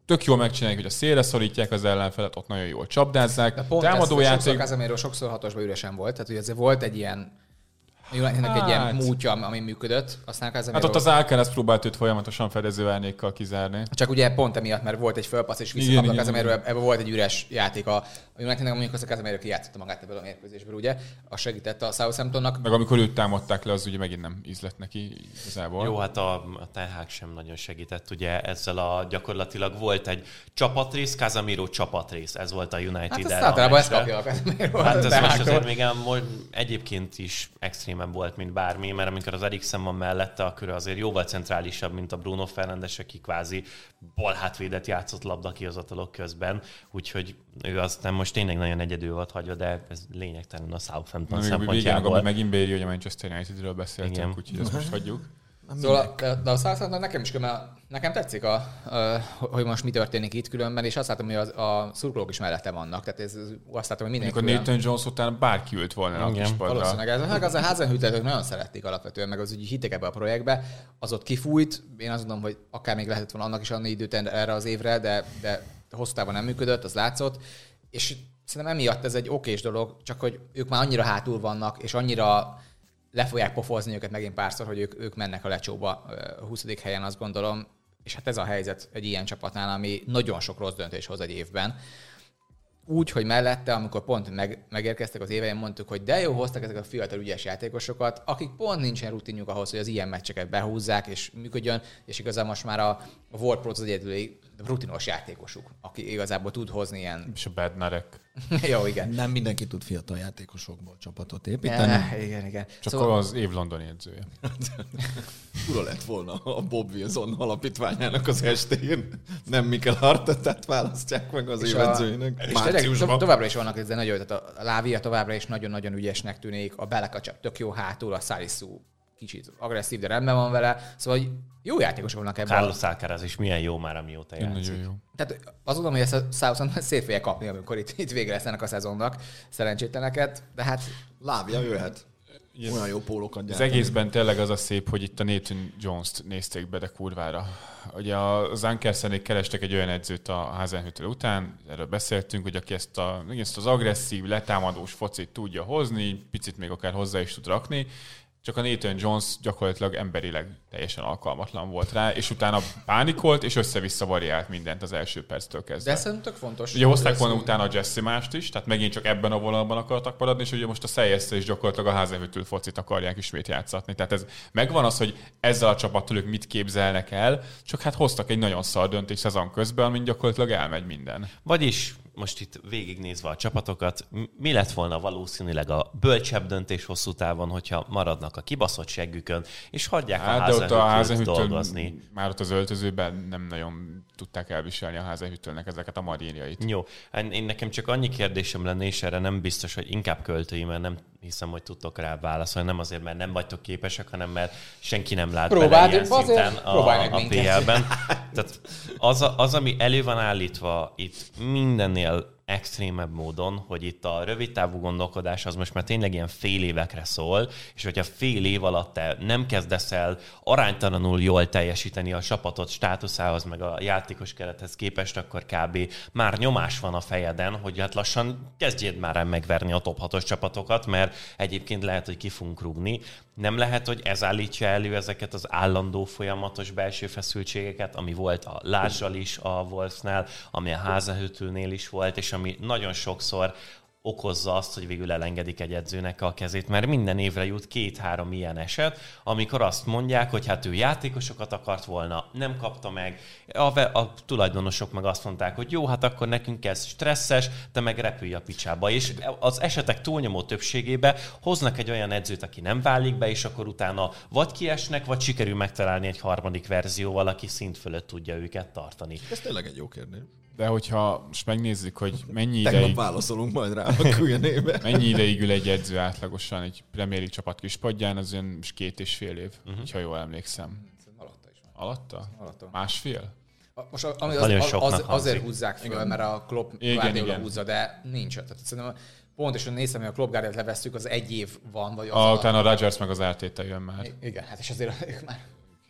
tök jól megcsinálják, hogy a szélre szorítják az ellenfelet, ott nagyon jól csapdázzák. Támadójáték... Sokszor Casemiro sokszor hatosban üresen volt, tehát ugye azért volt egy ilyen Unitednek hát. egy ilyen múltja, ami működött. Aztán hát ott az Alcaraz próbált őt folyamatosan fedezőárnékkal kizárni. Csak ugye pont emiatt, mert volt egy fölpassz, és visszakapta Casemiro, ebben volt egy üres játék. A Unitednek mondjuk az a Casemiro kijátszotta magát ebből a mérkőzésből, ugye? Az segített a Southamptonnak. Meg amikor őt támadták le, az ugye megint nem ízlett neki igazából. Jó, hát a, a Ten Hag sem nagyon segített. Ugye ezzel a gyakorlatilag volt egy csapatrész, Casemiro csapatrész. Ez volt a United. Hát ezt általában ezt kapja a Casemiro. Hát ez most azért még egyébként is extrém volt, mint bármi, mert amikor az Eriksen van mellette, akkor azért jóval centrálisabb, mint a Bruno Fernandes, aki kvázi balhátvédet játszott labdakihozatalok közben, úgyhogy ő aztán most tényleg nagyon egyedül volt hagyva, de ez lényegtelen a Southampton szempontjából. Még megint Béri, hogy a Manchester Unitedről beszéltünk, úgyhogy ezt most hagyjuk. Szóval, de a Southampton nekem is különben, nekem tetszik, a, a, hogy most mi történik itt különben, és azt látom, hogy a, a szurkolók is mellette vannak. Tehát ez, azt látom, hogy mindenki... Amikor Nathan Jones után bárki ült volna a kispadra. Valószínűleg ez. Hát az a Hasenhüttelt nagyon szerették alapvetően, meg az úgy hittek ebbe a projektbe. Az ott kifújt. Én azt gondolom, hogy akár még lehetett volna annak is adni időt erre az évre, de, de hosszú távon nem működött, az látszott. És szerintem emiatt ez egy okés dolog, csak hogy ők már annyira hátul vannak, és annyira le fogják pofozni őket megint párszor, hogy ők, ők mennek a lecsóba a huszadik helyen, azt gondolom. És hát ez a helyzet egy ilyen csapatnál, ami nagyon sok rossz döntés hoz egy évben. Úgy, hogy mellette, amikor pont meg, megérkeztek az évein, mondtuk, hogy de jó, hoztak ezek a fiatal ügyes játékosokat, akik pont nincsen rutinjuk ahhoz, hogy az ilyen meccseket behúzzák és működjön, és igazából most már a, a WarPro az egyedüli rutinos játékosuk, aki igazából tud hozni ilyen... És a Bednarek. Jó, igen. Nem mindenki tud fiatal játékosokból csapatot építeni. Ja, igen, igen. Csak szóval... az év londoni edzője. Ura lett volna a Bob Wilson alapítványának az estén. Nem Mikel Artetát választják meg az évedzőjének. És tényleg to- továbbra is vannak, ez de nagyon, tehát a Lávia továbbra is nagyon-nagyon ügyesnek tűnik, a Belekacsap tök jó hátul, a Salisu kicsit agresszív, de rendben van vele. Szóval jó játékosok vannak ebben. Carlos Alcaraz is milyen jó már, amióta játszik. Nagyon jó. Tehát azt gondolom, hogy ezt a Southampton szét fogja kapni, amikor itt, itt vége lesz ennek a szezonnak szerencsétleneket, de hát... Lávia jöhet. Yes. Olyan jó pólókat gyártani. Az egészben tényleg az a szép, hogy itt a Nathan Jones-t nézték be, de kurvára. Ugye az Ankersenék kerestek egy olyan edzőt a Hasenhüttl után, erről beszéltünk, hogy aki ezt, a, ezt az agresszív, letámadós focit tudja hozni, picit még akár hozzá is tud rakni, csak a Nathan Jones gyakorlatilag emberileg teljesen alkalmatlan volt rá, és utána pánikolt, és össze-vissza variált mindent az első perctől kezdve. De szerintem tök fontos. Ugye hozták volna utána a Jesse mást is, tehát megint csak ebben a vonalban akartak maradni, és ugye most a Szeljesszel is gyakorlatilag a Hasenhüttl focit akarják ismét játszatni. Tehát ez megvan az, hogy ezzel a csapattal ők mit képzelnek el, csak hát hoztak egy nagyon szar döntés szezon közben, amin gyakorlatilag elmegy minden. Vagyis most itt végignézve a csapatokat, mi lett volna valószínűleg a bölcsebb döntés hosszú távon, hogyha maradnak a kibaszott seggükön, és hagyják hát, a Hasenhüttlt dolgozni. Már ott az öltözőben nem nagyon tudták elviselni a Hasenhüttlnek ezeket a marínjait. Jó, én nekem csak annyi kérdésem lenne, és erre nem biztos, hogy inkább költői, mert nem hiszem, hogy tudtok rá válaszolni, nem azért, mert nem vagytok képesek, hanem mert senki nem lát Próbáld, bele ilyen szinten a, a bé el-ben. Tehát az, az, ami elő van állítva itt mindennél extrémebb módon, hogy itt a rövidtávú gondolkodás az most már tényleg ilyen fél évekre szól, és hogyha fél év alatt te nem kezdesz el aránytalanul jól teljesíteni a csapatot státuszához, meg a játékos kerethez képest, akkor kb. Már nyomás van a fejeden, hogy hát lassan kezdjéd már el megverni a top hatos csapatokat, mert egyébként lehet, hogy ki fogunk rúgni. Nem lehet, hogy ez állítja elő ezeket az állandó folyamatos belső feszültségeket, ami volt a Lázzsal is a Wolvesnál, ami a Hasenhüttlnél is volt, és ami nagyon sokszor okozza azt, hogy végül elengedik egy edzőnek a kezét, mert minden évre jut két-három ilyen eset, amikor azt mondják, hogy hát ő játékosokat akart volna, nem kapta meg, a, a tulajdonosok meg azt mondták, hogy jó, hát akkor nekünk ez stresszes, te meg repülj a picsába. És az esetek túlnyomó többségében hoznak egy olyan edzőt, aki nem válik be, és akkor utána vagy kiesnek, vagy sikerül megtalálni egy harmadik verzióval, aki szint fölött tudja őket tartani. Ez tényleg egy jó kérdés. De hogyha most megnézzük, hogy mennyi Tegnap ideig... válaszolunk majd rá a külyenébe. Mennyi ideig ül egy edző átlagosan egy Premier League csapat kispadján, az olyan két és fél év, uh-huh. ha jól emlékszem. Alatta is van. Alatta? Alatta. Másfél? Most ami az, az, az, azért húzzák föl, igen. Mert a Klopp Guardiola húzza, de nincs. Tehát szerintem pontosan néztem, hogy a Klopp Guardiolát levesszük, az egy év van. Vagy az a, a... Utána a Rodgers meg az Arteta jön már. Igen, hát és azért ők már...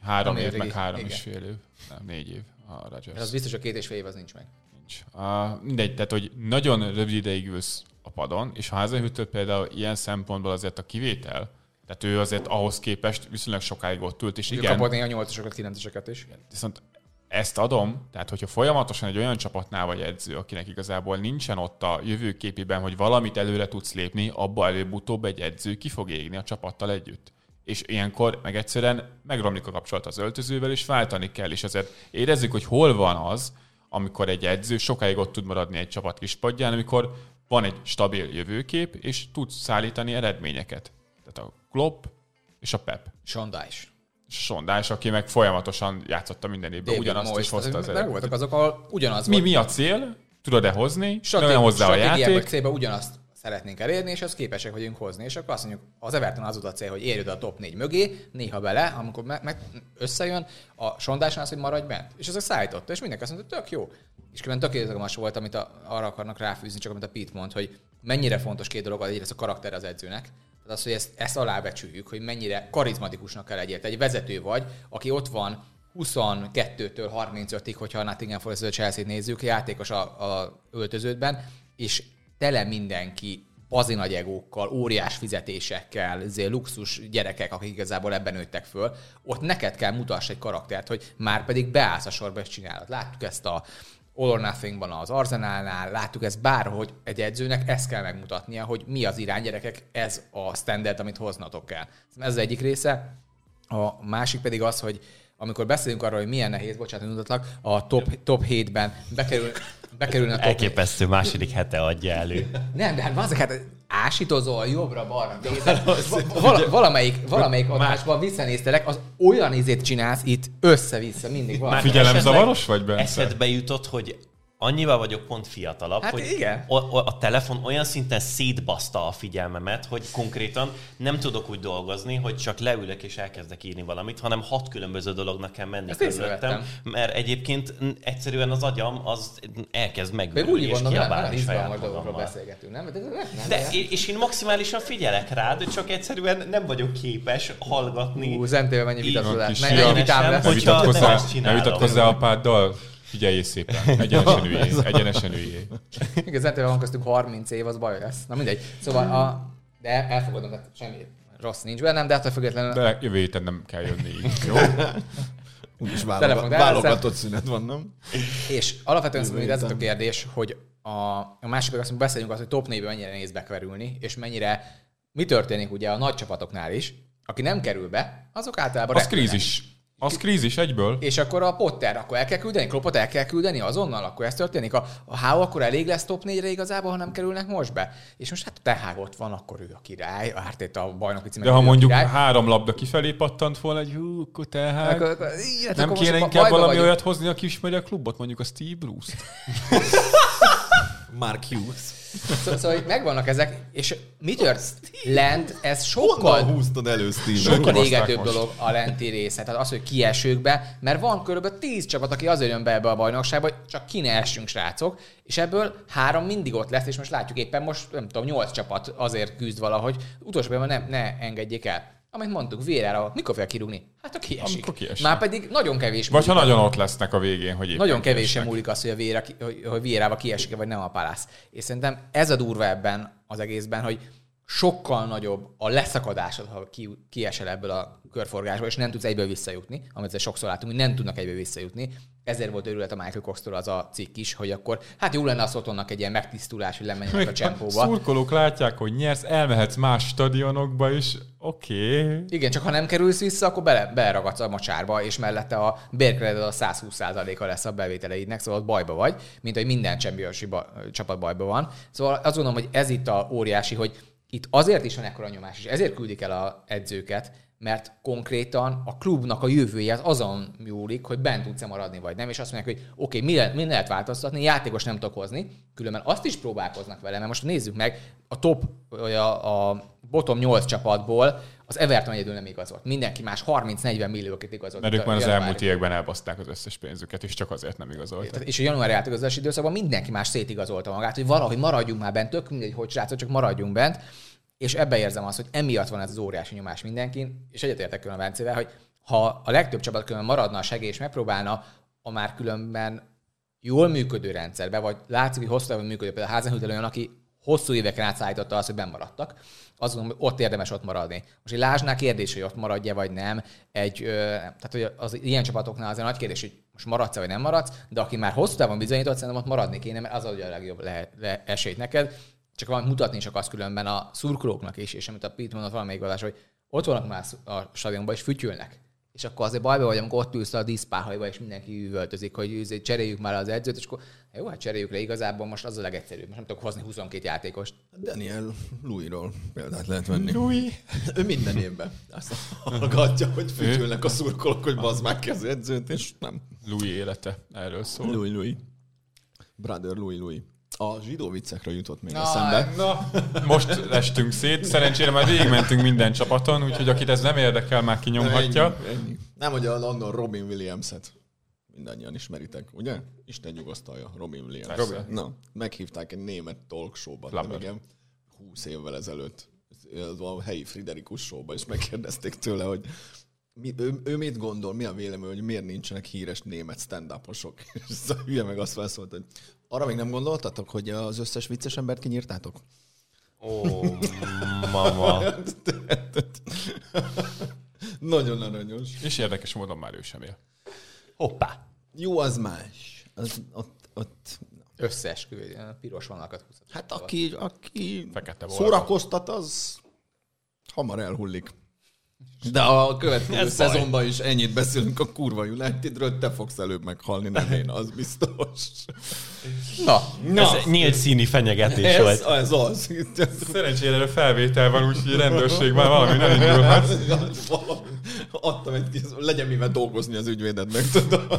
Három év, meg három és fél év. Nem, négy év a Rodgers. Az biztos, hogy két és fél év az nincs meg. Nincs. Uh, mindegy, tehát hogy nagyon rövid ideig ülsz a padon, és a Hasenhüttl például ilyen szempontból azért a kivétel, tehát ő azért ahhoz képest viszonylag sokáig ott ült, és ő igen. kapott néha nyolcasokat, kilenceseket is. Viszont ezt adom, tehát hogyha folyamatosan egy olyan csapatnál vagy edző, akinek igazából nincsen ott a jövőképében, hogy valamit előre tudsz lépni, abba előbb-utóbb egy edző ki fog égni a csapattal együtt. És ilyenkor meg egyszerűen megromlik a kapcsolat az öltözővel, és váltani kell. És azért érezzük, hogy hol van az, amikor egy edző sokáig ott tud maradni egy csapat kispadján, amikor van egy stabil jövőkép, és tud szállítani eredményeket. Tehát a Klopp és a Pep. Sondás. Sondás, aki meg folyamatosan játszotta minden évben, David ugyanazt Moyes, is hozta az meg voltak azok, ahol ugyanaz mi, volt. Mi a cél? Tudod-e hozni? Stratégi- Nem hozzá a játék? célba ugyanazt szeretnénk elérni, és azt képesek vagyunk hozni. És akkor azt mondjuk, az Everton az volt a cél, hogy érjük a top négy mögé, néha bele, amikor meg, meg összejön, a Sondásnál az, hogy maradj bent. És ezek szállította, és mindenki azt mondta, tök jó. És különben tök izgalmas volt, amit a, arra akarnak ráfűzni, csak amit a Pete mond, hogy mennyire fontos két dolog, egyrészt a karakter az edzőnek. Tehát az, hogy ezt, ezt alábecsüljük, hogy mennyire karizmatikusnak kell legyél. Egy vezető vagy, aki ott van huszonkettőtől harmincötig, hogyha a Nottingham Forest a Chelsea-t nézzük, játékos a, a öltöződben, és tele mindenki bazi nagy egókkal, óriás fizetésekkel, azért luxus gyerekek, akik igazából ebben nőttek föl, ott neked kell mutass egy karaktert, hogy már pedig beállsz a sorba és csinálod. Láttuk ezt a All or Nothingban az Arsenalnál, láttuk ezt bárhol, hogy egy edzőnek ezt kell megmutatnia, hogy mi az irány, gyerekek, ez a standard, amit hoznatok kell. Ez az egyik része. A másik pedig az, hogy amikor beszélünk arról, hogy milyen nehéz, bocsánat, mondatlak, a top, top hétben bekerül, bekerülni a top Elképesztő második hete adja elő. Nem, de hát azért, hát ásítozol jobbra-balra. Val- valamelyik, valamelyik adásban visszanéztelek, az olyan izét csinálsz itt össze-vissza mindig valami. Figyelemzavaros vagy, Bence? Eszedbe jutott, hogy annyival vagyok pont fiatalabb, Hát hogy igen. A, a, a telefon olyan szinten szétbaszta a figyelmemet, hogy konkrétan nem tudok úgy dolgozni, hogy csak leülök és elkezdek írni valamit, hanem hat különböző dolognak kell menni Ezt körülöttem, észrevettem. mert egyébként egyszerűen az agyam az elkezd Még megülni úgy és gondolom, nem, nem kiabálni saját izgalmas dolgokról magammal. beszélgetünk, nem? De, de, nem, nem, De, nem. és én maximálisan figyelek rád, csak egyszerűen nem vagyok képes hallgatni. Hú, Zentével mennyi Így vitatkozás. kis Mennyi fiam. vitám lesz. Ne Hogyha nem vitatkozzál, azt ne csinálom. vitatkozzál apáddal, figyeljél szépen. Egyenesen üljél. Egyenesen üljél. Igen, Zentével van köztünk harminc év, az baj lesz. Na mindegy. Szóval, a, de elfogadom, tehát semmi rossz nincs bennem, de attól függetlenül... De jövő héten nem kell jönni így. Jó? Úgyis Telefont válogat, elveszem. válogatott szünet van, nem? És alapvetően szerintem ez a héten. kérdés, hogy a, a másik, azt mondjuk beszéljünk az, hogy top négyben mennyire nehéz bekerülni, és mennyire, mi történik ugye a nagy csapatoknál is, aki nem kerül be, azok általában Az repülnek. krízis. Az krízis egyből. És akkor a Potter, akkor el kell küldeni, Kloppot el kell küldeni azonnal, akkor ez történik. A, a Howe akkor elég lesz top négyre igazából, ha nem kerülnek most be. És most hát a Ten Hag ott van, akkor ő a király, a Ártét a bajnoki címek. De ha ő a mondjuk király. három labda kifelé pattant volna, hogy hú, akkor tehát... Akkor- akkor- így, hát Nem akkor kéne most inkább bajba valami vagyunk. olyat hozni, aki ismeri a klubot, mondjuk a Steve Bruce-t. Mark Hughes. Szó- Szóval itt megvannak ezek, és mi tört lent, ez Honnan sokkal, húztad elő, Steve? sokkal Kibaszták égetőbb most. dolog a lenti része. Tehát az, hogy kiesőkbe, mert van körülbelül tíz csapat, aki azért jön be ebbe a bajnokságba, hogy csak ki ne essünk, srácok, és ebből három mindig ott lesz, és most látjuk éppen most, nem tudom, nyolc csapat azért küzd valahogy, utolsóban nem, ne engedjék el. Amit mondtuk, Vieira, mikor kell kirúgni? Hát ha kiesik. Amikor kiesik. Már pedig nagyon kevés. Vagy ha múlik- nagyon ott lesznek a végén, hogy éppen Nagyon kevés sem kiesnek. múlik az, hogy a Vieira, ki- hogy, hogy Vieira-ba kiesik, vagy nem a Palace. És szerintem ez a durva ebben az egészben, hogy sokkal nagyobb a leszakadásod, ha ki, kiesel ebből a körforgásból, és nem tudsz egyből visszajutni, amit ezzel sokszor látunk, hogy nem tudnak egyből visszajutni. Ezért volt örület a Michael Cox-tól az a cikk is, hogy akkor hát jó lenne a Sotonnak egy ilyen megtisztulás, hogy lemenjenek Még a a csempóba. szurkolók látják, hogy nyersz, elmehetsz más stadionokba is, oké. Okay. Igen, csak ha nem kerülsz vissza, akkor bele, beleragadsz a mocsárba, és mellette a bérkreded a száz húsz százaléka lesz a bevételeidnek, szóval ott bajba vagy, mint hogy minden championship ba- csapat bajba van. Szóval azt gondolom, hogy ez itt a óriási, hogy itt azért is van ekkora nyomás, és ezért küldik el a edzőket, mert konkrétan a klubnak a jövője az azon múlik, hogy bent tudsz-e maradni, vagy nem, és azt mondják, hogy oké, okay, mi, le, mi lehet változtatni, játékos nem tudok hozni, különben azt is próbálkoznak vele, mert most nézzük meg, a top, vagy a, a bottom nyolc csapatból az Everton egyedül nem igazolt. Mindenki más harminc-negyven milliókat igazolt. Mert ők már az Januári- elmúlt években elbaszták az összes pénzüket, és csak azért nem igazoltak. Tehát- És a januári átigazolási időszakban mindenki más szétigazolta magát, hogy valahogy maradjunk már bent, tök mindegy, hogy srácok, csak maradjunk bent. És ebbe érzem azt, hogy emiatt van ez az óriási nyomás mindenkin, és egyetértek külön a Bencével, hogy ha a legtöbb csapat különben maradna a segély, és megpróbálna a már különben jól működő rendszerbe, vagy látszik, hogy hosszú távon működő, például a Hasenhüttl olyan, aki hosszú éveken át szállította azt, hogy bennmaradtak, azt gondolom, hogy ott érdemes ott maradni. Most egy Lázsnál kérdés, hogy ott maradja, vagy nem. Egy, ö, tehát hogy az ilyen csapatoknál azért nagy kérdés, hogy most maradsz, vagy nem maradsz, de aki már hosszú távon bizonyított, szerintem ott maradni kéne, mert az adja a legjobb le, le, esélyt neked. Csak valamit mutatni csak az különben a szurkolóknak is, és amit a Pete mondott valamelyik adás, hogy ott vannak már a stadionban, és fütyülnek. És akkor azért bajba vagy, amikor ott ülsz a díszpálhajba, és mindenki üvöltözik, hogy cseréljük már az edzőt, és akkor jó, hát cseréljük le, igazából most az a legegyszerűbb. Most nem tudok hozni huszonkét játékost. Daniel Louisról példát lehet venni. Louis. Ő minden évben azt hallgatja, hogy fütyülnek a szurkolók, hogy bazd már ki az edzőt, és nem. Louis élete, erről szól. Louis, Louis. Brother Louis, Louis. A zsidó viccekről jutott még Na, eszembe. Na, most estünk szét, szerencsére már végigmentünk minden csapaton, úgyhogy akit ez nem érdekel, már kinyomhatja. Ennyi, ennyi. Nem, hogy a London Robin Williams-et mindannyian ismeritek, ugye? Isten nyugasztalja, Robin Williams. Persze. Na, meghívták egy német talk show-ba, nem igen, húsz évvel ezelőtt, a helyi Friderikus show-ba, és megkérdezték tőle, hogy mi, ő, ő mit gondol, mi a vélemény, hogy miért nincsenek híres német stand-uposok. És ez a hülye meg azt felszólt, hogy arra még nem gondoltatok, hogy az összes vicces embert kinyírtátok? Ó, mama. Nagyon aranyos. És érdekes módon már ő sem él. Hoppá. Jó, az más. Az, ott, ott, Összeesküvő, piros vonalakat húzott. hát aki, aki Fekete volt. szórakoztat, az hamar elhullik. De a következő Ez szezonban is ennyit beszélünk a kurva Unitedről, te fogsz előbb meghalni, nem én, az biztos. Na, Ez nyílt színi fenyegetés Ez, volt. ez az. Szerencsére erre felvétel van, úgyhogy a rendőrség már valami nem indulhat. Valami. Adtam egy kis, legyen mivel dolgozni az ügyvédednek, tudod.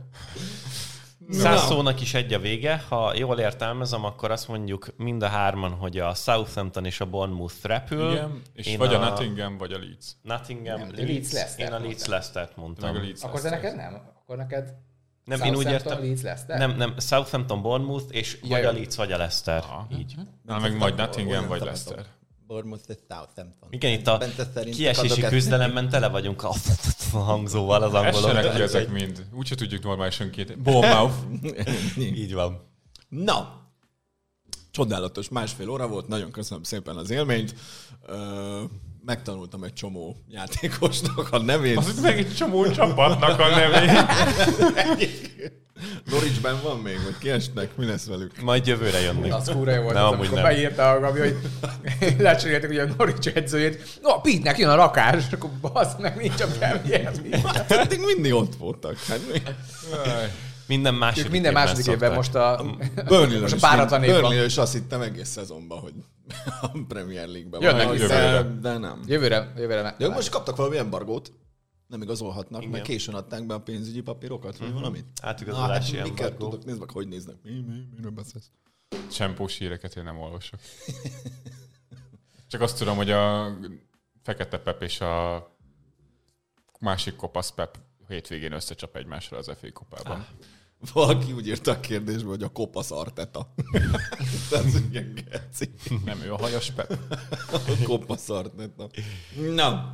Száz szónak is egy a vége. Ha jól értelmezem, akkor azt mondjuk mind a hárman, hogy a Southampton és a Bournemouth repül. Igen, és Én vagy a, a Nottingham, vagy a Leeds. Nottingham, Nem, Leeds, Leeds Leicester én a Leeds mondtam. Leicestert mondtam. Meg a Leeds. akkor te neked nem? Akkor neked Nem, én úgy Southampton, értem. Leeds, Leicester? Nem, nem, Southampton, Bournemouth, és Ja, vagy jó. a Leeds, vagy a Leicester. Aha. Így. Na, meg majd Nottingham, Olyan vagy tapadok. Leicester. Bournemouth és Southampton. Igen, itt a Bente szerintek kiesési adok küzdelemben tele vagyunk a hangzóval az angolok. Essenek ki ezek mind. Úgyse tudjuk normálisan két. Bournemouth. Így van. Na, csodálatos másfél óra volt, nagyon köszönöm szépen az élményt. Ö, megtanultam egy csomó játékosnak a nevét. Az itt meg egy csomó csapatnak a nevét. Norwichben van még, hogy kiesnek, mi lesz velük? Majd jövőre jönnek. Az kúra jó volt, Nem, az, amúgy amikor nem. beírta a Gabi, hogy lecseréltek ugye a Norwich edzőjét. No, Pete-nek jön a rakás, és akkor bazd meg, nincs a Premier. Hát eddig mindig ott voltak. Hát mi? Minden második Ők minden évben második évben szoktak. most a, Burnley-ről most a is, páratlan év van. Burnley-ről is azt hittem egész szezonban, hogy a Premier League-ben Jönnek van, vissza. de, de nem. Jövőre, jövőre meg. De ők most kaptak valami embargót. Nem igazolhatnak, Igen. mert későn adták be a pénzügyi papírokat, vagy valamit. Átigazolási Na, hát miket embargó. tudok, nézd meg, hogy néznek. Mi, mi, miről beszélsz? Csempós híreket én nem olvasok. Csak azt tudom, hogy a Fekete Pep és a másik kopasz Pep hétvégén összecsap egymásra az ef á kupában. Valaki úgy írta a kérdésbe, hogy a kopasz Arteta. Ez ilyen geci. Nem ő a hajas Pep. A kopasz Arteta. Na.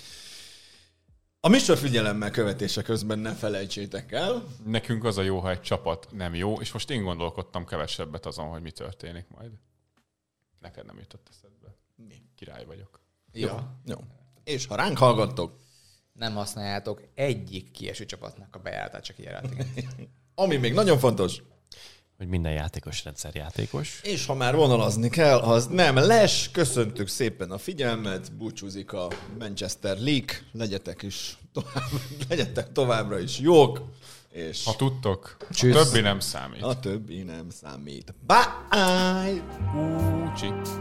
A műsor figyelemmel követése közben ne felejtsétek el. Nekünk az a jó, ha egy csapat nem jó, és most én gondolkodtam kevesebbet azon, hogy mi történik majd. Neked nem jutott eszedbe. Mi? Király vagyok. Jó. Jó. És ha ránk hallgattok, Nem használjátok egyik kieső csapatnak a bejáratát, csak ilyen ami még nagyon fontos, Hogy minden játékos rendszerjátékos. és ha már vonalazni kell, az nem les. Köszöntük szépen a figyelmet, búcsúzik a Manchester League. Legyetek is tovább, legyetek továbbra is jók, és Ha tudtok, a Csüssz. többi nem számít. a többi nem számít. Bye! Úcsi.